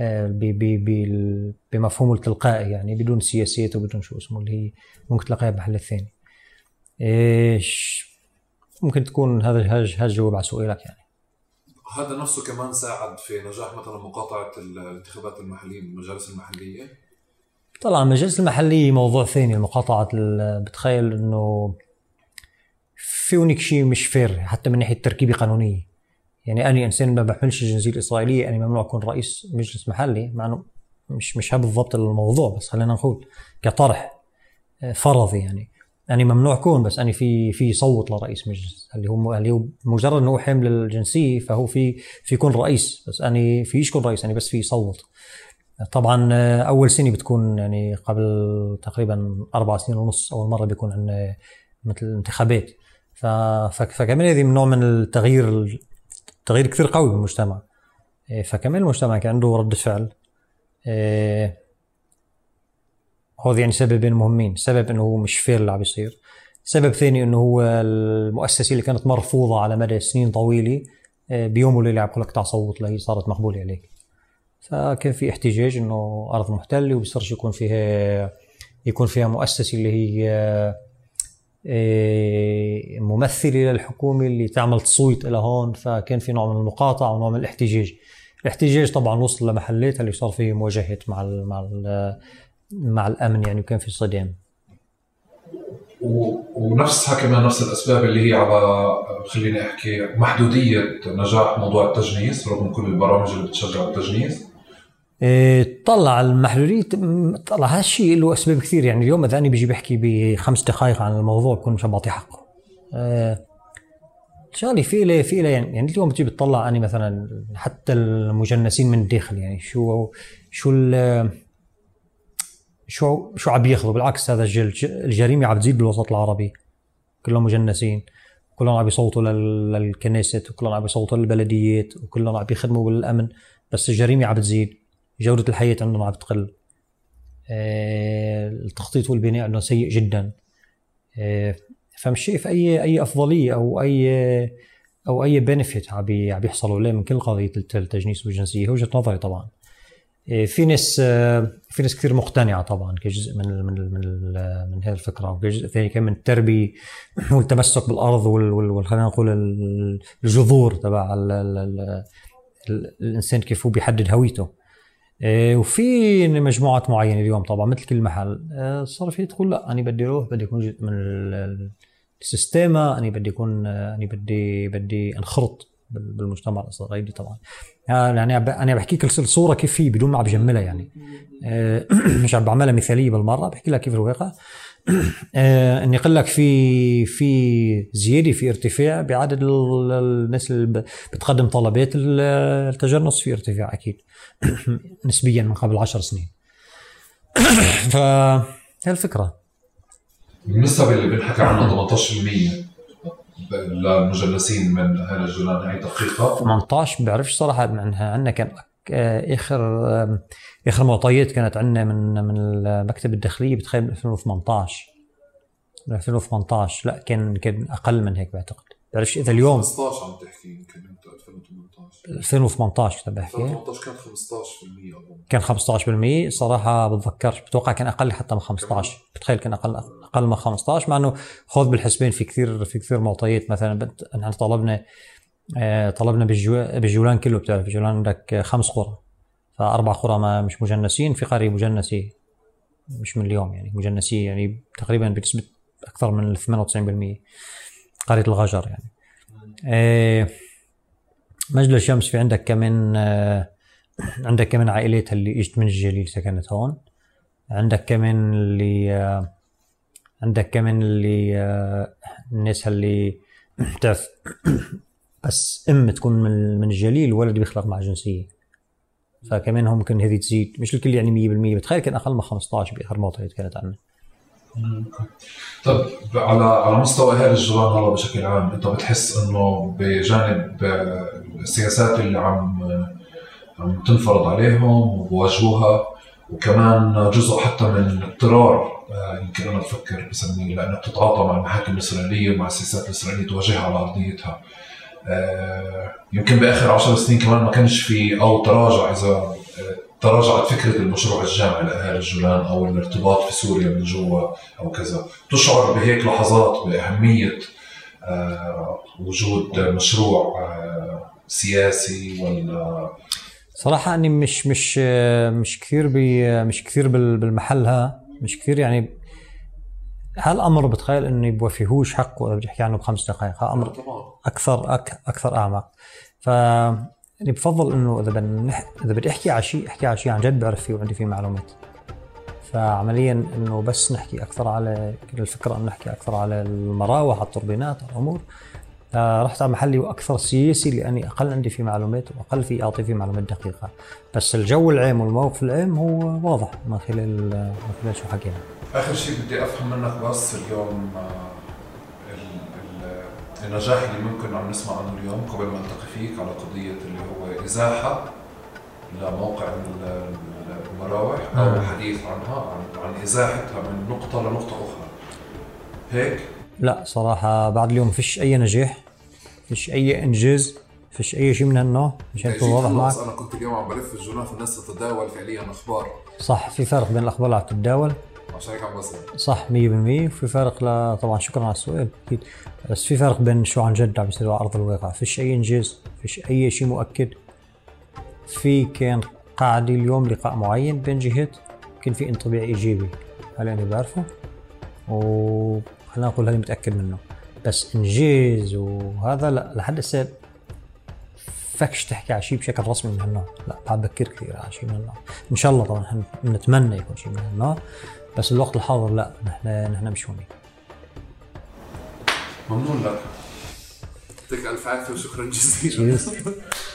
بمفهومه التلقائي، يعني بدون سياسات وبدون شو اسمه، اللي هي ممكن تلاقيها بمحل الثاني. ممكن تكون هذا الجواب على سؤالك. يعني هذا نفسه كمان ساعد في نجاح مثلا مقاطعة الانتخابات المحلية، المجالس المحلية. طبعا المجالس المحلية موضوع ثاني. المقاطعة بتخيل انه في هناك شيء مش فير حتى من ناحية تركيبة قانونية. يعني أنا إنسان ما بحملش الجنسية الإسرائيلية، أنا ممنوع أكون رئيس مجلس محلي، مع إنه مش بالضبط الموضوع، بس خلينا نقول كطرح فرضي يعني أنا ممنوع أكون، بس أنا في صوت لرئيس مجلس اللي هو مجرد إنه حامل الجنسية، فهو في يكون رئيس، بس أنا في يكون رئيس، أنا بس في صوت. طبعا أول سنة بتكون يعني قبل تقريبا 4 سنين ونص أول مرة بيكون عندنا مثل انتخابات، فكمان هذه من نوع من التغيير كثير قوي بالمجتمع. فكمان المجتمع كان عنده رد فعل. هذا يعني سببين مهمين: سبب انه هو مش فير اللي عم بيصير، سبب ثاني انه هو المؤسسة اللي كانت مرفوضة على مدى سنين طويلة بيوم وليلة عم بقول لك تعصوت لهي صارت مقبولة عليك. فكان في احتجاج انه ارض محتلة وبيصيرش يكون فيها مؤسسة اللي هي ممثلة للحكومة اللي تعمل تصويت إلى هون. فكان في نوع من المقاطعة ونوع من الاحتجاج. الاحتجاج طبعا وصل لمحلات اللي صار فيه مواجهات مع الامن يعني، وكان في صدام. ونفسها كمان نفس الاسباب اللي هي على خليني احكي محدوديه نجاح موضوع التجنيس رغم كل البرامج اللي بتشجع التجنيس. طلع المحدودية، طلع هالشيء له أسباب كثير يعني. اليوم إذا أنا بيجي بحكي ب5 دقائق عن الموضوع بكون مش بعطي حقه. شغلي في له يعني اليوم بتجي بتطلع أنا مثلا حتى المجنسين من الداخل يعني شو عم ياخذوا. بالعكس هذا الجريمة عم تزيد بالوسط العربي، كلهم مجنسين، كلهم عم يصوتوا للكنيسة، وكلهم عم يصوتوا للبلديات، وكلهم عم يخدموا بالأمن، بس الجريمة عم تزيد، جودة الحياة عندهم عم تقل، التخطيط والبناء عندهم سيء جدا. فمش شايف أي أفضلية أو أي بنفيت عم بيحصلوا له من كل قضية التجنيس والجنسية. وجهة نظري طبعا. في ناس كثير مقتنعة طبعا كجزء من هذه الفكرة، وكجزء ثاني كمان من التربية والتمسك بالأرض خلينا نقول الجذور تبع الإنسان كيف هو بيحدد هويته. وفي مجموعات معينة اليوم طبعا مثل كل محل صار في تقول لا أنا بدي أروح، بدي أكون جزء من السيستما، أنا بدي أكون بدي أنخرط بالمجتمع الإسرائيلي طبعا. يعني أنا بحكي لك الصورة كيف هي بدون ما عم بجملها يعني. مش عم بعملها مثالية بالمرة، بحكي لك كيف الواقع. اني اقول لك في زياده في ارتفاع بعدد الناس اللي بتقدم طلبات التجنس، في ارتفاع اكيد نسبيا من قبل 10 سنين. فهي الفكره. النسب اللي بنحكي عنها 18% للمجنسين من هذا الجولان، هي دقيقه 18 بعرفش صراحه. عندنا كان اخر معطيات كانت عندنا من المكتب الداخليه بتخيل من 2018 لا كان اقل من هيك بعتقد. بعرفش اذا اليوم 15 عم تحكي يمكن انت 2018 كنت بحكي 2018 كان 15% كان 15% صراحه بتذكرش، بتوقع كان اقل حتى من 15. بتخيل كان اقل من 15، مع انه خذ بالحسبين في كثير معطيات. مثلا احنا طلبنا بالجولان كله، بتعرف الجولان عندك 5 قرى، ف4 قرى ما مش مجنسين، في قرية مجنسية مش من اليوم يعني مجنسية يعني تقريبا بنسبة أكثر من 98%، قرية الغجر يعني. مجلس الشمس في عندك كمان عائلات اللي اجت من الجليل سكنت هون. عندك كمان اللي الناس اللي بتعرف بس تكون من الجليل ولد بيخلق مع جنسية، فكمان هم ممكن هذه تزيد. مش الكل يعني 100%، بتخيل كان أقل من 15 بآخر معطيات كانت عندنا. طب على مستوى أهالي الجولان هلا بشكل عام، أنت بتحس إنه بجانب السياسات اللي عم تنفرض عليهم وبواجهوها، وكمان جزء حتى من اضطرار يمكن أنا بفكر بسميه، لأنك تتعاطى مع المحاكم الإسرائيلية ومع السياسات الإسرائيلية تواجهها على أرضيتها، يمكن بآخر 10 سنين كمان ما كانش في أو تراجع، إذا تراجعت فكرة المشروع الجامعي لأهالي الجولان أو الارتباط في سوريا من جوا أو كذا. تشعر بهيك لحظات بأهمية وجود مشروع سياسي ولا؟ صراحة أني مش كثير بالمحلها، مش كثير يعني. هالأمر بتخيل أني بوفيهوش حقه إذا بدي أحكي عنه ب5 دقائق، أمر أكثر أعمق. يعني بفضل إنه إذا بدي أحكي على شيء عن جد بعرف فيه وعندي فيه معلومات. فعمليا إنه بس نحكي أكثر على الفكرة، إنه نحكي أكثر على المراوح، على التوربينات، على الأمور. رحت على محلي وأكثر سياسي لأني أقل عندي فيه معلومات وأقل فيه أعطي فيه معلومات دقيقة. بس الجو العام والموقف العام هو واضح من خلال شو حكينا. آخر شيء بدي أفهم منك بس اليوم النجاح اللي ممكن عم نسمع عنه اليوم قبل ما ألتقي فيك على قضية اللي هو إزاحة لموقع المراوح أو الحديث عنها عن إزاحتها من نقطة لنقطة أخرى هيك؟ لا صراحة بعد اليوم فيش أي نجاح، فيش أي إنجاز، فيش أي شيء من هالنوع. مشان أكون واضح معك، أنا كنت اليوم عم بلف الجولان فالناس تتداول فعليا أخبار. صح، في فرق بين الأخبار اللي عم تتداول، عشان هيك عم بسأل. صح 100%. وفي فرق طبعا شكرا على السؤال أكيد، بس في فرق بين شو عن جد عم يصير على أرض الواقع. فيش أي إنجاز، فيش أي شيء مؤكد، في كان قاعدة اليوم لقاء معين بين جهات، كان في انطباع إيجابي هلا أنا بعرفه، وخلينا نقول هذا متأكد منه. بس إنجاز وهذا لا، لحد هسه فكش تحكي على شيء بشكل رسمي من هالنوع، لا بعد بكير كثير على شيء من هالنوع. إن شاء الله طبعا نتمنى يكون شيء من هالنوع، بس الوقت الحاضر لا، نحن مش هوني. ممنون لك، يعطيك ألف عافية وشكرا جزيلا.